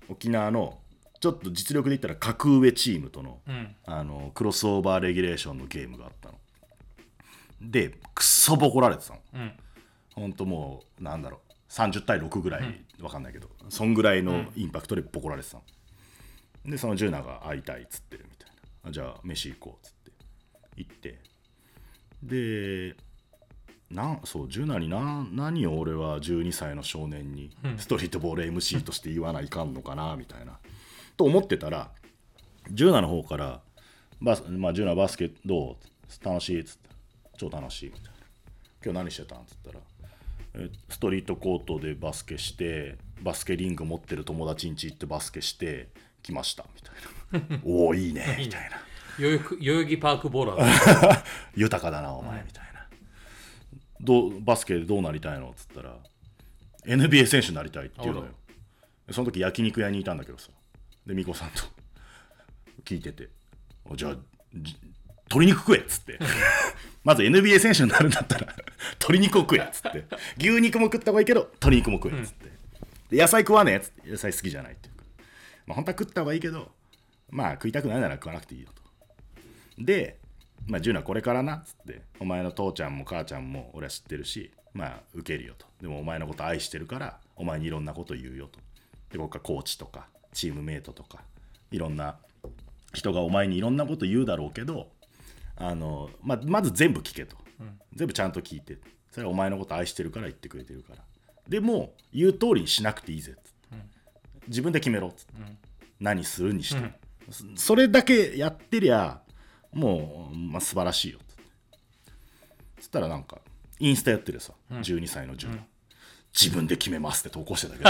沖縄のちょっと実力で言ったら格上チームとの、クロスオーバーレギュレーションのゲームがあったので、クソボコられてたの、ほんともうなんだろう30対6ぐらい、わかんないけどそんぐらいのインパクトでボコられてたの、でそのジュナが会いたいっつってるみたいな、じゃあ飯行こうっつって行って、でそうジュナに何を俺は12歳の少年にストリートボール MC として言わないかんのかなみたいなと思ってたら、ジュナの方からジュナバスケどう楽しいっつって、超楽しいみたいな、今日何してたんっつったら、ストリートコートでバスケしてバスケリング持ってる友達ん家行ってバスケして来ましたみたいなおおいいねみたいな代々木パークボーラー豊かだなお前みたいな、バスケでどうなりたいのっつったら NBA 選手になりたいって言うのよ。その時焼肉屋にいたんだけどさ、でミコさんと聞いてて、じゃあ鶏肉食えっつってまず NBA 選手になるんだったら鶏肉を食えっつって、牛肉も食った方がいいけど鶏肉も食えっつって、で野菜食わねえっつって、野菜好きじゃないっていうか、本当は食った方がいいけど食いたくないなら食わなくていいよと。でジュナこれからなっつって、お前の父ちゃんも母ちゃんも俺は知ってるし受けるよと、でもお前のこと愛してるからお前にいろんなこと言うよと、でここからコーチとかチームメイトとかいろんな人がお前にいろんなこと言うだろうけど、まず全部聞けと、全部ちゃんと聞いて、それはお前のこと愛してるから言ってくれてるから、でも言う通りにしなくていいぜっつって、自分で決めろっつって、何するにしても、それだけやってりゃもう、素晴らしいよっつって、そしたらなんかインスタやってるさ、12歳のジュナ、自分で決めますって投稿してたけど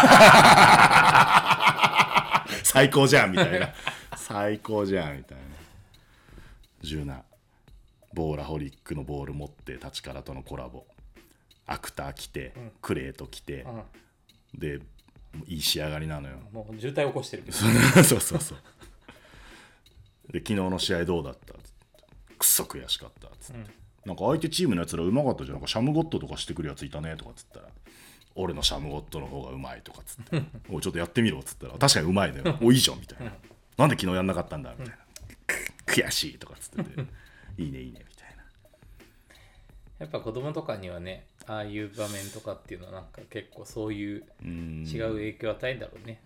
最高じゃんみたいな最高じゃんみたいな。ジュナボーラホリックのボール持って立川とのコラボ、アクター来て、クレート来て、でいい仕上がりなのよ。 もう渋滞起こしてるけどそうで昨日の試合どうだったっつって、くっそ悔しかったっつって、なんか相手チームのやつらうまかったじゃん、なんかシャムゴッドとかしてくるやついたねとかっつったら、俺のシャムゴッドの方がうまいとかっつっておいちょっとやってみろっつったら、確かにうまいのよおいいじゃんみたいな、なんで昨日やんなかったんだみたいな、悔しいとかっつってていいねみたいな。 やっぱ子供とかにはね、ああいう場面とかっていうのはなんか結構そういう違う影響を与えるんだろうね。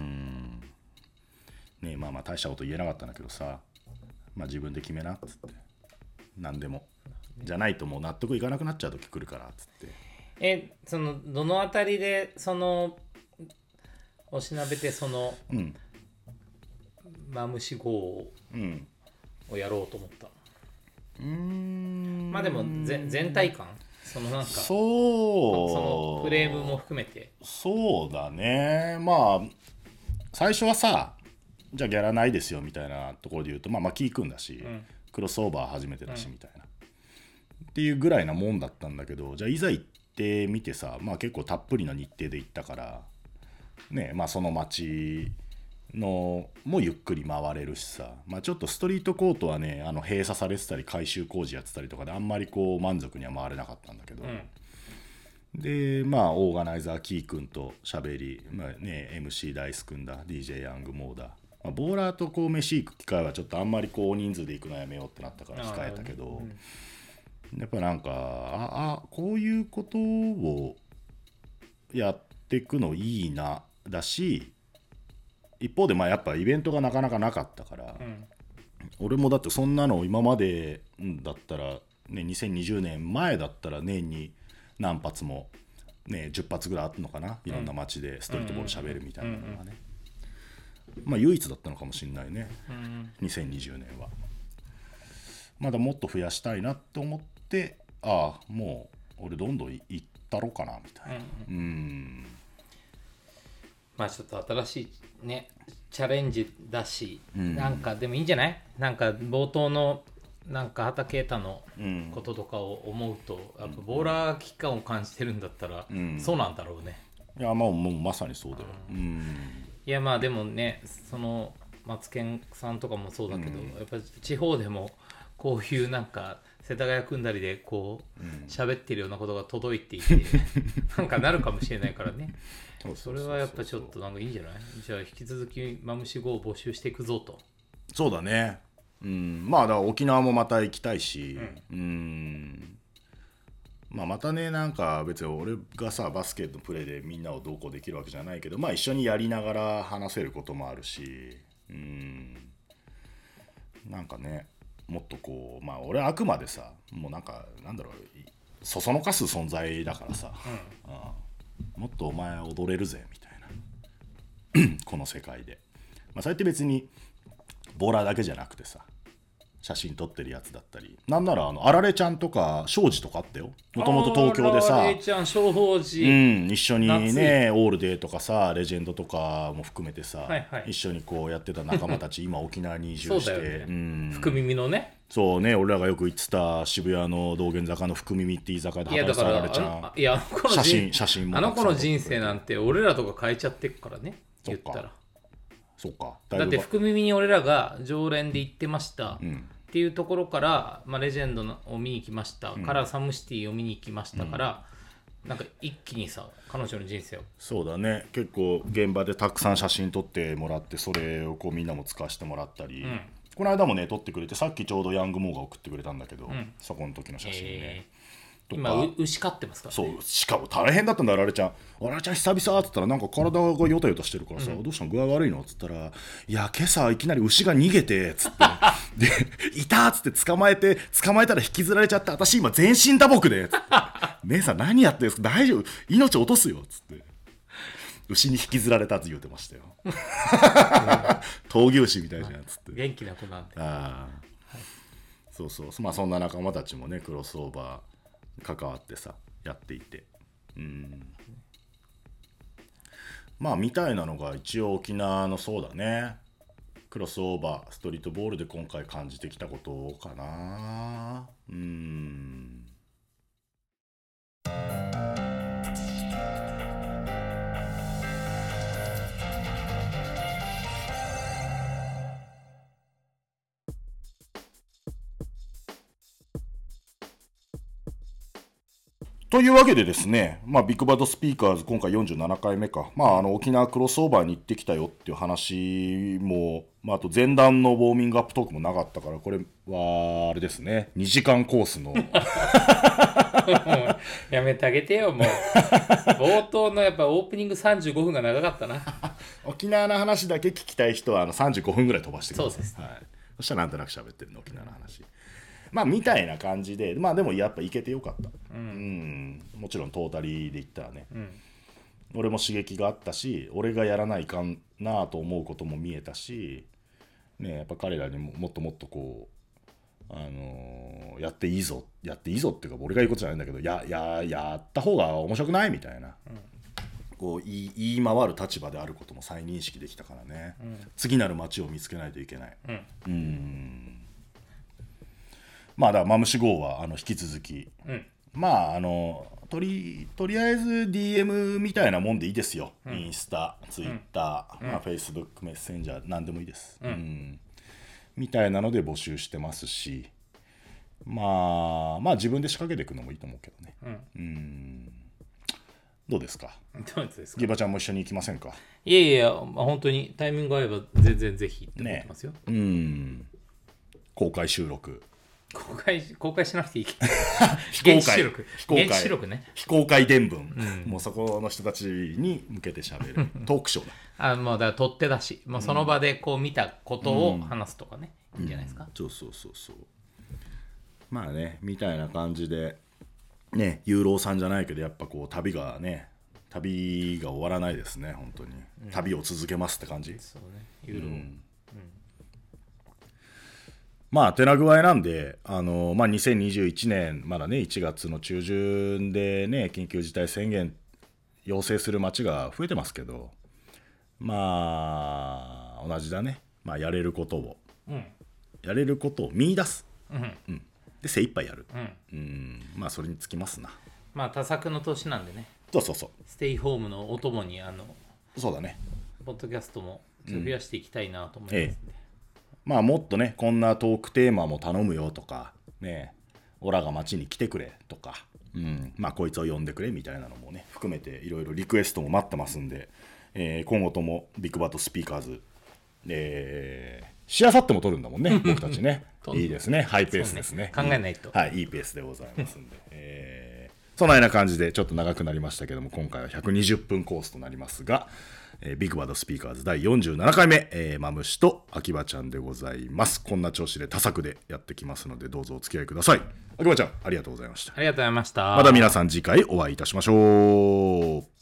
ねえ大したこと言えなかったんだけどさ、自分で決めなっつって、何でもじゃないともう納得いかなくなっちゃう時来るからっつって。 そのどのあたりでそのおしなべてその、マムシ号をやろうと思った。でも全体感、そのなんかそのフレームも含めて。 そうだね、最初はさ、じゃあギャラないですよみたいなところで言うと、キーくんだし、クロスオーバー初めてだしみたいな、っていうぐらいなもんだったんだけど、じゃあいざ行ってみてさ、結構たっぷりな日程で行ったからね、その街のもゆっくり回れるしさ、ちょっとストリートコートはね、閉鎖されてたり改修工事やってたりとかであんまりこう満足には回れなかったんだけど、でオーガナイザーキー君と喋り、MC ダイス君だ DJ ヤングモーだ、ボーラーとこう飯行く機会はちょっとあんまりこう人数で行くのやめようってなったから控えたけど、やっぱなんかこういうことをやっていくのいいなだし、一方でやっぱイベントがなかなかなかったから、俺もだってそんなの今までだったら、ね、2020年前だったら年に何発も、10発ぐらいあったのかな、いろんな街でストリートボール喋るみたいなのがね、唯一だったのかもしれないね、2020年は。まだもっと増やしたいなと思って、もう俺どんどん行ったろうかなみたいな。 ちょっと新しいねチャレンジだし、なんかでもいいんじゃない？なんか冒頭のなんか畑啓太のこととかを思うと、やっぱボーラー危機感を感じてるんだったら、そうなんだろうね。 いやもうまさにそうだよ。 いやでもね、そのマツケンさんとかもそうだけど、やっぱ地方でもこういうなんか世田谷組んだりでこう喋ってるようなことが届いていてなんかなるかもしれないからね。 それはやっぱちょっとなんかいいんじゃない？じゃあ引き続きマムシ号を募集していくぞと。 そうだね。まあだから沖縄もまた行きたいし、まあまたね、なんか別に俺がさバスケのプレーでみんなをどうこうできるわけじゃないけど、まあ一緒にやりながら話せることもあるし、なんかね、もっとこう、まあ俺はあくまでさ、もうなんかなんだろう、そそのかす存在だからさ、もっとお前踊れるぜみたいなこの世界で、まあそれって別にボーラーだけじゃなくてさ、写真撮ってるやつだったり、なんならあられちゃんとか庄司とかあったよ。もともと東京でさ、 あられちゃん、庄司、 一緒にねオールデーとかさレジェンドとかも含めてさ、一緒にこうやってた仲間たち今沖縄に移住して、 福耳のね、 そうね、俺らがよく行ってた渋谷の道玄坂の福耳って居酒屋で働いてたあられちゃん、 いやあの子の写真もあの子の人生なんて俺らとか変えちゃってっからね、言ったら。 そうか。 だって福耳に俺らが常連で行ってました、っていうところから、まあ、レジェンドを見に行きました、からサムシティを見に行きましたから、なんか一気にさ彼女の人生を、 そうだね、結構現場でたくさん写真撮ってもらって、それをこうみんなも使わせてもらったり、この間もね撮ってくれて、さっきちょうどヤングモーが送ってくれたんだけど、そこの時の写真ね、 今牛飼ってますからね。 そう、しかも大変だったんだ。あられちゃん久々っつったら、なんか体がヨタヨタしてるからさ、どうしたの具合悪いのっつったら、いや今朝いきなり牛が逃げてっつってでいたっつって捕まえたら引きずられちゃって、私今全身打撲でっつって姉さん何やってんすか、大丈夫、命落とすよっつって牛に引きずられたって言うてましたよ闘牛士みたいじゃんっつって、 元気な子なんで。 そうそう、まあそんな仲間たちもねクロスオーバー関わってさやっていて、まあみたいなのが一応沖縄の、そうだね、クロスオーバーストリートボールで今回感じてきたことかな。というわけでですね、まあ、ビッグバッドスピーカーズ今回47回目か、まあ、沖縄クロスオーバーに行ってきたよっていう話も、まあ、あと前段のウォーミングアップトークもなかったから、これはあれですね、2時間コースのやめてあげてよもう冒頭のやっぱオープニング35分が長かったな沖縄の話だけ聞きたい人は35分ぐらい飛ばしてください。 そうです、 はい、そしたらなんとなく喋ってるの沖縄の話、まあみたいな感じで、まあでもやっぱ行けてよかった、もちろんトータリーで言ったらね、俺も刺激があったし、俺がやらないかんなと思うことも見えたし、ね、やっぱ彼らにもっともっとこう、やっていいぞっていうか、俺が言うことじゃないんだけど、やった方が面白くないみたいな、こう言い回る立場であることも再認識できたからね、次なる街を見つけないといけない。まあだからマムシ号は引き続き、まあとりあえず DM みたいなもんでいいですよ、インスタ、ツイッター、まあ、Facebook メッセンジャー何でもいいです、みたいなので募集してますし、まあ自分で仕掛けていくのもいいと思うけどね、どうですか。 どうですか。 ギバちゃんも一緒に行きませんか。 いやいや、まあ、本当にタイミングが合えば全然ぜひって思ってますよ、 公開収録、 公開しなくていい非公開伝聞、もうそこの人たちに向けて喋るトークショーだ。 もうだから取っ手だし、もうその場でこう見たことを話すとかね、いいんじゃないですか。 そうまあね、みたいな感じでね、ユーローさんじゃないけど、やっぱこう旅が終わらないですね、本当に、旅を続けますって感じ。 そうね、ユーロー、 まあ手な具合なんで、まあ、2021年まだね1月の中旬でね緊急事態宣言要請する街が増えてますけど、まあ同じだね、まあ、やれることを見出す、で精一杯やる、まあそれにつきますな。 まあ多作の年なんでね。 そうステイホームのお供にそうだね、 ポッドキャストも増やしていきたいなと思いますんで、 まあもっとねこんなトークテーマも頼むよとかね、 オラが街に来てくれとか、まあこいつを呼んでくれみたいなのもね含めていろいろリクエストも待ってますんで、今後ともビッグバットスピーカーズ、しあさっても撮るんだもんね僕たちねいいですね、ハイペースですね、 考えないと、 はい、いいペースでございますんで、そのような感じでちょっと長くなりましたけども、今回は120分コースとなりますが、ビッグバッドスピーカーズ第47回目、マムシと秋葉ちゃんでございます。こんな調子で多作でやってきますのでどうぞお付き合いください。秋葉ちゃんありがとうございました。 ありがとうございました。 また皆さん次回お会いいたしましょう。